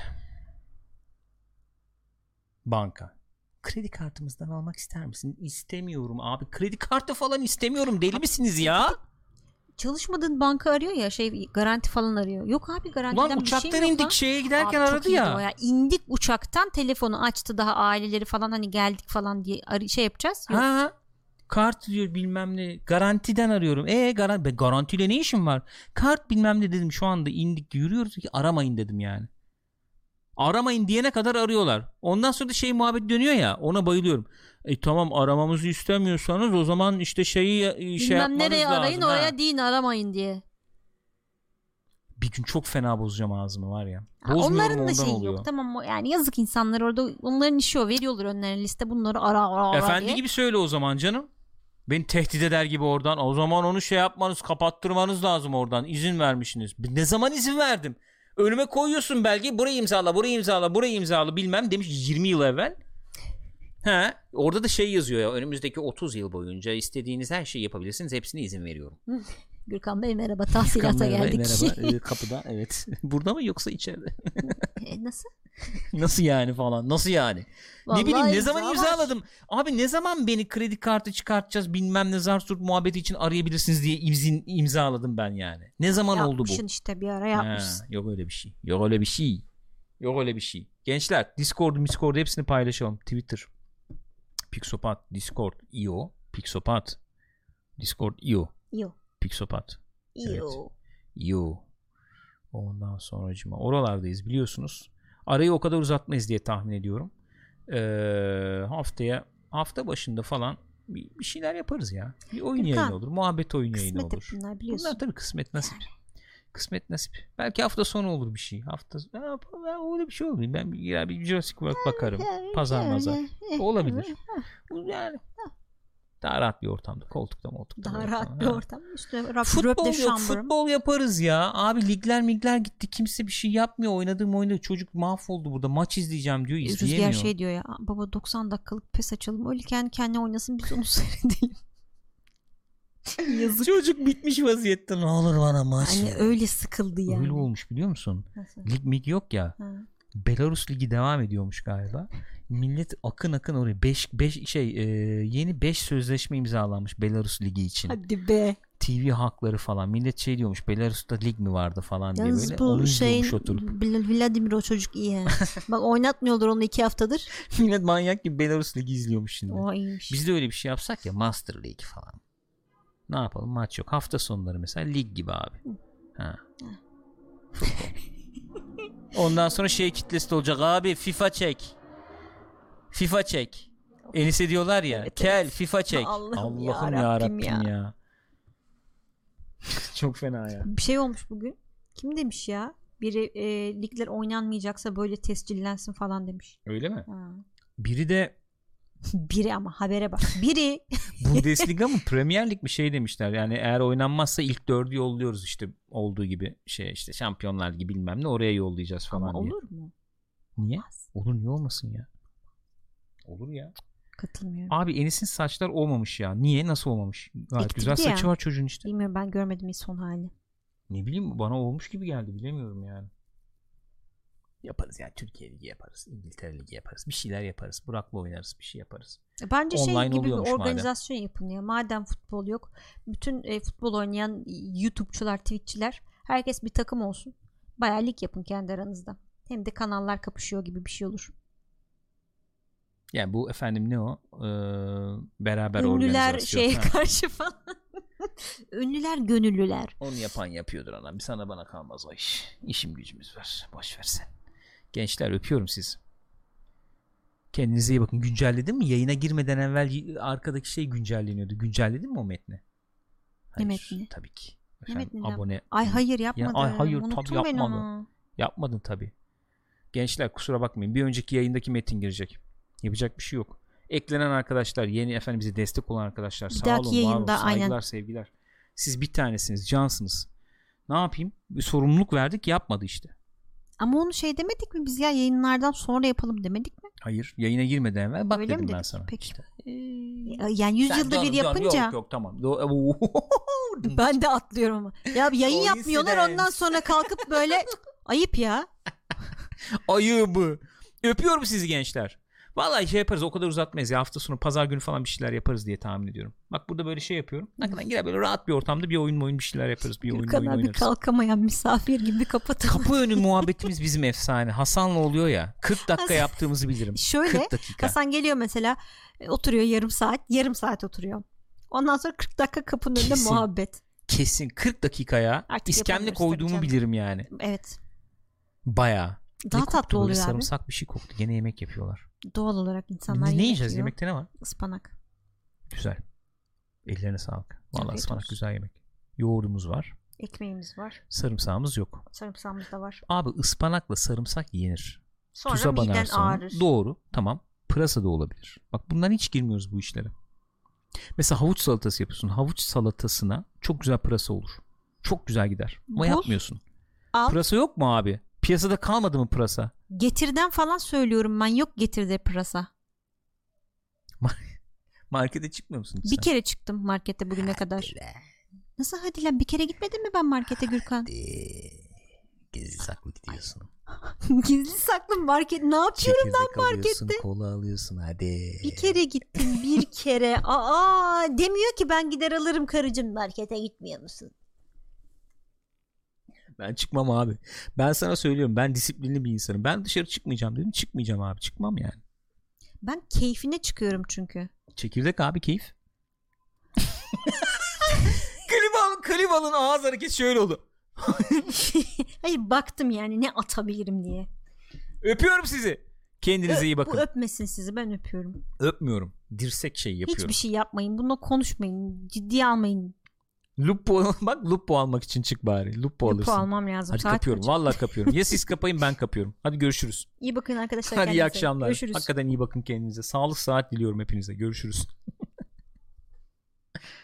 Banka. Kredi kartımızdan almak ister misin? İstemiyorum abi. Kredi kartı falan istemiyorum. Deli misiniz ya? Çalışmadığın banka arıyor ya, garanti falan arıyor. Yok abi, garantiden Ulan bir şey uçaktan yok indik lan. şeye giderken Abi, aradı ya. İndik uçaktan, telefonu açtı, daha aileleri falan hani geldik falan diye şey yapacağız. Yok. Ha, kart diyor bilmem ne. Garantiden arıyorum. Garantiyle ne işim var? Kart bilmem ne dedim, şu anda indik yürüyoruz ki aramayın dedim yani. Aramayın diyene kadar arıyorlar. Ondan sonra da muhabbet dönüyor ya, ona bayılıyorum. Tamam, aramamızı istemiyorsanız o zaman işte şey yapmanız lazım. Nereye arayın, ha. oraya değil, aramayın diye. Bir gün çok fena bozacağım ağzımı var ya. Onların da şeyi oluyor. yok, tamam, yani yazık insanlar orada, onların işi o, veriyorlar önlerine liste, bunları ara Efendi diye. gibi söyle o zaman canım. Beni tehdit eder gibi oradan. O zaman onu yapmanız, kapattırmanız lazım oradan. İzin vermişsiniz. Ne zaman izin verdim? Önüme koyuyorsun belgeyi, burayı imzala, burayı imzala, burayı imzala bilmem demiş 20 yıl evvel. Orada da yazıyor ya, önümüzdeki 30 yıl boyunca istediğiniz her şeyi yapabilirsiniz, hepsine izin veriyorum. Gürkan Bey merhaba, tahsilata geldik. Merhaba, kapıda, evet. Burada mı yoksa içeride? Nasıl? Nasıl yani falan. Nasıl yani? Vallahi ne bileyim ne imza zaman var. imzaladım. Abi ne zaman beni kredi kartı çıkartacağız bilmem ne zarsurt muhabbeti için arayabilirsiniz diye imzaladım ben yani. Ne zaman oldu bu? Yapmışsın işte bir ara yapmışsın. Yok öyle bir şey. Yok öyle bir şey. Yok öyle bir şey. Gençler Discord hepsini paylaşalım. Twitter Pixopat, Discord io, Pixopat, Discord io, Pixopat. Evet. Io. Ondan sonracıma oralardayız biliyorsunuz. Arayı o kadar uzatmayız diye tahmin ediyorum. Hafta başında falan bir şeyler yaparız ya. Bir oyun yayını olur. Muhabbet oyun yayını olur. Bunlar biliyorsun. Bunlar tabii kısmet nasip. Kısmet nasip. Belki hafta sonu olur bir şey. Öyle bir şey olmuyor. Ben bir Jurassic World bakarım. Pazar. Olabilir. Yani daha rahat bir ortamda. Koltukta. Daha rahat bir ortam. İşte futbol yaparız ya. Abi ligler gitti. Kimse bir şey yapmıyor. Oynadığım oyunda çocuk mahvoldu burada. Maç izleyeceğim diyor. İzleyemiyor. Rüzgar şey diyor ya. Baba 90 dakikalık pes açalım. Öyle kendi kendine oynasın biz onu seyredelim. Yazık. Çocuk bitmiş vaziyette. Ne olur bana maç. Hani öyle sıkıldı yani. Öyle olmuş biliyor musun? Nasıl? Lig yok ya. Ha. Belarus ligi devam ediyormuş galiba. Millet akın oraya yeni 5 sözleşme imzalanmış Belarus ligi için. Hadi be. TV hakları falan. Millet şey diyormuş. Belarus'ta lig mi vardı falan diye yalnız böyle. Bu Vladimir o çocuk iyi yani. Bak oynatmıyorlar onu 2 haftadır. Millet manyak gibi Belarus ligi izliyormuş şimdi. O iyiymiş. Biz de öyle bir şey yapsak ya, Master League falan. Ne yapalım, maç yok. Hafta sonları mesela lig gibi abi. Ha. Ondan sonra kitlesi de olacak abi, FIFA çek. Enise diyorlar ya. Evet, kel FIFA çek. Allah'ım ya Rabbim ya. Çok fena ya. Bir şey olmuş bugün. Kim demiş ya? Biri ligler oynanmayacaksa böyle tescillensin falan demiş. Öyle mi? Ha. Biri ama habere bak. Biri Bundesliga mı Premier Lig mi demişler. Yani eğer oynanmazsa ilk 4'ü yolluyoruz işte olduğu gibi işte Şampiyonlar Ligi bilmem ne oraya yollayacağız falan ama diye. Olur mu? Niye? Olur, niye olmasın ya? Olur ya. Katılmıyorum. Abi Enis'in saçlar olmamış ya. Niye? Nasıl olmamış? Gayet güzel saçı var çocuğun işte. Bilmiyorum, ben görmedim hiç son halini. Ne bileyim, bana olmuş gibi geldi, bilemiyorum yani. Yaparız yani, Türkiye Ligi yaparız, İngiltere Ligi yaparız, bir şeyler yaparız, Burak'la oynarız, bir şey yaparız. Bence online gibi bir organizasyon yapın ya. Madem futbol yok, bütün futbol oynayan YouTube'çular, Twitch'çiler, herkes bir takım olsun. Bayağı lig yapın kendi aranızda. Hem de kanallar kapışıyor gibi bir şey olur. Yani bu efendim ne o? Beraber ünlüler organizasyon. Karşı falan. Ünlüler, gönüllüler. Onu yapan yapıyordur anam. Sana bana kalmaz o iş. İşim gücümüz var. Boş versen. Gençler öpüyorum sizi. Kendinize iyi bakın. Güncelledin mi? Yayına girmeden evvel arkadaki güncelleniyordu. Güncelledin mi o metni? Ne metni? Tabii ki. Efendim, abone. Hayır yapmadım. Hayır unuttum tabii yapmadın. Yapmadın tabii. Gençler kusura bakmayın. Bir önceki yayındaki metin girecek. Yapacak bir şey yok. Eklenen arkadaşlar, yeni efendim bize destek olan arkadaşlar, sağ olun, var olun, saygılar, sevgiler. Siz bir tanesiniz, cansınız. Ne yapayım? Bir sorumluluk verdik, yapmadı işte. Ama onu demedik mi biz ya, yayınlardan sonra yapalım demedik mi? Hayır, yayına girmeden evvel bak öyle dedim ben sana. Peki. İşte. Yani 100 yılda bir yapınca. Yok tamam. Ben de atlıyorum ama. Ya yayın yapmıyorlar, ondan sonra kalkıp böyle ayıp ya. Ayıbı. Öpüyorum sizi gençler. Vallahi yaparız, o kadar uzatmayız ya, hafta sonu pazar günü falan bir şeyler yaparız diye tahmin ediyorum. Bak burada böyle yapıyorum. Hakikaten girer böyle rahat bir ortamda bir oyun bir şeyler yaparız. Bir oyun oynarız. Bir kalkamayan misafir gibi kapatalım. Kapı önü muhabbetimiz bizim efsane. Hasan'la oluyor ya. 40 dakika yaptığımızı bilirim. Şöyle 40 dakika. Hasan geliyor mesela, oturuyor yarım saat oturuyor. Ondan sonra 40 dakika kapının önünde muhabbet. Kesin 40 dakikaya iskemle koyduğumu bilirim yani. Evet. Bayağı. Daha tatlı oluyor abi. Sarımsak bir şey koktu. Gene yemek yapıyorlar. Doğal olarak insanlar ne yiyeceğiz? Yemekte ne var? Ispanak. Güzel. Ellerine sağlık. Vallahi evet, ıspanak olsun. Güzel yemek. Yoğurdumuz var. Ekmeğimiz var. Sarımsağımız yok. Sarımsağımız da var. Abi ıspanakla sarımsak yenir. Sonra tuza miden banarsın. ağrır. Doğru. Tamam. Pırasa da olabilir. Bak bundan hiç girmiyoruz bu işlere. Mesela havuç salatası yapıyorsun. Havuç salatasına çok güzel pırasa olur. Çok güzel gider. Ama yapmıyorsun. Al. Pırasa yok mu abi? Piyasada kalmadı mı pırasa? Getirden falan söylüyorum ben. Yok Getir'de pırasa. Markete çıkmıyor musun bir kere çıktım markete bugüne kadar. Nasıl hadi lan? Bir kere gitmedin mi ben markete Gürkan? Gizli saklı gidiyorsun. Gizli saklı market. Ne yapıyorum ben markette? Kola alıyorsun hadi. Bir kere gittim bir kere. Demiyor ki ben gider alırım karıcığım, markete gitmiyor musun? Ben çıkmam abi. Ben sana söylüyorum, ben disiplinli bir insanım. Ben dışarı çıkmayacağım dedim. Çıkmayacağım abi. Çıkmam yani. Ben keyfine çıkıyorum çünkü. Çekirdek abi, keyif. Klimal'ın ağız hareketi şöyle oldu. Hayır, baktım yani ne atabilirim diye. Öpüyorum sizi. Kendinize iyi bakın. Bu öpmesin sizi, ben öpüyorum. Öpmüyorum. Dirsek şey yapıyorum. Hiçbir şey yapmayın. Bununla konuşmayın. Ciddiye almayın. Lupo almak için çık bari. Lupo alırsın. Lupo almam lazım. Hadi Saat kapıyorum. kaç? Vallahi kapıyorum. Ya siz kapayın, ben kapıyorum. Hadi görüşürüz. İyi bakın arkadaşlar. Hadi iyi kendinize. akşamlar. Görüşürüz. Hakikaten iyi bakın kendinize. Sağlık, sıhhat diliyorum hepinize. Görüşürüz.